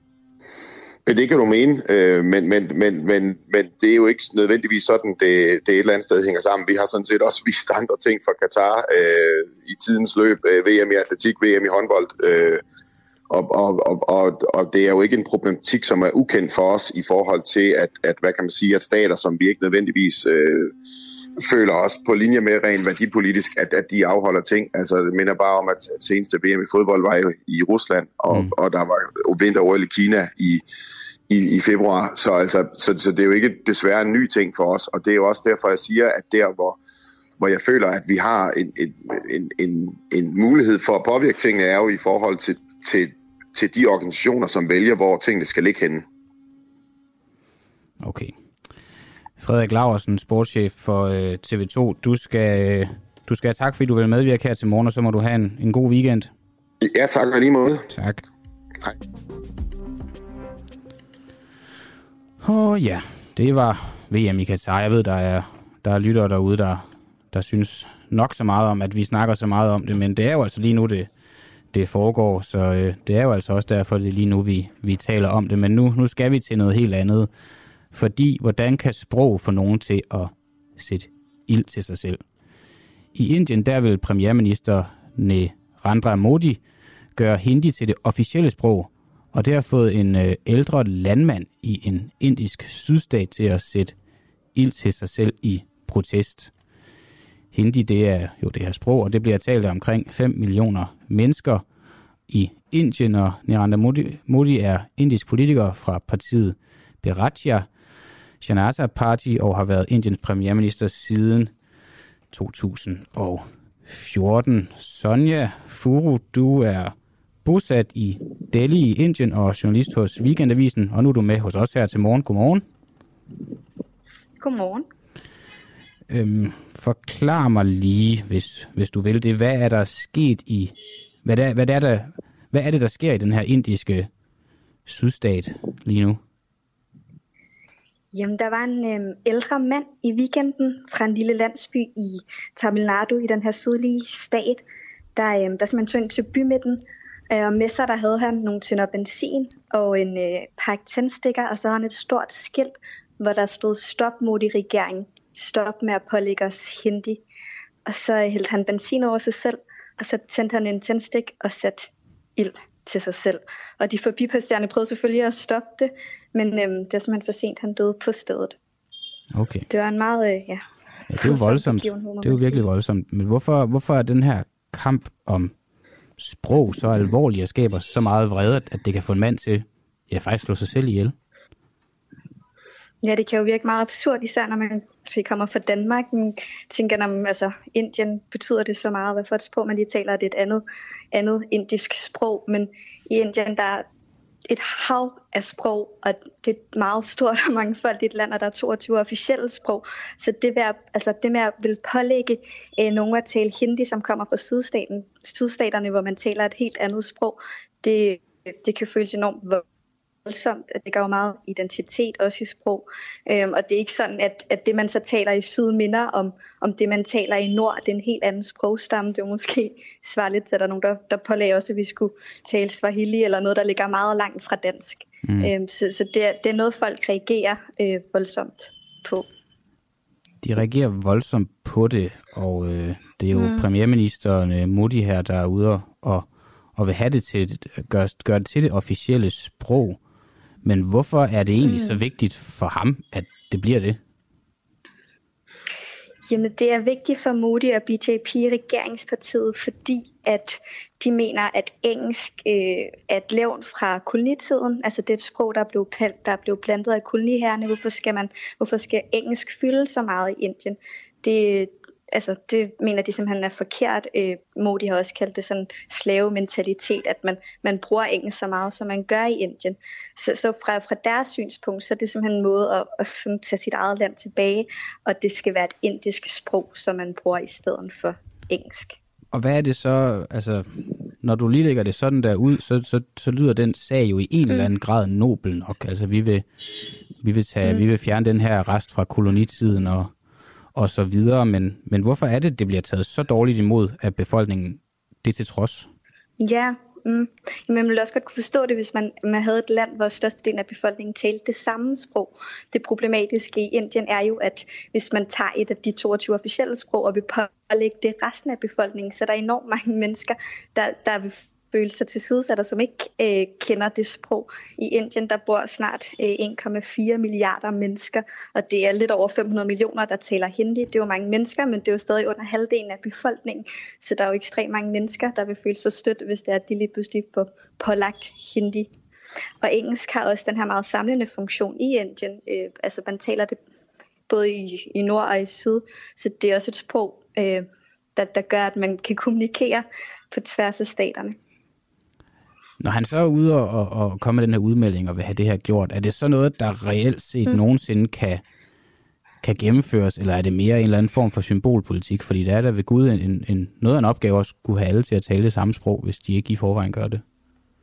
Speaker 10: Det kan du mene, øh, men, men, men, men, men det er jo ikke nødvendigvis sådan, det, det et eller andet sted hænger sammen. Vi har sådan set også vist andre ting for Katar øh, i tidens løb. Øh, V M i atletik, V M i håndbold. Øh, og, og, og, og, og det er jo ikke en problematik, som er ukendt for os i forhold til, at, at hvad kan man sige, at stater, som vi ikke nødvendigvis øh, føler os på linje med rent værdipolitisk, at, at de afholder ting. Altså, det minder bare om, at seneste V M i fodbold var jo i Rusland, og, mm. og der var vinter-O L i Kina i I, i februar, så, altså, så, så det er jo ikke desværre en ny ting for os, og det er jo også derfor, jeg siger, at der, hvor, hvor jeg føler, at vi har en, en, en, en, en mulighed for at påvirke tingene, er jo i forhold til, til, til de organisationer, som vælger, hvor tingene skal ligge henne.
Speaker 2: Okay. Frederik Laursen, sportschef for øh, T V to, du skal, øh, du skal have tak, fordi du vil medvirke her til morgen, og så må du have en, en god weekend.
Speaker 10: Ja, tak og lige måde.
Speaker 2: Tak.
Speaker 10: Hej.
Speaker 2: Åh oh, ja, det var V M i Katar. Jeg ved, der er, der er lyttere derude, der, der synes nok så meget om, at vi snakker så meget om det, men det er jo altså lige nu, det, det foregår, så øh, det er jo altså også derfor, det er lige nu, vi, vi taler om det. Men nu, nu skal vi til noget helt andet, fordi hvordan kan sprog få nogen til at sætte ild til sig selv? I Indien, der vil premierminister Narendra Modi gøre hindi til det officielle sprog, og det har fået en øh, ældre landmand i en indisk sydstat til at sætte ild til sig selv i protest. Hindi, det er jo det her sprog, og det bliver talt af omkring fem millioner mennesker i Indien, og Narendra Modi, Modi er indisk politiker fra partiet Bharatiya Janata Party og har været Indiens premierminister siden to tusind og fjorten. Sonja Furu, du er bosat i Delhi i Indien og journalist hos Weekendavisen, og nu er du med hos os her til morgen. Godmorgen.
Speaker 11: Godmorgen.
Speaker 2: Øhm, forklar mig lige, hvis, hvis du vil det, hvad er der sket i, hvad, der, hvad, der, der, hvad er det, der sker i den her indiske sydstat lige nu?
Speaker 11: Jamen, der var en øhm, ældre mand i weekenden fra en lille landsby i Tamil Nadu i den her sydlige stat, der, øhm, der simpelthen tog ind til bymidten. Og med sig der havde han nogle tønder benzin og en øh, pakke tændstikker, og så havde han et stort skilt, hvor der stod stop Modi-regeringen, stop med at pålægge os hindi. Og så hældte han benzin over sig selv, og så tændte han en tændstik og satte ild til sig selv. Og de forbipasserende prøvede selvfølgelig at stoppe det, men øhm, det var simpelthen for sent, han døde på stedet.
Speaker 2: Okay.
Speaker 11: Det var en meget, øh, ja...
Speaker 2: Ja, det er jo voldsomt. Det er jo virkelig voldsomt. Men hvorfor, hvorfor er den her kamp om sprog så alvorlig og skaber så meget vrede, at det kan få en mand til ja, faktisk slå sig selv ihjel?
Speaker 11: Ja, det kan jo virke meget absurd, især når man kommer fra Danmark. Man tænker, om altså, Indien betyder det så meget, hvad for et sprog man lige taler, det er et andet, andet indisk sprog. Men i Indien, der er et hav af sprog, og det er et meget stort og mangfoldigt land, og der er toogtyve officielle sprog. Så det, ved, altså det med at vil pålægge øh, nogen at tale hindi, som kommer fra sydstaten, sydstaterne, hvor man taler et helt andet sprog, det, det kan føles enormt voldsomt, at det gør meget identitet også i sprog. Øhm, og det er ikke sådan, at, at det man så taler i syd minder om, om det man taler i nord, det er en helt anden sprogstamme. Det er måske svarligt til, at der er nogen, der, der pålagde også, at vi skulle tale swahili eller noget, der ligger meget langt fra dansk. Mm. Øhm, så så det, er, det er noget, folk reagerer øh, voldsomt på.
Speaker 2: De reagerer voldsomt på det, og øh, det er jo mm. premierministeren øh, Modi her, der er ude og, og vil have det til, gøre, gøre det til det officielle sprog. Men hvorfor er det egentlig mm. så vigtigt for ham, at det bliver det?
Speaker 11: Jamen, det er vigtigt for Modi og B J P, regeringspartiet, fordi at de mener, at engelsk øh, er et levn fra kolonitiden. Altså det er et sprog, der blev, der blev plantet af koloniherrerne. Hvorfor skal man, hvorfor skal engelsk fylde så meget i Indien? Det Altså, det mener de simpelthen er forkert. Øh, Modi har også kaldt det sådan slavementalitet, at man, man bruger engelsk så meget, som man gør i Indien. Så, så fra, fra deres synspunkt, så er det simpelthen en måde at, at sådan tage sit eget land tilbage, og det skal være et indisk sprog, som man bruger i stedet for engelsk.
Speaker 2: Og hvad er det så, altså, når du lige lægger det sådan der ud, så, så, så lyder den sag jo i en mm. eller anden grad nobel nok. Altså, vi vil, vi vil, tage, mm. vi vil fjerne den her rest fra kolonitiden og og så videre, men, men hvorfor er det, det bliver taget så dårligt imod af befolkningen, det til trods?
Speaker 11: Ja, mm. man ville også godt kunne forstå det, hvis man, man havde et land, hvor størstedelen af befolkningen talte det samme sprog. Det problematiske i Indien er jo, at hvis man tager et af de toogtyve officielle sprog og vil pålægge det resten af befolkningen, så er der enormt mange mennesker, der, der vil føle sig tilsidesat, som ikke øh, kender det sprog. I Indien, der bor snart øh, en komma fire milliarder mennesker, og det er lidt over fem hundrede millioner, der taler hindi. Det er jo mange mennesker, men det er jo stadig under halvdelen af befolkningen, så der er jo ekstremt mange mennesker, der vil føle sig stødt, hvis det er, at de lige pludselig får pålagt hindi. Og engelsk har også den her meget samlende funktion i Indien. Øh, altså man taler det både i, i nord og i syd, så det er også et sprog, øh, der, der gør, at man kan kommunikere på tværs af staterne.
Speaker 2: Når han så er ude og, og, og komme med den her udmelding og vil have det her gjort, er det så noget, der reelt set mm. nogensinde kan, kan gennemføres, eller er det mere en eller anden form for symbolpolitik? Fordi der er der ved Gud en, en, noget af en opgave at skulle have alle til at tale det samme sprog, hvis de ikke i forvejen gør det.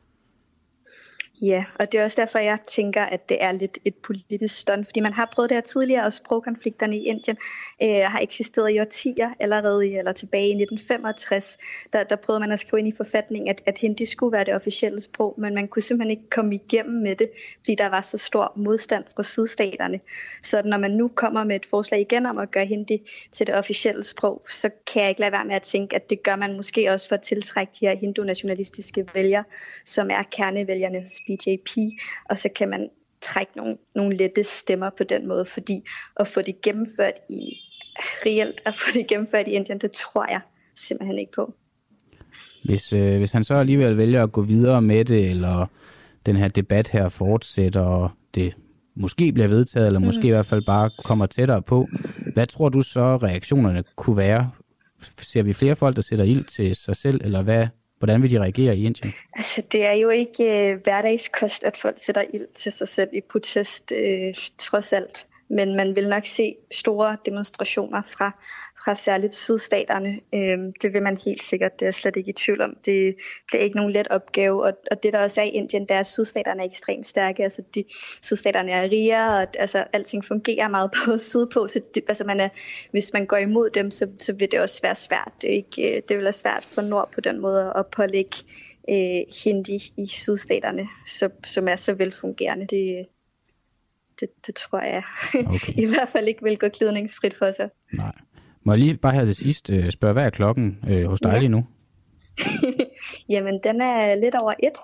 Speaker 11: Ja, og det er også derfor, jeg tænker, at det er lidt et politisk stunt, fordi man har prøvet det her tidligere, og sprogkonflikterne i Indien øh, har eksisteret i årtier, allerede i, eller tilbage i nitten femogtres, der, der prøvede man at skrive ind i forfatningen, at, at hindi skulle være det officielle sprog, men man kunne simpelthen ikke komme igennem med det, fordi der var så stor modstand fra sydstaterne. Så når man nu kommer med et forslag igen om at gøre hindi til det officielle sprog, så kan jeg ikke lade være med at tænke, at det gør man måske også for at tiltrække de her hindu-nationalistiske vælgere, som er kernevælgerne hos B J P, og så kan man trække nogle, nogle lette stemmer på den måde, fordi at få det gennemført i reelt at få det gennemført i Indien, det tror jeg simpelthen ikke på.
Speaker 2: Hvis, øh, hvis han så alligevel vælger at gå videre med det, eller den her debat her fortsætter, og det måske bliver vedtaget, eller måske mm. i hvert fald bare kommer tættere på, hvad tror du så reaktionerne kunne være? Ser vi flere folk, der sætter ild til sig selv, eller hvad? Hvordan vil de reagere i Indien? Altså,
Speaker 11: det er jo ikke øh, hverdagskost, at folk sætter ild til sig selv i protest, øh, trods alt. Men man vil nok se store demonstrationer fra, fra særligt sydstaterne. Øhm, det vil man helt sikkert, det er jeg slet ikke i tvivl om. Det bliver ikke nogen let opgave, og, og det der også er i Indien, det er, at sydstaterne er ekstremt stærke. Altså, de, sydstaterne er rigere, og altså, alting fungerer meget på sydpå. Så det, altså, man er, hvis man går imod dem, så, så vil det også være svært. Det, er ikke, det vil være svært for nord på den måde at pålægge øh, hindi i sydstaterne, så, som er så velfungerende. Det Det, det tror jeg okay. i hvert fald ikke vil gå glidningsfrit for sig.
Speaker 2: Nej. Må jeg lige bare her til sidst øh, spørge, hvad er klokken øh, hos dig ja. lige nu?
Speaker 11: Jamen, den er lidt over et.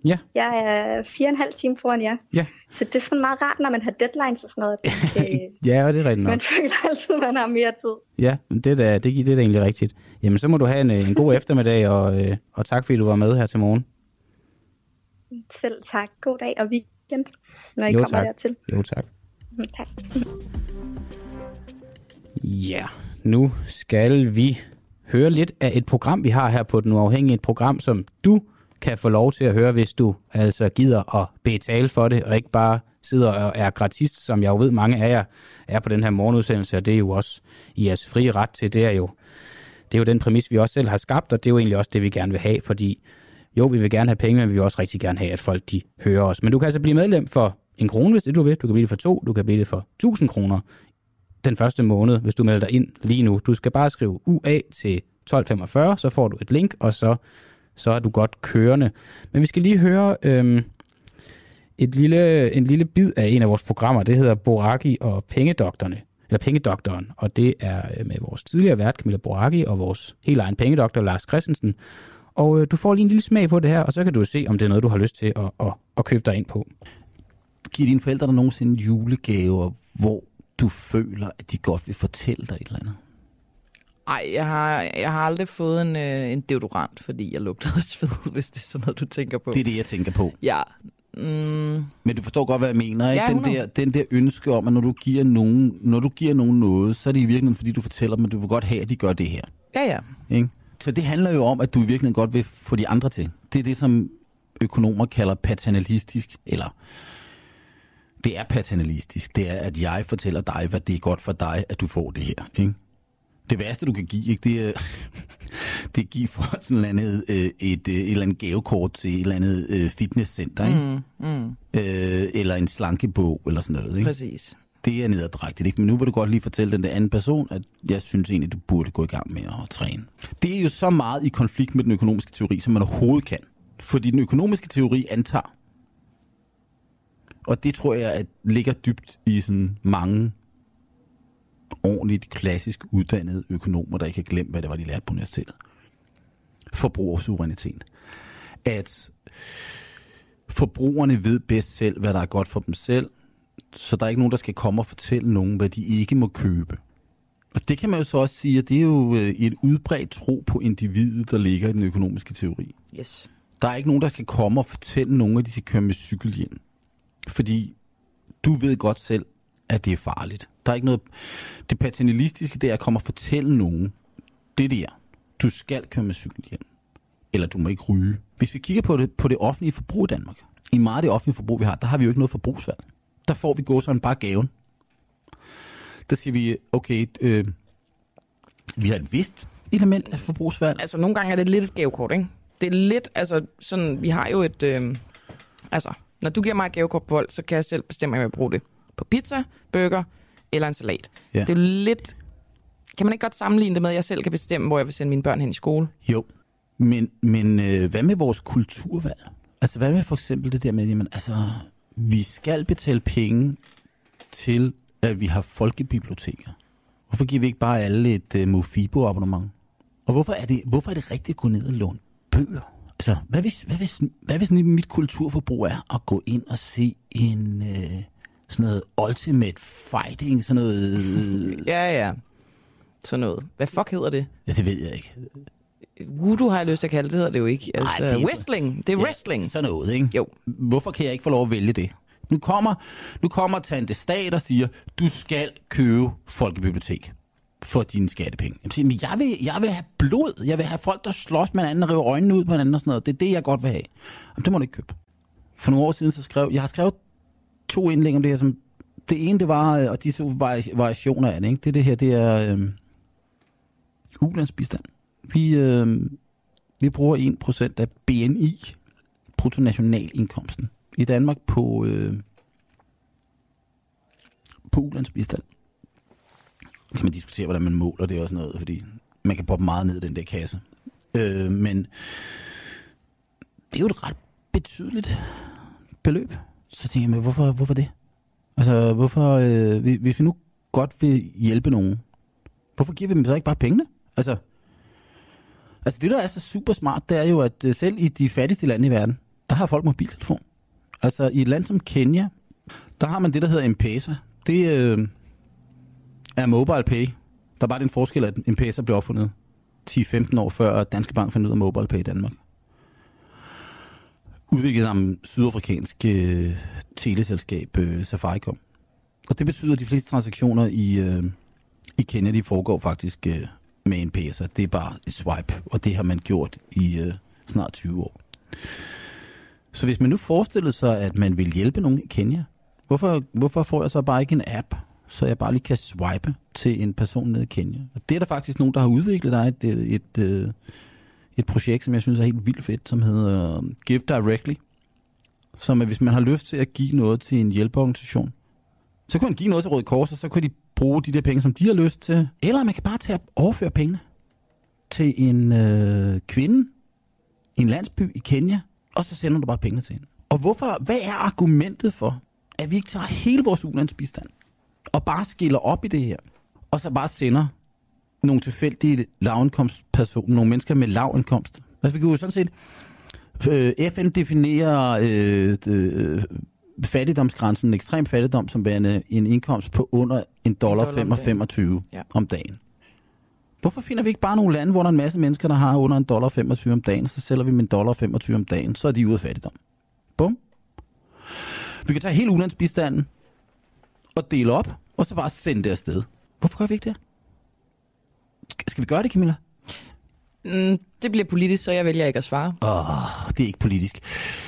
Speaker 2: Ja.
Speaker 11: Jeg er fire og en halv time foran jer.
Speaker 2: Ja.
Speaker 11: Så det er sådan meget rart, når man har deadlines og sådan noget. Det,
Speaker 2: ja, og det er rigtigt nok.
Speaker 11: Man føler altid, at man har mere tid.
Speaker 2: Ja, det er da, det, det er da egentlig rigtigt. Jamen, så må du have en, en god eftermiddag, og, og tak fordi du var med her til morgen.
Speaker 11: Selv tak. God dag og weekend, når I
Speaker 2: jo,
Speaker 11: kommer
Speaker 2: tak.
Speaker 11: dertil.
Speaker 2: Jo, tak.
Speaker 11: Tak.
Speaker 2: Ja, nu skal vi høre lidt af et program, vi har her på Den Uafhængige. Et program, som du kan få lov til at høre, hvis du altså gider at betale for det, og ikke bare sidder og er gratist, som jeg jo ved, mange af jer er på den her morgenudsendelse, og det er jo også i jeres frie ret til. Det er jo, det er jo den præmis, vi også selv har skabt, og det er jo egentlig også det, vi gerne vil have, fordi jo, vi vil gerne have penge, men vi vil også rigtig gerne have, at folk de hører os. Men du kan altså blive medlem for en krone, hvis det du vil. Du kan blive det for to, du kan blive det for tusind kroner den første måned, hvis du melder dig ind lige nu. Du skal bare skrive U A til tolv femogfyrre, så får du et link, og så, så er du godt kørende. Men vi skal lige høre øhm, et lille, en lille bid af en af vores programmer. Det hedder Boraki og Pengedoktorerne, eller Pengedoktoren, og det er med vores tidligere vært, Camilla Boraki, og vores helt egen pengedoktor, Lars Christensen. Og øh, du får lige en lille smag på det her, og så kan du se, om det er noget, du har lyst til at, at, at købe dig ind på.
Speaker 12: Giver dine forældre dig nogensinde julegaver, hvor du føler, at de godt vil fortælle dig et eller andet?
Speaker 13: Ej, jeg har, jeg har aldrig fået en, øh, en deodorant, fordi jeg lugter af sved, hvis det er sådan noget, du tænker på.
Speaker 12: Det er det, jeg tænker på.
Speaker 13: Ja. Mm.
Speaker 12: Men du forstår godt, hvad jeg mener, ikke?
Speaker 13: Ja,
Speaker 12: den, der, den der ønske om, at når du giver nogen, når du giver nogen noget, så er det i virkeligheden, fordi du fortæller dem, at du vil godt have, at de gør det her.
Speaker 13: Ja, ja.
Speaker 12: Ikke? Så det handler jo om, at du i virkeligheden godt vil få de andre til. Det er det, som økonomer kalder paternalistisk, eller det er paternalistisk. Det er, at jeg fortæller dig, hvad det er godt for dig, at du får det her. Ikke? Det værste, du kan give, ikke, det er det er give for sådan et, andet, et, et, et eller andet gavekort til et eller andet fitnesscenter, ikke? Mm, mm. Øh, eller en slankebog, eller sådan noget. Ikke?
Speaker 13: Præcis.
Speaker 12: Det er nederdrægtigt, ikke? Men nu vil du godt lige fortælle den der anden person, at jeg synes egentlig, du burde gå i gang med at træne. Det er jo så meget i konflikt med den økonomiske teori, som man overhovedet kan. Fordi den økonomiske teori antager, og det tror jeg, at ligger dybt i sådan mange ordentligt klassisk uddannede økonomer, der ikke har glemt, hvad det var, de lærte på universitetet. Forbrugersuverænitet. At forbrugerne ved bedst selv, hvad der er godt for dem selv, så der er ikke nogen, der skal komme og fortælle nogen, hvad de ikke må købe. Og det kan man jo så også sige, at det er jo et udbredt tro på individet, der ligger i den økonomiske teori.
Speaker 13: Yes.
Speaker 12: Der er ikke nogen, der skal komme og fortælle nogen, at de skal køre med cykel hjem. Fordi du ved godt selv, at det er farligt. Der er ikke noget. Det paternalistiske, det er at komme og fortælle nogen, det der, du skal køre med cykel hjem. Eller du må ikke ryge. Hvis vi kigger på det, på det offentlige forbrug i Danmark, i meget af det offentlige forbrug, vi har, der har vi jo ikke noget forbrugsvalg. Der får vi gå sådan bare gaven. Der siger vi, okay, øh, vi har et vist element af forbrugsvalg.
Speaker 13: Altså, nogle gange er det lidt et gavekort, ikke? Det er lidt, altså, sådan, vi har jo et, øh, altså, når du giver mig et gavekort på Volt, så kan jeg selv bestemme, om jeg vil bruge det på pizza, burger eller en salat. Ja. Det er jo lidt, kan man ikke godt sammenligne det med, at jeg selv kan bestemme, hvor jeg vil sende mine børn hen i skole?
Speaker 12: Jo, men, men øh, hvad med vores kulturvalg? Altså, hvad med for eksempel det der med, jamen, altså, vi skal betale penge til, at vi har folkebiblioteker. Hvorfor giver vi ikke bare alle et uh, Mofibo-abonnement? Og hvorfor er det, hvorfor er det rigtigt at gå ned og låne bøger? Altså, hvad hvis, hvad hvis, hvad hvis mit kulturforbrug er at gå ind og se en øh, sådan noget ultimate fighting, sådan noget... Øh...
Speaker 13: ja, ja. Sådan noget. Hvad fuck hedder det?
Speaker 12: Ja, det ved jeg ikke.
Speaker 13: Voodoo har jeg lyst til at kalde det, hedder det jo ikke. Altså, Ej, det er wrestling. Det er ja, wrestling.
Speaker 12: Sådan noget, ikke?
Speaker 13: Jo.
Speaker 12: Hvorfor kan jeg ikke få lov at vælge det? Nu kommer, nu kommer Tante Stat og siger, du skal købe folkebibliotek for dine skattepenge. Men jeg vil, jeg vil have blod. Jeg vil have folk, der slås med hinanden og river øjnene ud på hinanden og sådan noget. Det er det, jeg godt vil have. Jamen, det må du ikke købe. For nogle år siden, så skrev jeg har skrevet to indlæg om det her. Som, det ene, det var, og de to variationer af det, ikke? Det, det her, det er øh, ulandsbistand. Vi, øh, vi bruger en procent af B N I, bruttonationalindkomsten, i Danmark på, øh, på ulandsbistand. Kan man diskutere, hvordan man måler det og sådan noget, fordi man kan poppe meget ned i den der kasse. Øh, men det er jo et ret betydeligt beløb. Så tænker jeg mig, hvorfor, hvorfor det? Altså, hvorfor, øh, hvis vi nu godt vil hjælpe nogen, hvorfor giver vi dem så ikke bare pengene? Altså, altså det, der er så super smart, det er jo, at selv i de fattigste lande i verden, der har folk mobiltelefon. Altså i et land som Kenya, der har man det, der hedder M-Pesa. Det øh, er mobile pay. Der er bare den forskel, at M-Pesa blev opfundet ti til femten år før Danske Bank fandt ud af mobile pay i Danmark. Udviklet af sydafrikanske øh, teleselskab øh, Safaricom. Og det betyder, at de fleste transaktioner i, øh, i Kenya, de foregår faktisk øh, med en M-Pesa. Det er bare et swipe, og det har man gjort i øh, snart tyve år. Så hvis man nu forestillede sig, at man vil hjælpe nogen i Kenya, hvorfor, hvorfor får jeg så bare ikke en app, så jeg bare lige kan swipe til en person nede i Kenya? Og det er der faktisk nogen, der har udviklet. Der er et, et, et, et projekt, som jeg synes er helt vildt fedt, som hedder Give Directly. Som er, hvis man har lyst til at give noget til en hjælpeorganisation, så kan man give noget til Røde Kors, og så kan de bruge de der penge, som de har lyst til. Eller man kan bare tage og overføre pengene til en øh, kvinde i en landsby i Kenya, og så sender du bare pengene til hende. Og hvorfor, hvad er argumentet for, at vi ikke tager hele vores ulandsbistand og bare skiller op i det her, og så bare sender nogle tilfældige lavindkomstpersoner, nogle mennesker med lavindkomst? Altså vi kan jo sådan set, øh, F N definerer øh, øh, fattigdomsgrænsen, ekstrem fattigdom, som værende en indkomst på under en dollar femogtyve ja. om dagen. Hvorfor finder vi ikke bare nogle lande, hvor der er en masse mennesker, der har under en dollar femogtyve om dagen, så sælger vi med en dollar femogtyve om dagen, så er de ude af fattigdom. Bum. Vi kan tage hele ulandsbistanden og dele op, og så bare sende det afsted. Hvorfor gør vi ikke det? Skal vi gøre det, Camilla?
Speaker 13: Mm, det bliver politisk, så jeg vælger ikke at svare.
Speaker 12: Åh, oh, det er ikke politisk.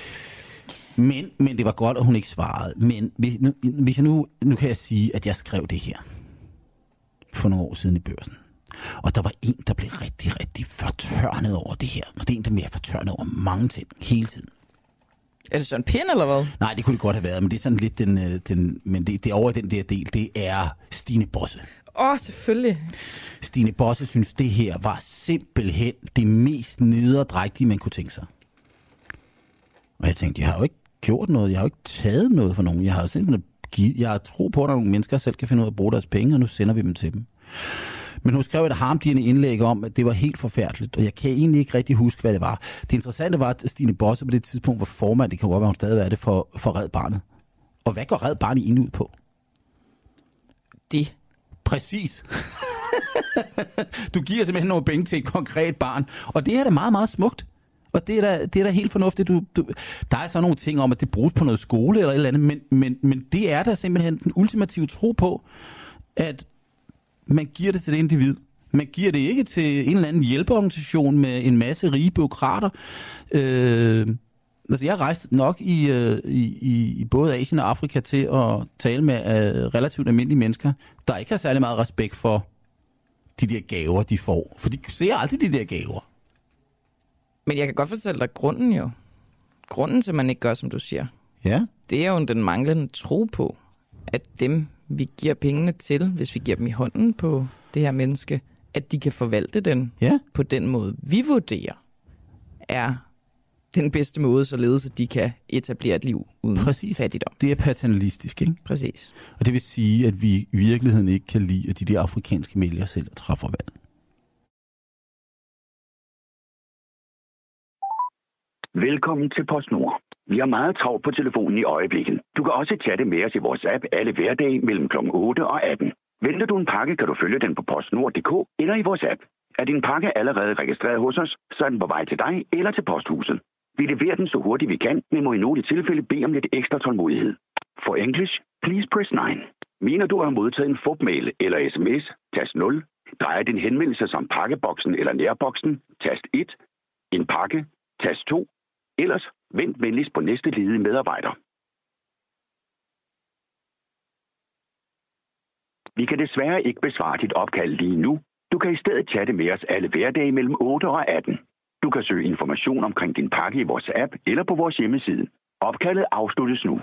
Speaker 12: Men, men det var godt, at hun ikke svarede. Men hvis, nu, hvis jeg nu, nu kan jeg sige, at jeg skrev det her for nogle år siden i Børsen. Og der var en, der blev rigtig, rigtig fortørnet over det her. Og det er en, der bliver fortørnet over mange ting hele tiden.
Speaker 13: Er det sådan en pind, eller hvad?
Speaker 12: Nej, det kunne det godt have været, men det er sådan lidt den... den men det, det er over den der del, det er Stine Bosse.
Speaker 13: Åh, oh, selvfølgelig.
Speaker 12: Stine Bosse synes, det her var simpelthen det mest nederdrægtige, man kunne tænke sig. Og jeg tænkte, jeg har jo ikke gjort noget, jeg har jo ikke taget noget for nogen. Jeg har jo simpelthen givet, jeg har tro på, at der nogle mennesker selv kan finde ud af at bruge deres penge, og nu sender vi dem til dem. Men hun skrev et harmdirrende indlæg om, at det var helt forfærdeligt, og jeg kan egentlig ikke rigtig huske, hvad det var. Det interessante var, at Stine Bosse på det tidspunkt var formand, det kan godt være, hun stadig er det, for, for Red Barnet. Og hvad går Red Barnet egentlig ud på?
Speaker 13: Det.
Speaker 12: Præcis. Du giver simpelthen nogle penge til et konkret barn, og det er da meget, meget smukt. Og det er da, det er da helt fornuftigt. Du, du, der er så nogle ting om, at det bruges på noget skole eller et eller andet, men, men, men det er da simpelthen den ultimative tro på, at man giver det til det individ. Man giver det ikke til en eller anden hjælpeorganisation med en masse rige bureaukrater. Øh, altså jeg har rejst nok i, øh, i, i både Asien og Afrika til at tale med øh, relativt almindelige mennesker, der ikke har særlig meget respekt for de der gaver, de får. For de ser altid de der gaver.
Speaker 13: Men jeg kan godt fortælle dig grunden jo. Grunden til, at man ikke gør, som du siger.
Speaker 12: Ja.
Speaker 13: Det er jo den manglende tro på, at dem, vi giver pengene til, hvis vi giver dem i hånden på det her menneske, at de kan forvalte den
Speaker 12: ja.
Speaker 13: på den måde, vi vurderer, er den bedste måde, således at de kan etablere et liv uden
Speaker 12: Præcis.
Speaker 13: fattigdom.
Speaker 12: Det er paternalistisk, ikke?
Speaker 13: Præcis.
Speaker 12: Og det vil sige, at vi i virkeligheden ikke kan lide, at de der afrikanske vælgere selv træffer valg.
Speaker 1: Velkommen til PostNord. Vi har meget travlt på telefonen i øjeblikket. Du kan også chatte med os i vores app alle hverdage mellem klokken otte og atten. Venter du en pakke, kan du følge den på postnord punktum d k eller i vores app. Er din pakke allerede registreret hos os, så er den på vej til dig eller til posthuset. Vi leverer den så hurtigt vi kan, men må i nogle tilfælde bede om lidt ekstra tålmodighed. For English, please press nine. Mener du at have modtaget en fupmail eller sms, tast nul. Drejer din henvendelse som pakkeboksen eller nærboksen, tast et. En pakke, tast to. Ellers vent venligst på næste ledige medarbejder. Vi kan desværre ikke besvare dit opkald lige nu. Du kan i stedet chatte med os alle hverdage mellem otte og atten. Du kan søge information omkring din pakke i vores app eller på vores hjemmeside. Opkaldet afsluttes nu.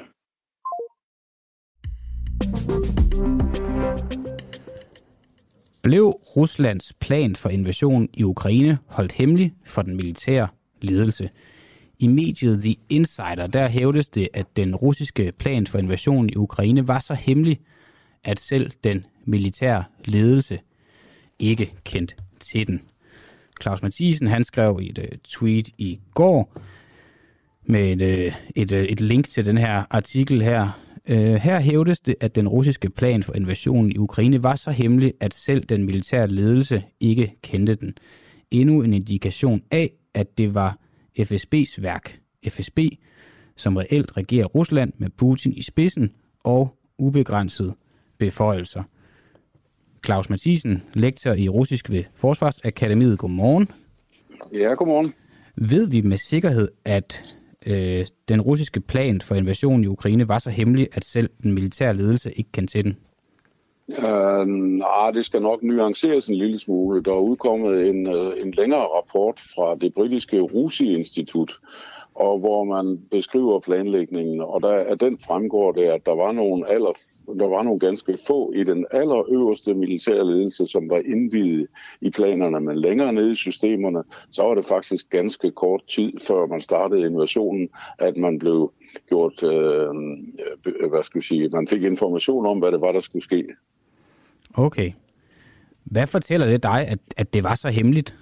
Speaker 2: Blev Ruslands plan for invasion i Ukraine holdt hemmelig for den militære ledelse? I mediet The Insider, der hævdes det, at den russiske plan for invasion i Ukraine var så hemmelig, at selv den militære ledelse ikke kendte til den. Claus Mathiesen, han skrev i et uh, tweet i går, med et, et, et link til den her artikel her. Her hævdes det, at den russiske plan for invasionen i Ukraine var så hemmelig, at selv den militære ledelse ikke kendte den. Endnu en indikation af, at det var F S B's værk. F S B, som reelt regerer Rusland med Putin i spidsen og ubegrænsede beføjelser. Claus Mathisen, lektor i russisk ved Forsvarsakademiet. Godmorgen.
Speaker 14: Ja, godmorgen.
Speaker 2: Ved vi med sikkerhed, at øh, den russiske plan for invasionen i Ukraine var så hemmelig, at selv den militære ledelse ikke kendte til den?
Speaker 14: Uh, nej, det skal nok nuanceres en lille smule. Der er udkommet en, en længere rapport fra det britiske Rusi-institut, og hvor man beskriver planlægningen, og der, af den fremgår det, at der var, nogle aller, der var nogle ganske få i den allerøverste militære ledelse, som var indviet i planerne, men længere nede i systemerne, så var det faktisk ganske kort tid, før man startede invasionen, at man blev gjort, øh, hvad skal jeg sige, man fik information om, hvad det var, der skulle ske.
Speaker 2: Okay. Hvad fortæller det dig, at, at det var så hemmeligt?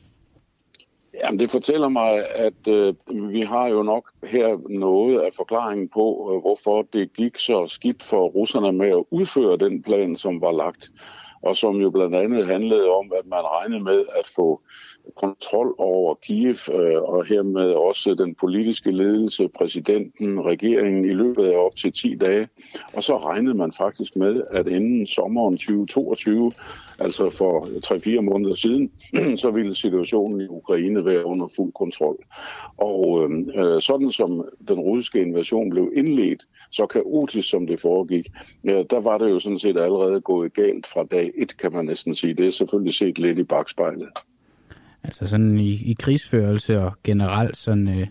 Speaker 14: Jamen, det fortæller mig, at øh, vi har jo nok her noget af forklaringen på, øh, hvorfor det gik så skidt for russerne med at udføre den plan, som var lagt, og som jo blandt andet handlede om, at man regnede med at få kontrol over Kiev, øh, og hermed også den politiske ledelse, præsidenten, regeringen i løbet af op til ti dage. Og så regnede man faktisk med, at inden sommeren tyve toogtyve, altså for tre fire måneder siden, så ville situationen i Ukraine være under fuld kontrol. Og øh, sådan som den russiske invasion blev indledt, så kaotisk som det foregik, ja, der var det jo sådan set allerede gået galt fra dag et, kan man næsten sige. Det er selvfølgelig set lidt i bagspejlet.
Speaker 2: Altså sådan i, i krigsførelse og generelt sådan øh,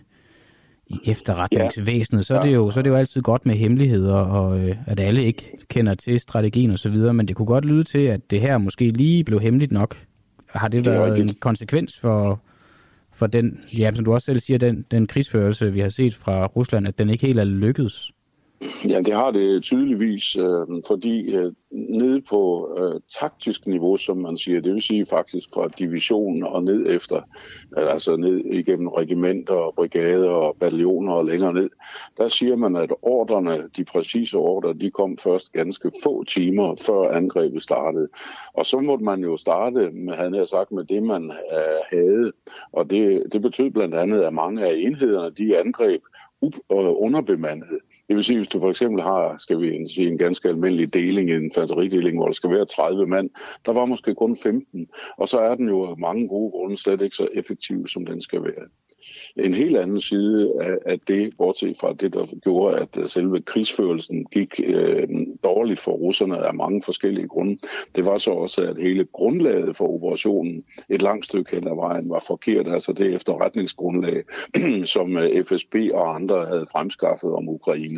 Speaker 2: i efterretningsvæsenet, ja. så, er det jo, så er det jo altid godt med hemmeligheder, og øh, at alle ikke kender til strategien og så videre, men det kunne godt lyde til, at det her måske lige blev hemmeligt nok. Har det, det været en konsekvens for, for den, ja, som du også selv siger, den, den krigsførelse, vi har set fra Rusland, at den ikke helt er lykkedes?
Speaker 14: Ja, det har det tydeligvis, øh, fordi øh, nede på øh, taktisk niveau, som man siger, det vil sige faktisk fra divisionen og ned efter, altså ned igennem regimenter og brigader og bataljoner og længere ned, der siger man, at ordrene, de præcise ordre, de kom først ganske få timer før angrebet startede. Og så måtte man jo starte, med, havde jeg sagt, med det, man øh, havde. Og det, det betød blandt andet, at mange af enhederne, de angreb underbemandet. Det vil sige, hvis du for eksempel har, skal vi sige, en ganske almindelig deling, en infanterideling, hvor der skal være tredive mand, der var måske kun femten, og så er den jo mange gode grunde slet ikke så effektiv, som den skal være. En helt anden side af, af det, bortset fra det, der gjorde, at selve krigsførelsen gik øh, dårligt for russerne af mange forskellige grunde, det var så også, at hele grundlaget for operationen et langt stykke hen ad vejen var forkert, altså det efterretningsgrundlag, som F S B og andre havde fremskaffet om Ukraine.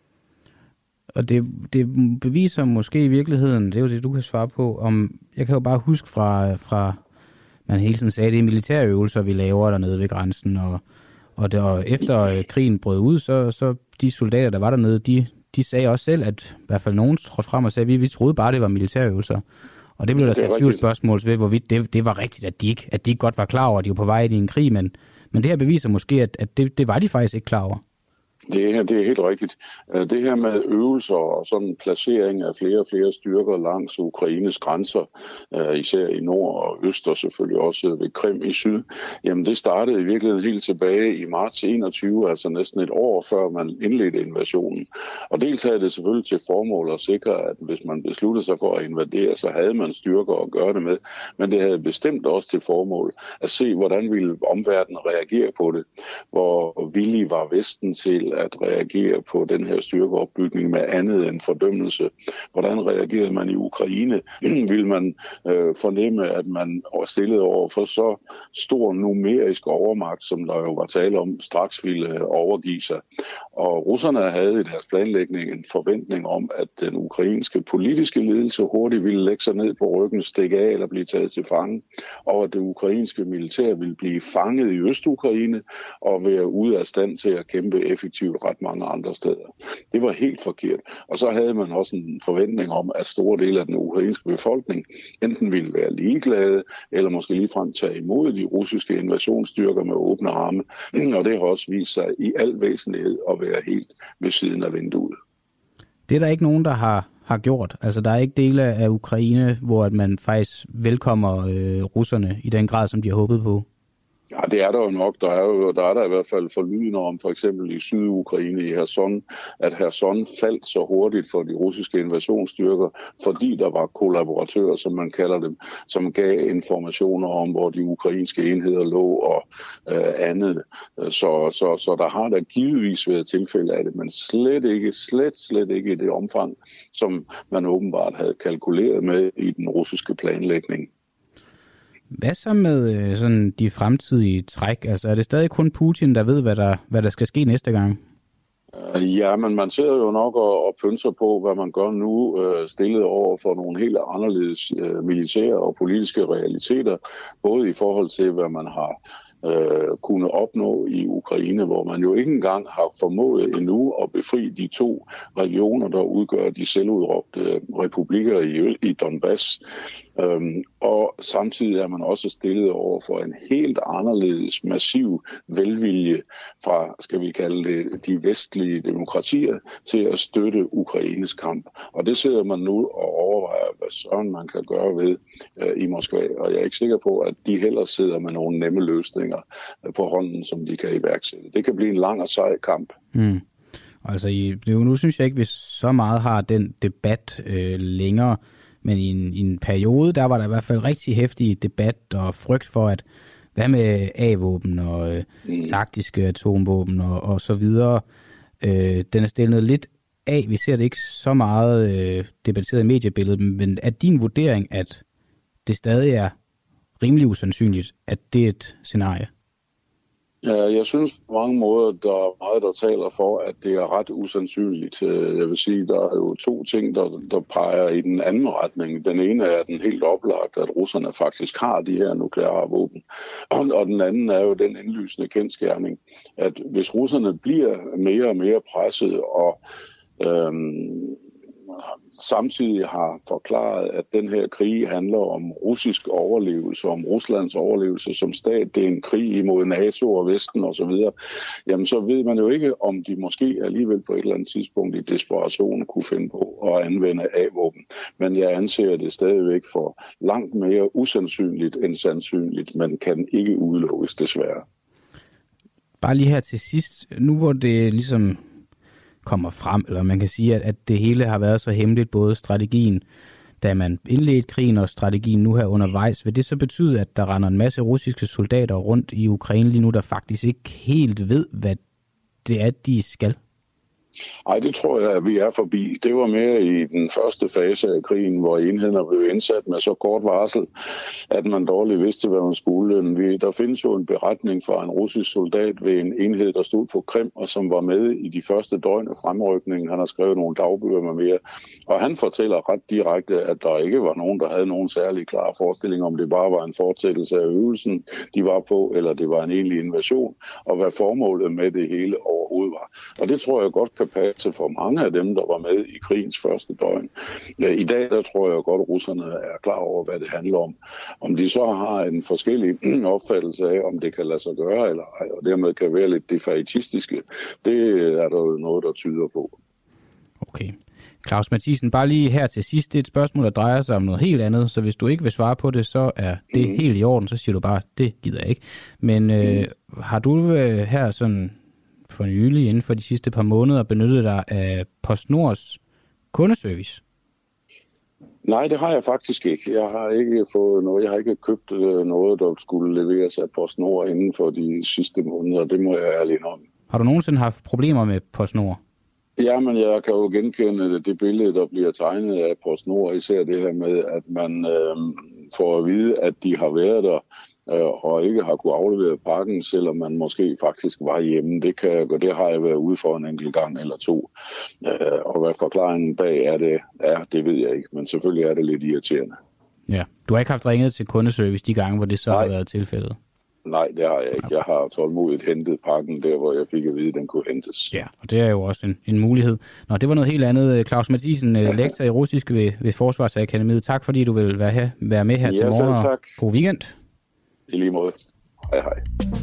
Speaker 2: Og det, det beviser måske i virkeligheden, det er jo det, du kan svare på, om jeg kan jo bare huske fra... fra man hele tiden sagde, at det er militære øvelser, vi laver dernede ved grænsen, og, og, der, og efter øh, krigen brød ud, så, så de soldater, der var dernede, de, de sagde også selv, at i hvert fald nogen trådte frem og sagde, at vi, vi troede bare, det var militære øvelser. Og det blev der sat syv spørgsmål ved, hvorvidt det, det var rigtigt, at de, ikke, at de ikke godt var klar over, at de var på vej ind i en krig, men, men det her beviser måske, at, at det, det var de faktisk ikke klar over.
Speaker 14: Det her, det er helt rigtigt. Det her med øvelser og sådan placering af flere og flere styrker langs Ukraines grænser, især i nord og øst og selvfølgelig også ved Krim i syd, jamen det startede i virkeligheden helt tilbage i marts enogtyve, altså næsten et år før man indledte invasionen. Og dels havde det selvfølgelig til formål at sikre, at hvis man besluttede sig for at invadere, så havde man styrker at gøre det med. Men det havde bestemt også til formål at se, hvordan ville omverdenen reagere på det. Hvor villig var Vesten til at reagere på den her styrkeopbygning med andet end fordømmelse. Hvordan reagerede man i Ukraine? Vil man øh, fornemme, at man var stillet over for så stor numerisk overmagt, som der jo var tale om, straks ville overgive sig. Og russerne havde i deres planlægning en forventning om, at den ukrainske politiske ledelse hurtigt ville lægge sig ned på ryggen, stikke af eller blive taget til fange, og at det ukrainske militær ville blive fanget i Øst-Ukraine og være ude af stand til at kæmpe effektivt tvivl ret mange andre steder. Det var helt forkert. Og så havde man også en forventning om, at store dele af den ukrainske befolkning enten ville være ligeglade, eller måske ligefrem tage imod de russiske invasionsstyrker med åbne arme. Og det har også vist sig i al væsentlighed at være helt ved siden af vinduet.
Speaker 2: Det er der ikke nogen, der har, har gjort. Altså, der er ikke dele af Ukraine, hvor at man faktisk velkommer øh, russerne i den grad, som de har håbet på.
Speaker 14: Ja, det er der jo nok. Der er, jo, der er der i hvert fald forlydende om, for eksempel i Sydukraine, i Kherson, at Kherson faldt så hurtigt for de russiske invasionsstyrker, fordi der var kollaboratører, som man kalder dem, som gav informationer om, hvor de ukrainske enheder lå og øh, andet. Så, så, så der har der givetvis været tilfælde af det, men slet ikke, slet, slet ikke i det omfang, som man åbenbart havde kalkuleret med i den russiske planlægning.
Speaker 2: Hvad så med øh, sådan de fremtidige træk? Altså er det stadig kun Putin, der ved, hvad der, hvad der skal ske næste gang?
Speaker 14: Ja, men man ser jo nok og, og pønser på, hvad man gør nu, øh, stillet over for nogle helt anderledes øh, militære og politiske realiteter, både i forhold til, hvad man har øh, kunne opnå i Ukraine, hvor man jo ikke engang har formået endnu at befri de to regioner, der udgør de selvudråbte republikker i, i Donbass. Øhm, og samtidig er man også stillet over for en helt anderledes massiv velvilje fra, skal vi kalde det, de vestlige demokratier til at støtte Ukraines kamp. Og det sidder man nu og overvejer, hvad sådan man kan gøre ved øh, i Moskva. Og jeg er ikke sikker på, at de heller sidder med nogle nemme løsninger øh, på hånden, som de kan iværksætte. Det kan blive en lang og sej kamp.
Speaker 2: Mm. Altså, i, nu synes jeg ikke, vi så meget har den debat øh, længere. Men i en, i en periode, der var der i hvert fald rigtig heftig debat og frygt for, at hvad med A-våben og øh, mm. taktiske atomvåben og, og så videre. Øh, den er stillet lidt af. Vi ser det ikke så meget øh, debatteret i mediebilledet, men er din vurdering, at det stadig er rimelig usandsynligt, at det er et scenarie?
Speaker 14: Ja, jeg synes på mange måder, der er meget, der taler for, at det er ret usandsynligt. Jeg vil sige, der er jo to ting, der, der peger i den anden retning. Den ene er den helt oplagt, at russerne faktisk har de her nukleare våben. Og, og den anden er jo den indlysende kendsgerning, at hvis russerne bliver mere og mere presset og øhm, samtidig har forklaret, at den her krig handler om russisk overlevelse, om Ruslands overlevelse som stat. Det er en krig imod NATO og Vesten osv. Jamen så ved man jo ikke, om de måske alligevel på et eller andet tidspunkt i desperation kunne finde på at anvende A-våben. Men jeg anser det stadigvæk for langt mere usandsynligt end sandsynligt, men kan ikke udelukkes desværre.
Speaker 2: Bare lige her til sidst, nu hvor det ligesom kommer frem, eller man kan sige, at, at det hele har været så hemmeligt, både strategien, da man indledte krigen, og strategien nu her undervejs. Vil det så betyde, at der render en masse russiske soldater rundt i Ukraine lige nu, der faktisk ikke helt ved, hvad det er, de skal?
Speaker 14: Nej, det tror jeg, at vi er forbi. Det var mere i den første fase af krigen, hvor enheder blev indsat med så kort varsel, at man dårligt vidste, hvad man skulle. Der findes jo en beretning fra en russisk soldat ved en enhed, der stod på Krim, og som var med i de første døgn af fremrykningen. Han har skrevet nogle dagbøger med mere. Og han fortæller ret direkte, at der ikke var nogen, der havde nogen særlig klar forestilling om, det bare var en fortsættelse af øvelsen, de var på, eller det var en egentlig invasion, og hvad formålet med det hele overhovedet var. Og det tror jeg godt kan passe for mange af dem, der var med i krigens første døgn. I dag, der tror jeg godt, at russerne er klar over, hvad det handler om. Om de så har en forskellig opfattelse af, om det kan lade sig gøre, eller ej, og dermed kan være lidt defaitistiske, det er der jo noget, der tyder på.
Speaker 2: Okay. Claus Mathisen, bare lige her til sidst, det er et spørgsmål, der drejer sig om noget helt andet, så hvis du ikke vil svare på det, så er det mm. helt i orden, så siger du bare, det gider jeg ikke. Men øh, mm. har du øh, her sådan for nylig inden for de sidste par måneder benyttet dig af PostNords kundeservice?
Speaker 14: Nej, det har jeg faktisk ikke. Jeg har ikke fået noget. Jeg har ikke købt noget, der skulle leveres af PostNord inden for de sidste måneder. Det må jeg ærligt om. Har
Speaker 2: du nogensinde haft problemer med PostNord?
Speaker 14: Ja, men jeg kan jo genkende det billede, der bliver tegnet af PostNord. Især det her med, at man øh, får at vide, at de har været der og ikke har kunne aflevere pakken, selvom man måske faktisk var hjemme. Det, kan, det har jeg været ude for en enkelt gang eller to. Og hvad forklaringen bag er det, er, det ved jeg ikke, men selvfølgelig er det lidt irriterende.
Speaker 2: Ja, du har ikke haft ringet til kundeservice de gange, hvor det så Nej. har været tilfældet?
Speaker 14: Nej, det har jeg ikke. Jeg har tålmodigt hentet pakken der, hvor jeg fik at vide, at den kunne hentes.
Speaker 2: Ja, og det er jo også en, en mulighed. Nå, det var noget helt andet. Claus Mathisen, ja. lektor i russisk ved, ved Forsvarsakademiet. Tak fordi du vil være, her, være med her ja, til morgen. Ja, tak. God weekend.
Speaker 14: I lige måde. Hej, hej.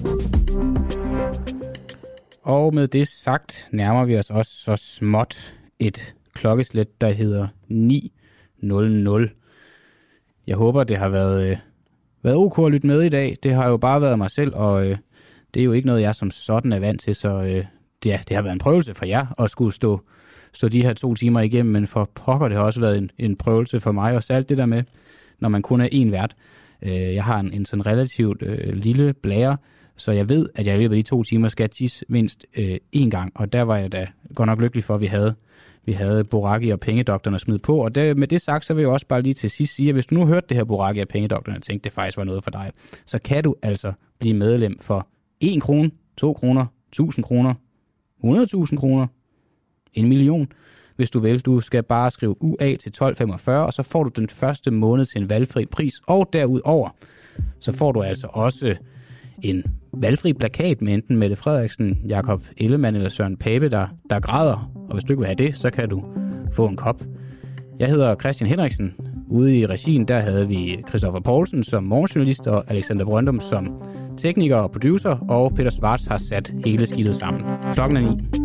Speaker 2: Og med det sagt nærmer vi os også så småt et klokkeslæt, der hedder ni nul nul. Jeg håber, det har været, øh, været ok at lytte med i dag. Det har jo bare været mig selv, og øh, det er jo ikke noget, jeg som sådan er vant til, så øh, ja, det har været en prøvelse for jer at skulle stå, stå de her to timer igennem, men for pokker, det har også været en, en prøvelse for mig, og særligt det der med, når man kun er én vært. Øh, jeg har en, en sådan relativt øh, lille blære, så jeg ved, at jeg i løbet af de to timer skal tisse mindst øh, én gang, og der var jeg da godt nok lykkelig for, at vi havde Vi havde Boraki og Pengedoktorerne smidt på, og det, med det sagt, så vil jeg også bare lige til sidst sige, at hvis du nu hørte det her Boraki og Pengedoktorerne og tænkte, det faktisk var noget for dig, så kan du altså blive medlem for en krone, to kroner, tusind kroner, hundrede tusind kroner, en million, hvis du vil. Du skal bare skrive U A til tolv femogfyrre, og så får du den første måned til en valgfri pris, og derudover, så får du altså også en valgfri plakat med enten Mette Frederiksen, Jakob Ellemann eller Søren Pape, der, der græder. Og hvis du ikke vil have det, så kan du få en kop. Jeg hedder Christian Henriksen. Ude i regien, der havde vi Christoffer Poulsen som morgenjournalist, og Alexander Brøndum som tekniker og producer, og Peter Schwartz har sat hele skidtet sammen. Klokken er ni.